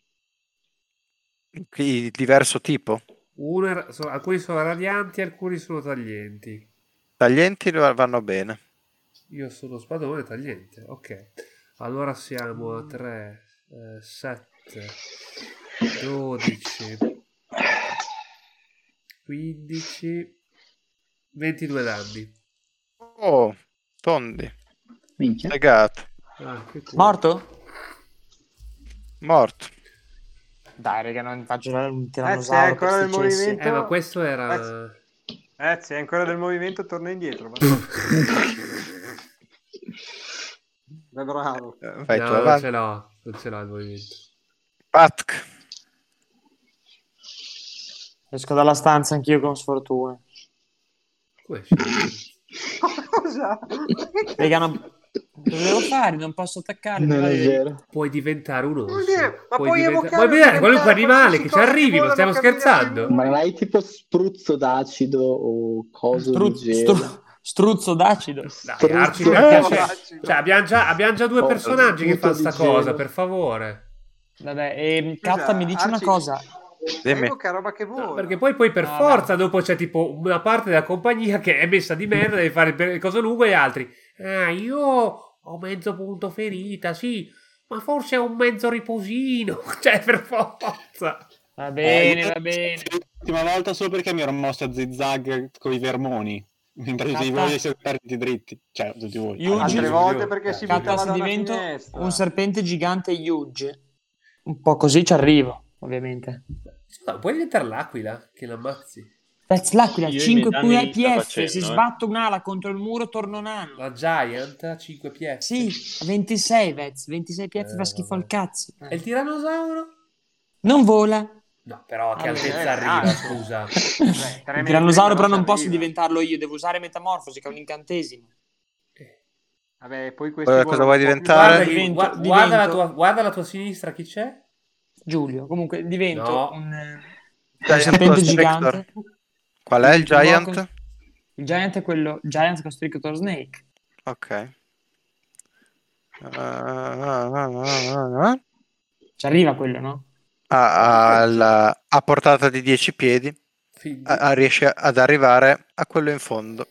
Di diverso tipo. Uno è- so- alcuni sono radianti, alcuni sono taglienti. Taglienti vanno bene. Io sono spadone tagliente. Ok. Allora siamo a tre, sette, dodici, quindici, ventidue danni. Oh, tondi. Minchia. Legato. Ah, che culo. Morto? Morto. Dai, raga, non faccio un Eh, se è tirannosauro per ancora nel sti cessi. movimento... Eh, ma questo era... Eh, se è ancora del movimento, torna indietro. Va. Beh, bravo. Eh, Vai No, tu non avanti. ce l'ho, non ce l'ho il movimento. Patk. Esco dalla stanza anch'io con sfortuna. Come scemo? Cosa? Raga, non... cosa devo fare? Non posso attaccarli. Non è Vai. vero. Puoi diventare un Vuol orso. dire, ma puoi puoi diventa- evocare puoi o diventare qualunque diventare animale che qualsiasi ci cosa che arrivi, ma vola, stiamo non camminare scherzando? più. Ma non hai tipo spruzzo d'acido o coso Stru- di gelo? stru- struzzo d'acido. Dai, Spruzzo Arci, mi Eh, piace. acido. Cioè, abbiamo già, abbiamo già due Oh, personaggi che sputo fanno di sta gelo. cosa, per favore. Vabbè, e Scusa, Catta mi dice una Arci, cosa. Dimmi. evoca roba che vola. No, perché poi, poi per No, forza dopo c'è tipo una parte della compagnia che è messa di merda, deve fare il coso lungo e altri. Ah, io ho mezzo punto ferita, sì, ma forse ho un mezzo riposino. Cioè, per forza. Va bene, Eh, va bene. L'ultima volta solo perché mi ero mosso a zigzag con i vermoni. Mentre tutti Catta. voi siete partiti dritti. Cioè, tutti voi. Yugi. Altre Giulio. volte perché si Catta, buttava Catta, se da una divento finestra. un serpente gigante huge, un po' così ci arrivo, ovviamente. No, puoi diventare l'aquila che l'ammazzi. Pezz l'aquila, Io i cinque miei danni li sto P F, facendo, se eh. sbatto un'ala contro il muro torno nano. La Giant a cinque P F. Sì, a ventisei Vez, ventisei P F Eh, fa schifo vabbè. al cazzo. E il tirannosauro? Non vola. No, però a che Vabbè, altezza eh, arriva, ah, scusa? Beh, tre Il tirannosauro metri però non si posso arriva. diventarlo io, devo usare metamorfosi che è un incantesimo. Vabbè, poi questi Eh, volano cosa vuoi un po' più diventare? Guarda, bassi. divento- gua- guarda, la divento- tua, guarda la tua sinistra, chi c'è? Giulio, comunque divento No. un, eh, un Giant serpente Constrictor. gigante. Qual è il Divento un boa Giant? cos- Il Giant è quello, Giant Constrictor Snake. Ok. Ah, Ci arriva quello, no? ha, ha la- a portata di dieci piedi, Figli. a- a- riesce ad arrivare a quello in fondo.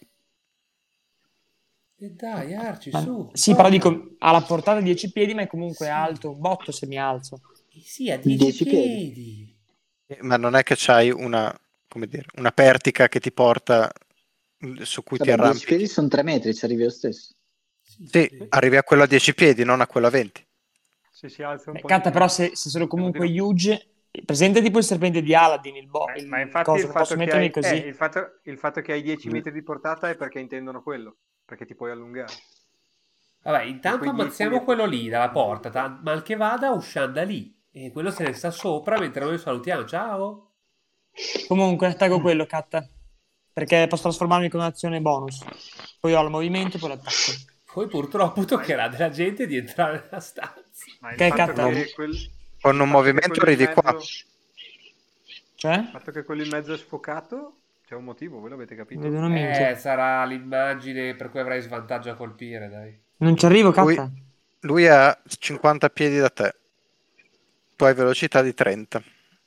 E dai, Arci, Ma- su. sì, però tocca. dico, ha la portata di dieci piedi, ma è comunque Sì. alto, un botto se mi alzo. Sì, a dieci dieci piedi. piedi. Ma non è che c'hai una, come dire, una pertica che ti porta su cui ti Vabbè, dieci arrampichi. piedi sono tre metri, ci arrivi lo stesso. Sì, Sì, sì. arrivi a quello a dieci piedi, non a quello a venti. Se si alza un Beh, po' Catta, di però più. se, se sono comunque Devo dire- huge, presente tipo il serpente di Aladdin, il bo, Ma, il ma infatti coso, il non fatto, posso che mettermi hai, così. eh, il, fatto, il fatto che hai dieci Mm. metri di portata è perché intendono quello, perché ti puoi allungare. Vabbè, intanto quei dieci ammazziamo metri. quello lì dalla porta, ta- mal che vada usciamo da lì. E quello se ne sta sopra mentre noi salutiamo. Ciao. Comunque, attacco quello, Catta, perché posso trasformarmi con un'azione bonus. Poi ho il movimento, poi l'attacco. Poi purtroppo toccherà della gente di entrare nella stanza. Ma il Che fatto cazzo? che quel, Con un il fatto che movimento quello in arrivi qua. mezzo- Cioè? Il fatto che quello in mezzo è sfocato, c'è un motivo, voi l'avete capito? Vedo una minchia. Eh, sarà l'immagine per cui avrai svantaggio a colpire, dai. Non ci arrivo, Lui, Catta. lui ha cinquanta piedi da te. Tu hai velocità di trenta.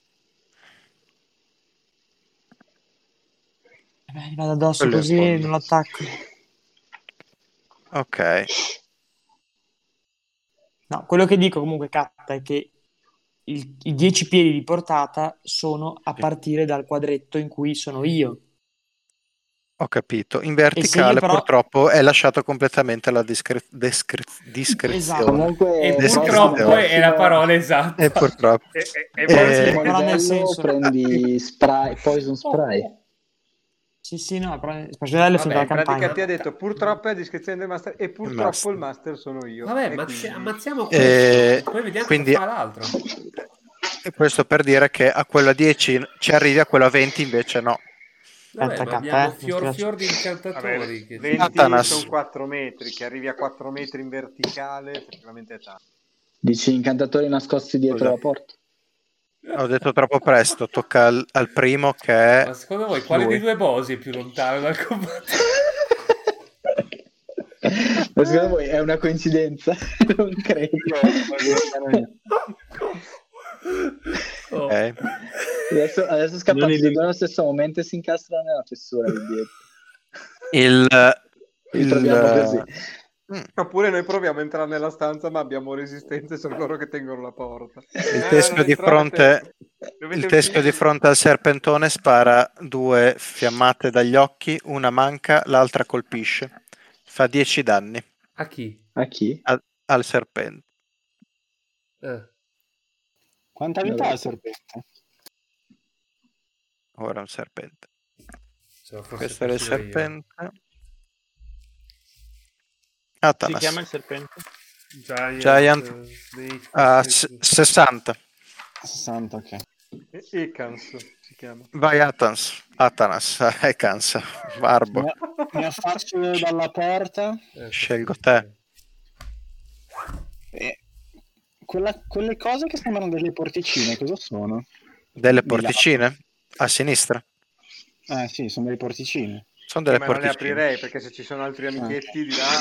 Vabbè, gli vado addosso Quello è così in e fondo. non lo attacco. Ok. No, quello che dico comunque, Catta, è che il- i dieci piedi di portata sono a partire dal quadretto in cui sono io. Ho capito. In E se io verticale però- purtroppo è lasciato completamente alla discre- descri- discrezione. Esatto. Comunque, E Descrizione. purtroppo prossimo- è la parola esatta. E purtroppo. E, e, e Eh, poi- prossimo però nel livello senso- prendi spray, poison spray. Sì, sì, no, però speciale Vabbè, fin dalla in pratica campagna. ti ha detto purtroppo è a discrezione del master e purtroppo master. il master sono io. Vabbè, E ma quindi- ammazziamo questo. Eh, poi vediamo quindi- cosa fa l'altro. E questo per dire che a quello a dieci ci arrivi, a quello a venti invece no. Vabbè, Aspetta, ma Catta, abbiamo eh, fior mi fior di Vabbè, incantatori. che- venti Satanas. sono quattro metri, che arrivi a quattro metri in verticale, effettivamente è tanto. Dici incantatori nascosti dietro Scusa. la porta. Ho detto troppo presto, tocca al, al primo che è... Ma secondo voi quale lui. dei due bosi è più lontano dal combattimento? Ma secondo voi è una coincidenza? Non credo. Oh. Ok. Adesso, adesso scappano Non tutti e è- due allo stesso momento e si incastrano nella fessura di dietro. Il, Li troviamo così. mm, Oppure noi proviamo a entrare nella stanza ma abbiamo resistenze, sono loro che tengono la porta. il Eh, teschio non di entrate. fronte Dovete il teschio di uscire. fronte al serpentone spara due fiammate dagli occhi, una manca, l'altra colpisce. Fa dieci danni A chi? A chi? a- al serpente. Eh. Quanta vita ha il serpente? Ora un serpente. Se lo fosse Questo era il facile io. serpente. Si Atanas. chiama il serpente? Giant, Giant. eh, Snake, Ah, Snake- s- sessanta. sessanta, ok. E- Ekans si chiama. Vai Atans. Atanas. Ekans. Barbo. Mi, mi affaccio dalla porta eh, Scelgo sì, te. e quella- quelle cose che sembrano delle porticine, cosa sono? Delle Di lato. porticine? A sinistra. Eh sì, sono delle porticine. Sono delle Ma non le porticine. aprirei perché se ci sono altri amichetti di là...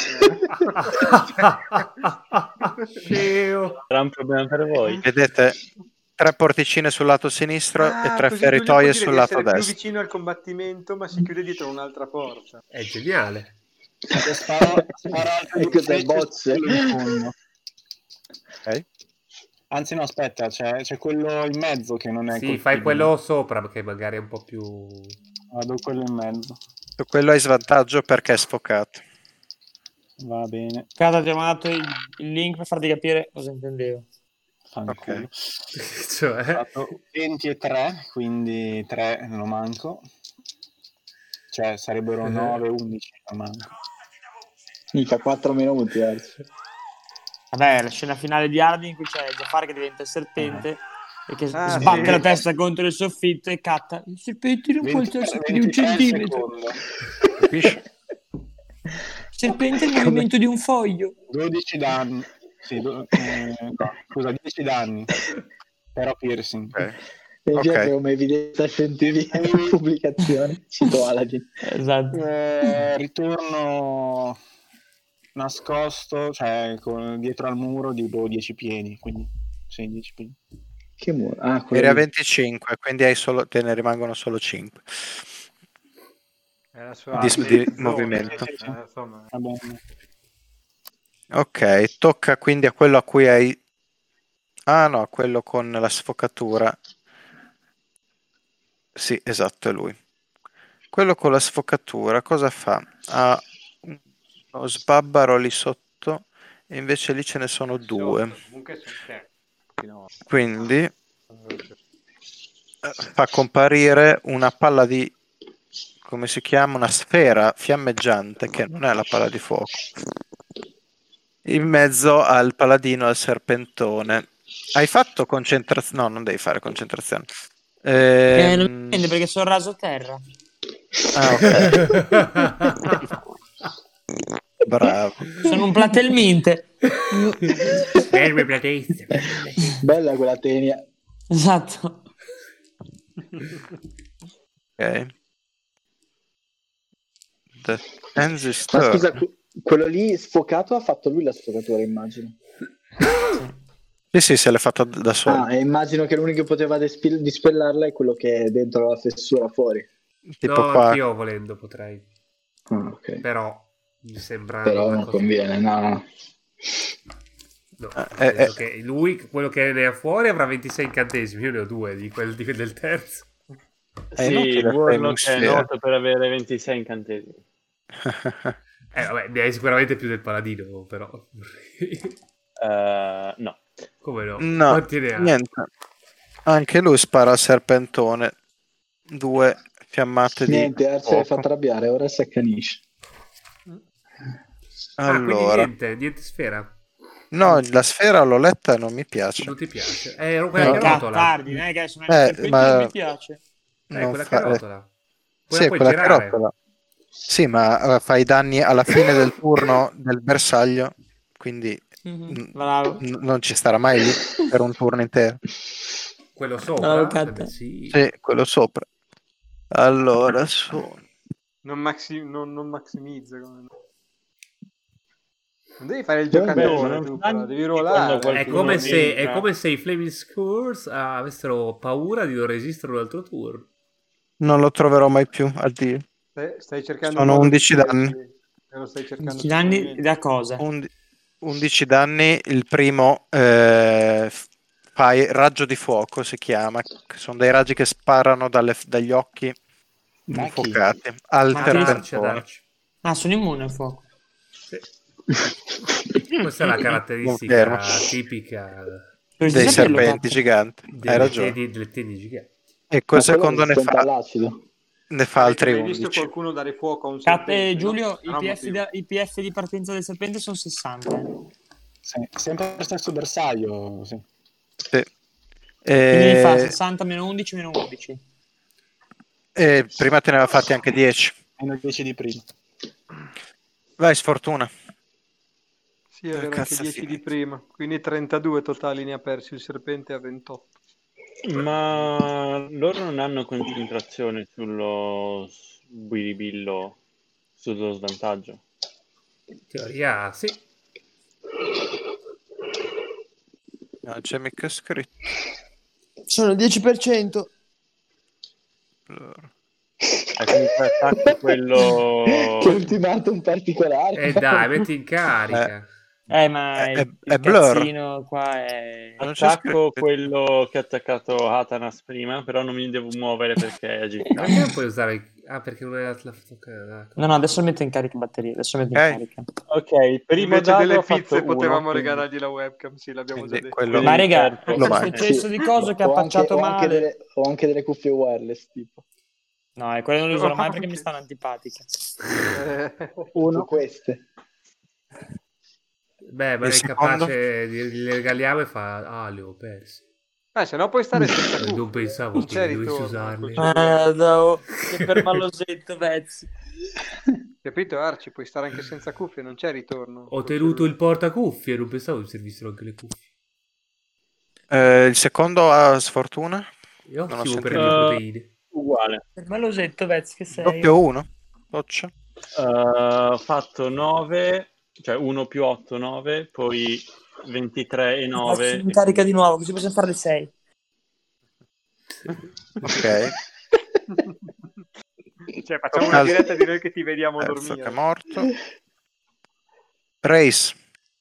Sceo. Sarà un problema per voi. Vedete tre porticine sul lato sinistro Ah, e tre così feritoie vuol dire sul di lato essere più destro. vicino al combattimento, ma si chiude dietro un'altra porta. È geniale. E sparo, sparo altre E due cos'è, frecce bozze? su quello in fondo. Ok? Anzi no, aspetta, c'è, c'è quello in mezzo che non è Sì, colpibile. fai quello sopra perché magari è un po' più... Vado quello in mezzo. Su quello hai svantaggio perché è sfocato. Va bene, Cata, ti ho mandato il, il link per farti capire cosa intendevo. fanculo. Ok. cioè... Ho fatto venti e tre, quindi tre non lo manco. Cioè sarebbero Eh. nove, undici, non manco. Mica quattro minuti, Arci. Vabbè, la scena finale di Ardi in cui c'è Jafar che diventa il serpente e che Ah, sbatte sì. la testa contro il soffitto e catta. Il serpente non può venti alzarsi più di un ventitré al centimetro. secondo. Capisci? Il serpente è il movimento di un foglio. dodici danni. Sì, do- eh, no, scusa, dieci danni. Però piercing. Ok. Mi Ok. piace come evidenza scientifica in pubblicazione. Cito Aladdin. Esatto. Eh, ritorno nascosto, cioè con- dietro al muro di boh, dieci piedi, quindi sì, dieci piedi. Che muro? Ah, Eri quello a lì. venticinque, quindi hai solo, te ne rimangono solo cinque. È la sua Di- safe di zone, movimento. eh, insomma. Va bene. Ok, tocca quindi a quello a cui hai... Ah no, quello con la sfocatura. Sì, esatto, è lui. Quello con la sfocatura cosa fa? Ha uno sbabbaro lì sotto e invece lì ce ne sono due. Sotto, comunque sono tre. No. Quindi eh, fa comparire una palla di... come si chiama? Una sfera fiammeggiante, che non è la palla di fuoco, in mezzo al paladino e al serpentone. Hai fatto concentrazione? No, non devi fare concentrazione. Eh, Ehm, non dipende perché sono raso terra. Ah, ok. Bravo. Sono un platelminte. Fermi, platezze. Bella quella tenia. Esatto. Ok. The Ma Transistor. scusa, que- quello lì sfocato ha fatto lui la sfocatura, immagino. Sì, sì, se l'è fatta da solo. Ah, e immagino che l'unico che poteva despi- dispellarla è quello che è dentro la fessura fuori. Tipo No, qua. anch'io volendo potrei. Ah, ok. Però mi sembra Però una non cosa- conviene, no. No, Eh, nel senso eh. che lui, quello che ne ha fuori, avrà ventisei incantesimi. Io ne ho due di quel, di quel del terzo. È Sì, inutile Warlock fare è in noto per avere ventisei incantesimi. Eh, vabbè, ne hai sicuramente più del paladino, però. Eh, no. Come no? No, Quanti ne ha? niente. Anche lui spara al serpentone. Due fiammate di Niente, Arce l'hai fuoco. fatto arrabbiare, ora si accanisce. Ah, quindi Allora, niente, niente sfera. no, la sfera l'ho letta e non mi piace. Non ti piace? Eh, ero quella No. che rotola. Cattardi, non è che sono Eh, il ma- non mi piace. Eh, Non quella fa- che rotola. Poi Sì, la è puoi quella girare. che rotola. Sì, ma eh, fa i danni alla fine del turno del bersaglio, quindi Mhm, n- Bravo. n- non ci starà mai lì per un turno intero. Quello sopra? Bravo, Eh Catta. beh, sì. Sì, quello sopra. Allora, sono... Non, maxi- non, non massimizza. come- Non devi fare il Beh, giocatore, beh, tu, non- però, devi quando rollare. qualcuno È come, se, è entra- come se i Flaming Scores ah, avessero paura di non resistere un altro turno. non lo troverò mai più, addio. Stai, stai cercando Sono un modo di undici danni. chiuderti, e lo stai cercando Ti danni facilmente. da cosa? Undi- undici danni, il primo eh, f- fai raggio di fuoco, si chiama, che sono dei raggi che sparano dalle- dagli occhi Da chi? infuocati al Ma Ad chi- Arci, ad serpentone. Arci. Ah, sono immune al fuoco. Sì. Questa è la Confermo. caratteristica tipica Dovresti dei saperlo, serpenti cazzo. giganti. Hai Delle ragione. tedi- delle tendini giganti. E col Ma quello secondo ne resistente fa, all'acido. ne fa Avete altri mai visto undici. qualcuno dare fuoco a un Cat- serpente? eh, no? Giulio, Non ha i, P F motivo. da- i P F di partenza del serpente sono sessanta. eh. Sì, sempre lo stesso bersaglio, sì. Sì. Quindi fa E... sessanta meno undici meno undici. e prima te ne aveva fatti anche dieci. Meno dieci di prima. Vai, sfortuna. Sì, è Dove vero, anche cazzo è dieci di finito? prima. Quindi trentadue totali ne ha persi il serpente a ventotto. Ma loro non hanno concentrazione sullo biribillo, sullo svantaggio. In teoria, sì. Non c'è mica scritto. Sono il dieci per cento. Allora. È comunque attacco quello... Che ultimatum particolare. E dai, metti in carica. Eh, ma È- il, è- il è Blur. cazzino qua è... Non c'è Attacco scritto. quello che ha attaccato Atanas prima, però non mi devo muovere perché è agitato. Perché non puoi usare... il- Ah, perché non è la... la- ok, dai. No, no, adesso metto in carica batteria. Adesso metto Ok. in carica. Ok, primo Invece dado delle ho fatto pizze uno, potevamo quindi- regalargli la webcam, sì, l'abbiamo Quindi già detto. quello- quindi Ma raga, perdo. Lo questo mangi. cesso di coso che ha Ho anche, pacciato ho anche male. delle, ho anche delle cuffie wireless, tipo. No, e quelle non le userò Oh, mai perché mi che- stanno antipatiche. Eh, Uno. Queste. Beh, ma Il è secondo? capace, di- li regaliamo e fa... Ah, li ho persi. eh, se no puoi stare senza cuffie. Non pensavo Non che c'è dovessi ritorno usarli. col cellulare. Eh, no, che per malosetto, pezzi. Capito, Arci? Puoi stare anche senza cuffie, non c'è ritorno. Ho col tenuto il cellulare. portacuffie, non pensavo mi servissero anche le cuffie. Eh, il secondo ha sfortuna. È Non ho ottimo per sentito. le Uh, proteine. uguale. Per malosetto, pezzi, che sei? Doppio uno. Boccia. Uh, ho fatto nove, cioè uno più otto, nove, poi ventitré e nove. Faccio in carica di nuovo, così possiamo fare le sei. Ok. Cioè, facciamo una Al- diretta di noi che ti vediamo Terzo che è dormire. morto. Race.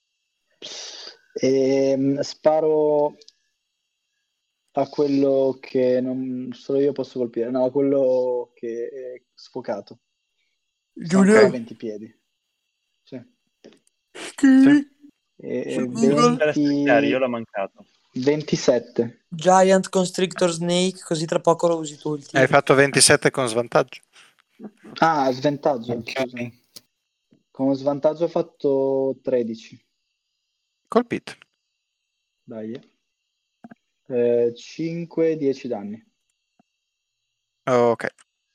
Ehm, sparo a quello che non solo io posso colpire, no, a quello che è sfocato. Sta ancora a venti piedi. Sì. Sì. E, Su e Google. Telespecchiari, io l'ho venti, mancato. ventisette. Giant Constrictor Snake, così tra poco lo usi tu il tiro. Hai fatto ventisette con svantaggio. Ah, svantaggio. Ok. Scusa. Con svantaggio ho fatto tredici. Colpito. Dai. Eh, cinque, dieci danni. Ok.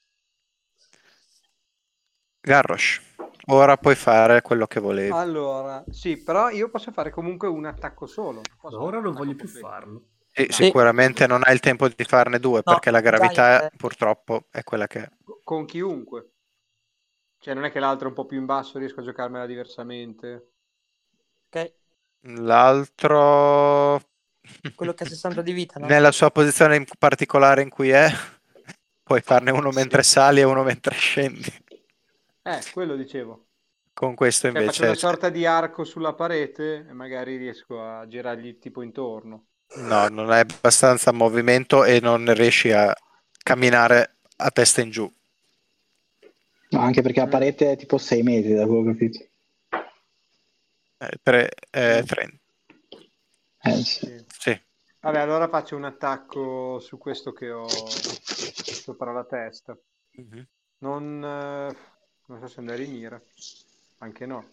Garrosh. Ora puoi fare quello che volevi. Allora, sì, però io posso fare comunque un attacco solo. Posso Ma ora fare un non attacco voglio più completo. farlo. E Sì. sicuramente non hai il tempo di farne due No, perché la gravità Giant, eh. purtroppo è quella che è. Con chiunque. Cioè, non è che l'altro è un po' più in basso, riesco a giocarmela diversamente. Ok, L'altro quello che ha sessanta di vita, no? nella sua posizione in particolare in cui è puoi farne uno mentre sali e uno mentre scendi. Eh, quello dicevo. Con questo Cioè, faccio invece una sorta di arco sulla parete e magari riesco a girargli tipo intorno. no, non hai abbastanza movimento e non riesci a camminare a testa in giù. No, anche perché la Mm. parete è tipo sei metri da quello che ho capito. Eh, tre, eh, Mm. trenta. Eh, sì. Sì. Sì. Vabbè, allora faccio un attacco su questo che ho sopra la testa. Mhm. Non, eh, non so se andare in mira. Anche no.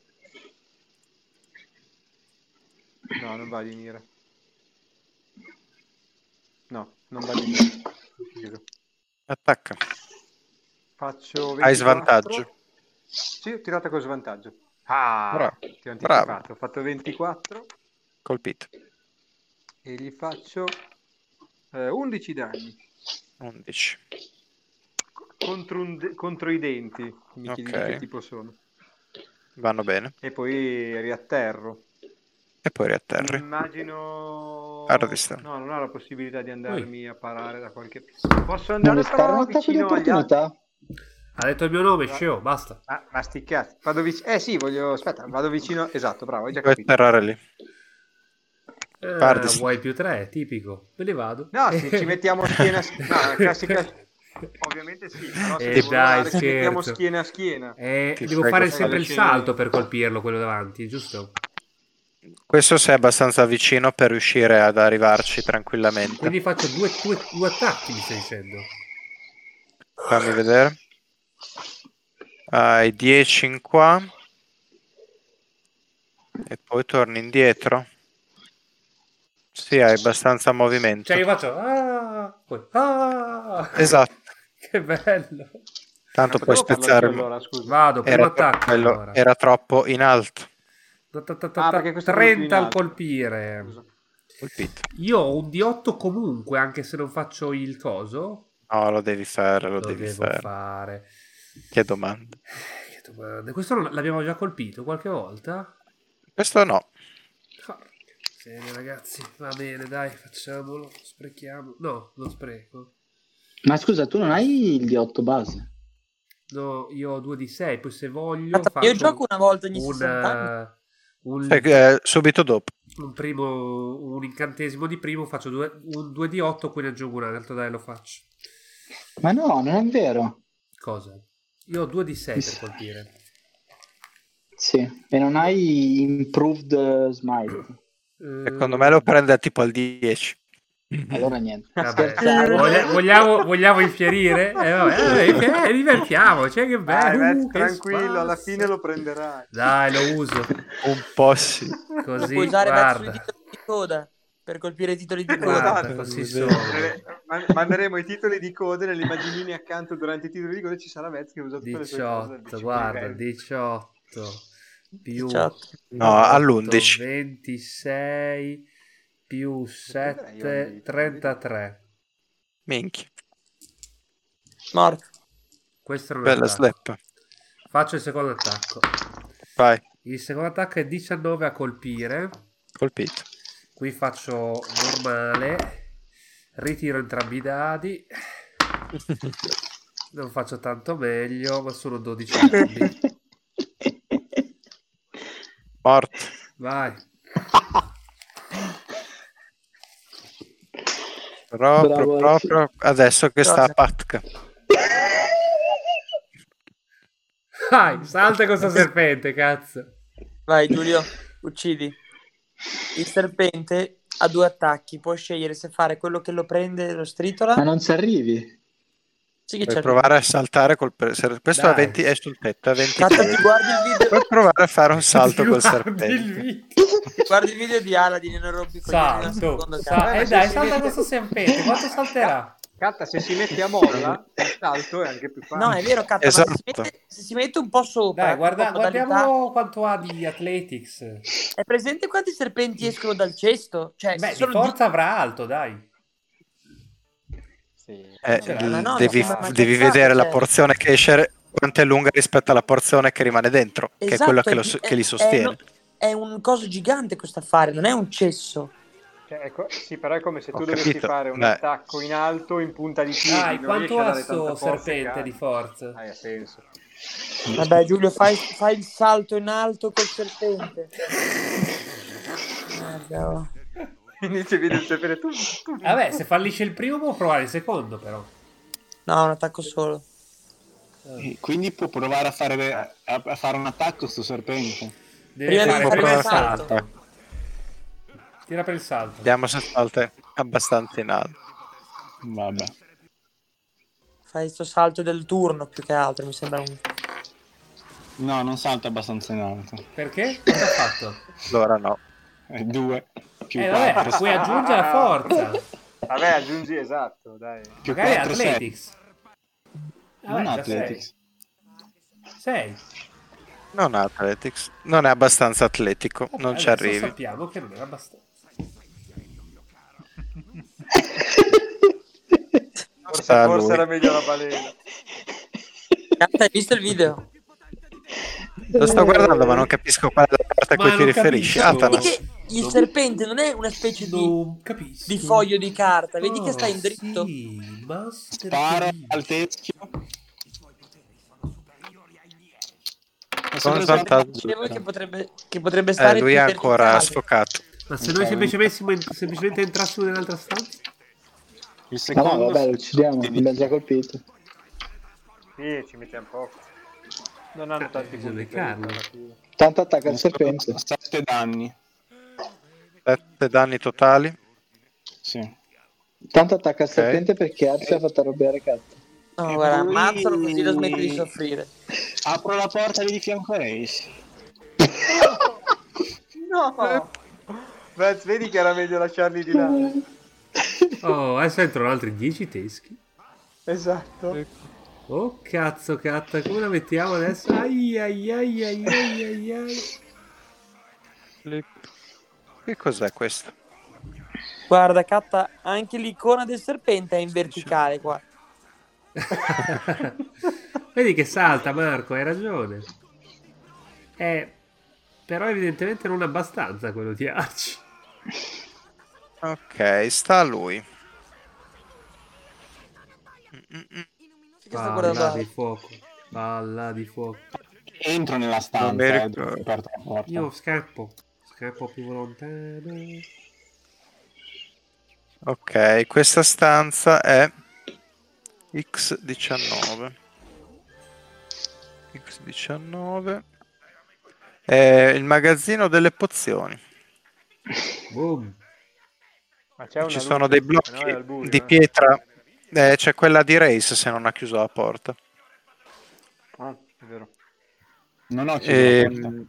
No, non va di mira. No, non va di mira. Preciso. Attacca. Faccio ventiquattro. Hai svantaggio. Sì, ho tirato con svantaggio. Ah, Bravo. ti ho Bravo. anticipato. Ho fatto ventiquattro Colpito. e gli faccio eh, undici danni. undici. Contro, un de- contro i denti. Mi chiedi di Ok. che tipo sono. Vanno bene. E poi riatterro. E poi riatterri. Immagino... A distanza. No, non ho la possibilità di andarmi a parare da qualche... Posso andare Non spara un però attacco di vicino agli altri? opportunità? Ha detto il mio nome, scemo, basta. Ah, ma sti cazzi. Vado vicino... Eh sì, voglio... Aspetta, vado vicino... Esatto, bravo, hai già Puoi capito. atterrare lì. Ah, Pardis. vuoi più tre, tipico. Me ne vado. No, se ci mettiamo schiena a schiena... No, la classica... Ovviamente sì, però se Eh, devo dai, volare ci mettiamo scherzo. schiena a schiena. Eh, Ti devo frego, fare fai sempre le il scene- salto per colpirlo, quello davanti, giusto? Questo sei abbastanza vicino per riuscire ad arrivarci tranquillamente. Quindi faccio due, due, due attacchi, mi stai dicendo? Fammi vedere. Hai dieci in qua. E poi torni indietro. Sì, hai abbastanza movimento. Cioè io faccio... Ah, poi, ah. Esatto. Che bello. Tanto puoi Potevo farlo spezzare. anch'io allora, scusa. Vado, primo Era, attacco. quello- allora. era troppo in alto. Ta ta ta Ah, ta, perché questo è quello più in trenta al alto. colpire. Scusa. Colpito. Io ho un D otto comunque, anche se non faccio il coso. No, lo devi fare, lo, Lo devi devo fare. fare. Che domanda. Che domande. Questo non- l'abbiamo già colpito qualche volta? Questo no. Porca miseria, ragazzi. Va bene, dai, facciamolo. Sprechiamo. No, non spreco. Ma scusa, tu non hai il D otto base? No, io ho due di sei, poi se voglio Aspetta, faccio io gioco una volta ogni un, sessanta anni. eh, un, Eh, eh, subito dopo. un primo un incantesimo di primo, faccio due, un due di otto, poi ne aggiungo un altro, dai, lo faccio. Ma no, non è vero. Cosa? Io ho due di sei per colpire. Sì, e non hai improved uh, smite. Secondo me lo prende tipo al dieci. Allora niente. Vabbè, Scherzavo. voglia- vogliamo, vogliamo infierire? Eh, vabbè, eh, eh, divertiamoci, cioè, che Dai, bello. Vez, uh, che tranquillo, alla spasso. fine lo prenderai. Dai, lo uso. Un po' sì. Così, Puoi usare verso i guarda. titoli di coda per colpire i titoli di Guarda, coda. così Esatto. sono. Eh, man- manderemo i titoli di code nelle immaginine accanto durante i titoli di code ci sarà Vez che usa tutte le sue cose del diciotto, D C guarda, livello. diciotto più diciotto. No, all'undici. ventisei più sette, trentatré. Minchia. Morto. Questo è un Bella attacco. slap. Faccio il secondo attacco. Vai, Il secondo attacco è diciannove a colpire. colpito. Qui faccio normale. Ritiro entrambi i dadi. Non faccio tanto meglio, ma sono dodici anni. Morto. Vai. Proprio, Bravo, proprio adesso che sta a Cosa? Patka. Vai, salta con sta serpente, cazzo. Vai Giulio, uccidi. Il serpente ha due attacchi, può scegliere se fare quello che lo prende e lo stritola. Ma non ci arrivi. Sì che Puoi c'è. provare a saltare col per- se- questo Dai. è, venti, è sul tetto, è venti Cazzo, piedi. ti guardi il video, Puoi provare a fare un salto col Guardi il serpente. video. ti guardi il video di Aladdin e non rompi i coglioni un Salto. secondo, Sa- cazzo. eh ma dai, se salta si questo serpente. Quanto salterà? Catta, se si mette a molla il salto è anche più facile. No, è vero, cazzo, Esatto. ma se si, mette, se si mette un po' sopra, Dai, guarda, tipo modalità- guardiamo quanto ha di athletics. È presente quanti serpenti escono dal cesto? Cioè, Beh, se di sono forza avrà alto, dai. Sì. Eh, Cioè, il- ma no, devi ma- ma devi cazzate, vedere la cioè. porzione che esce, quanto è lunga rispetto alla porzione che rimane dentro, che è Esatto, quella che, lo- è- che li è- sostiene. È, un coso gigante questo affare, non è un cesso. Cioè, ecco, sì, però è come se Ho tu dovessi capito. fare un Beh. attacco in alto in punta di piedi. Dai, non quanto riesci a ha dare sto tanta forza in serpente gara. di forza? Ah, ha senso. Vabbè, Giulio, fai, fai il salto in alto col serpente. Merda, oh. Inizia a vedere il serpente tu, tu. Vabbè, se fallisce il primo può provare il secondo, però. No, un attacco solo. E quindi può provare a fare, a, a fare un attacco sto serpente. Deve Prima fare di prima fare il il salto. salto. Tira per il salto. Vediamo se salta abbastanza in alto. Vabbè. Fai sto salto del turno più che altro, mi sembra un... No, non salta abbastanza in alto. Perché? Cosa ha fatto? Allora no. È due più Eh vabbè, quattro. puoi aggiungere la forza. Vabbè, aggiungi esatto, dai. Più Magari quattro, sei. Athletics. Non Vabbè, già Athletics. sei. Non ha Athletics. Non è abbastanza atletico. Vabbè, Non ci adesso arrivi. sappiamo che non era abbastanza. Forse, Sta a forse lui. era meglio la balena. Cazzo, hai visto il video? Lo sto guardando, ma non capisco qual è la parte a Ma cui ti non riferisci. capisco. Vedi Atanas. che il serpente non è una specie di, Non capisco. di foglio di carta, vedi che sta Oh, in dritto? Sì, Master Spara Chief. al teschio. È Sono sempre saltato. Dicevo che potrebbe, che potrebbe Eh, stare lui più è ancora verticale. sfocato. Ma se noi semplicemente, semplicemente entrassimo nell'altra stanza? il Ma no, secondo. vabbè, lo uccidiamo, l'abbiamo già colpito. Sì, ci mettiamo poco. Non hanno tanti bisogna punti beccarlo. feriti alla fine. Tanto attacca il serpente. sette danni. sette danni totali. Sì. Tanto attacca il Ok. serpente perché Arci ha fatto arrabbiare Cat. No, E guarda, poi- ammazzalo così lo smetti di soffrire. Apro la porta lì di fianco a Ace. No! Beh, vedi che era meglio lasciarli di là. Oh, adesso entrano altri dieci teschi. Esatto. Oh, cazzo, catta, come la mettiamo adesso? Ai, ai, ai, ai, ai, ai, ai. Che cos'è questo? Guarda, Catta, anche l'icona del serpente è in verticale qua. Vedi che salta, Marco, hai ragione. Eh, però evidentemente non abbastanza quello di Arci. Ok, sta a lui. Mm-mm. Che sta guardando Palla di Arci. fuoco, palla di fuoco. Entro nella Non stanza, mi eh, ricordo. dove ho aperto la porta. Io scappo, scappo più lontano. Ok, questa stanza è X diciannove. X diciannove. È il magazzino delle pozioni. Boom. Ma c'è una Ci luce, sono dei se blocchi no è al buio, di eh. pietra. Eh, c'è quella di Race se non ha chiuso la porta. Ah, è vero. Non ho chiuso la porta. Ehm,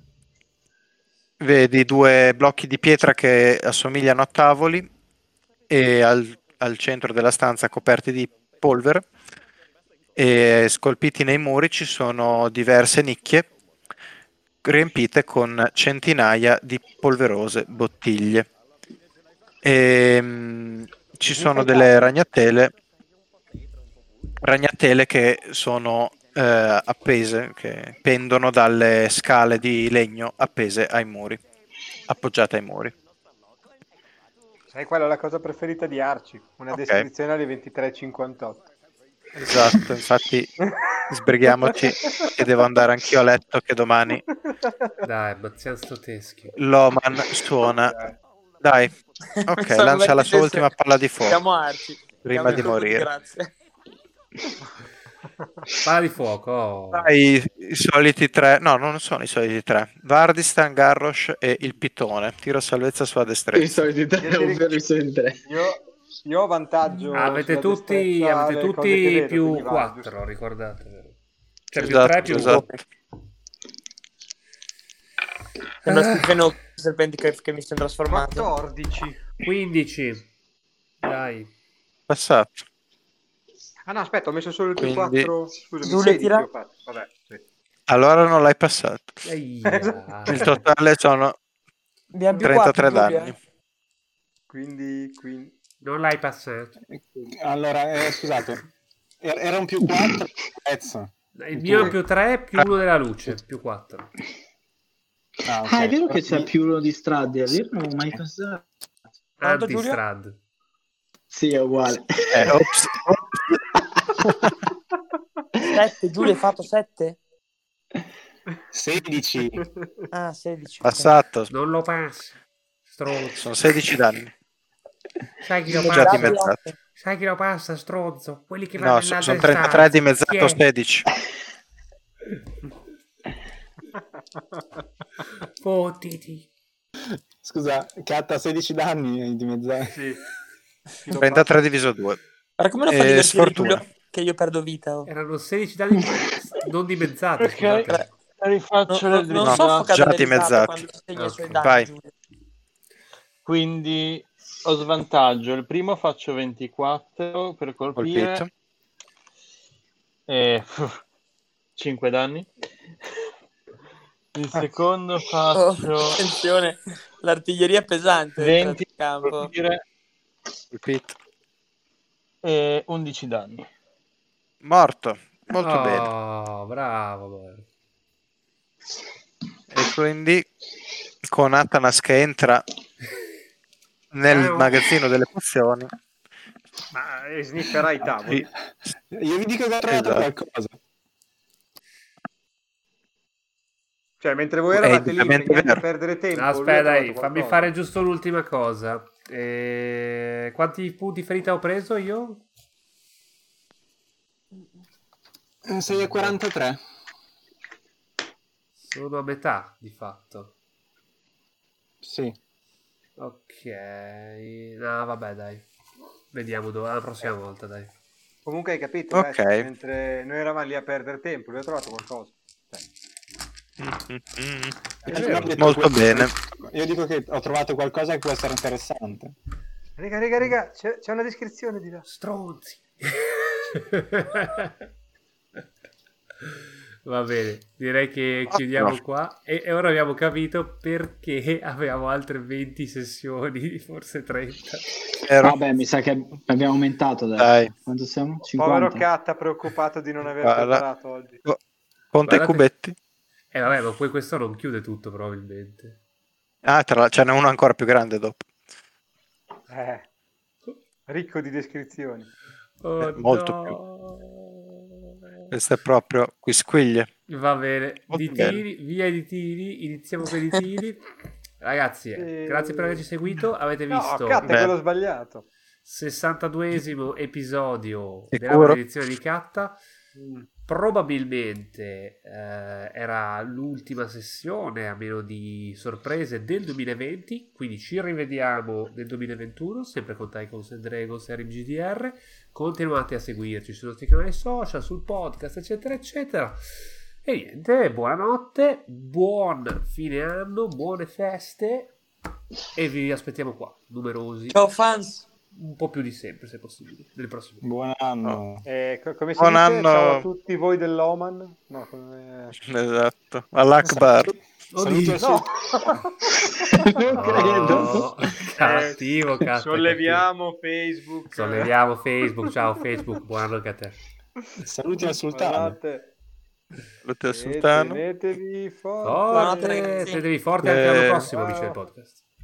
Vedi due blocchi di pietra che assomigliano a tavoli e al, al centro della stanza coperti di polvere, e scolpiti nei muri ci sono diverse nicchie riempite con centinaia di polverose bottiglie. E, ci sono delle ragnatele ragnatele che sono eh, appese, che pendono dalle scale di legno appese ai muri, appoggiate ai muri. Sai qual è la cosa preferita di Arci? Una Ok. descrizione alle ventitré e cinquantotto. Esatto, infatti sbrighiamoci che devo andare anch'io a letto, che domani Dai, ammazziamo sto teschio. l'Oman suona. Dai, ok, Sono lancia la sua venti ultima palla di fuoco Siamo Arci. prima Diamo il di colpo morire. grazia. Palla di fuoco. Oh. Dai, i, i soliti tre, no, non sono i soliti tre. Vardistan, Garrosh e il Pitone. Tiro salvezza sulla I destrezza. soliti tre, Io ti ric- ovvero i soliti tre. Io, io ho vantaggio. Ah, avete sulla tutti, destrezza avete alle cose che tutti vedo, più quindi vale, quattro, giusto? ricordate. Cioè Esatto, più tre più esatto. Sembra Stephen Hawking, il serpente che, che mi sono trasformato. quattordici. quindici. Dai. Passato. Ah no, aspetta, ho messo solo il più Quindi- quattro. Scusami, Giulia, sedici tira. ho fatto. Vabbè, sì. Allora non l'hai passato. Eia. Il totale sono Abbiamo più trentatré quattro, Giulia. danni. Quindi, quindi... Non l'hai passato. Allora, eh, scusate, er- era un più quattro. Pezzo. Il mio è più tre più uno della luce, più quattro. Ah, ok. Ah, è vero che c'è Quindi- più uno di Stradi, io non avevo mai pensato. Quanto, Giulia? Antistrad. Sì, è uguale. Eh, ops. sette, Giulia, hai fatto sette? sedici. Ah, sedici. ok. Passato. Non lo passi. Stronzo. Sono sedici danni. Sai chi lo Già passa? dimezzato. Sai chi lo passa, stronzo? Quelli che vanno No, so- nell'altra sono trentatré stanza. dimezzato Chi è? sedici. Fottiti. Scusa, Catta sedici danni hai dimezzato. Sì. Chi lo trentatré diviso due. Guarda come lo fa Eh, divertire sfortuna. Giulio che io perdo vita. oh. Erano sedici danni non dimezzati. Ok. Scusate. Rifaccio No, le no, non No, soffoca già delle risate dimezzati. quando segna i suoi Ok. danni, Vai. Giulio. Quindi ho svantaggio. Il primo faccio ventiquattro per colpire. Colpito. E cinque danni. Il secondo Oh, faccio attenzione, l'artiglieria è pesante dentro venti il campo. per colpire Colpito. e undici danni. Morto. Molto Oh, bene. bravo. Marco. E quindi con Atanas che entra nel Ciao. magazzino delle pozioni. Ma eh, snifferà i tavoli. Io vi dico che ho trovato Esatto. qualcosa. Cioè, mentre voi È eravate lì indubbiamente impegnati a vero. perdere tempo, lui ha Aspetta, trovato dai, fammi qualcosa. fare giusto l'ultima cosa. Eh, quanti punti ferita ho preso io? sei a quarantatré. Sono a metà, di fatto. Sì. Ok, no, vabbè, dai. Vediamo dove, la prossima volta, dai. Comunque hai capito, Ok. eh, mentre noi eravamo lì a perdere tempo, lui ha trovato qualcosa. Dai. Mm-mm. È Io vero. ho detto Molto questo- bene. Io dico che ho trovato qualcosa che può essere interessante. Raga, raga, raga, c'è, c'è una descrizione di là. Stronzi. Va bene, direi che chiudiamo Ottimo. qua e, e ora abbiamo capito perché avevamo altre venti sessioni, forse trenta. Vero? Vabbè, mi sa che abbiamo aumentato adesso. Dai. Quanto siamo? Povero cinquanta? Catta, preoccupato di non aver Guarda. preparato oggi. Co- Conta i Guardate- cubetti. E eh, vabbè, ma poi questo non chiude tutto probabilmente. Ah, tra l'altro ce n'è uno ancora più grande dopo. Eh, ricco di descrizioni. Oh, Eh, molto no. Questo è proprio quisquiglie. Va bene, Molto ditini, via i ditini, iniziamo con i ditini. Ragazzi, Eh, grazie per averci seguito. Avete No, visto Catta Beh. è quello sbagliato. sessantaduesimo episodio della Sicuro? maledizione di Catta. Mm. Probabilmente eh, era l'ultima sessione, a meno di sorprese, del duemilaventi, quindi ci rivediamo nel duemilaventuno, sempre con Tycoons and Dragons e R M G D R. Continuate a seguirci sui nostri canali social, sul podcast, eccetera, eccetera. E niente, buonanotte, buon fine anno, buone feste e vi aspettiamo qua, numerosi, Ciao fans. un po' più di sempre se possibile, nel prossimo. Buon anno. Eh, co- come si Buon dice? anno. Ciao a tutti voi dell'Oman. No, come... Esatto. All'Akbar. Saluto al No. Non credo. Oh, cattivo, cattivo. Solleviamo Facebook. Solleviamo Facebook, ciao Facebook, buonanotte a te. Saluti al sultano. Guardate. Saluti al E sultano. tenetevi forte. Forte, Buonanotte, ragazzi. tenevi forte anche l'anno Eh. prossimo, dice il podcast.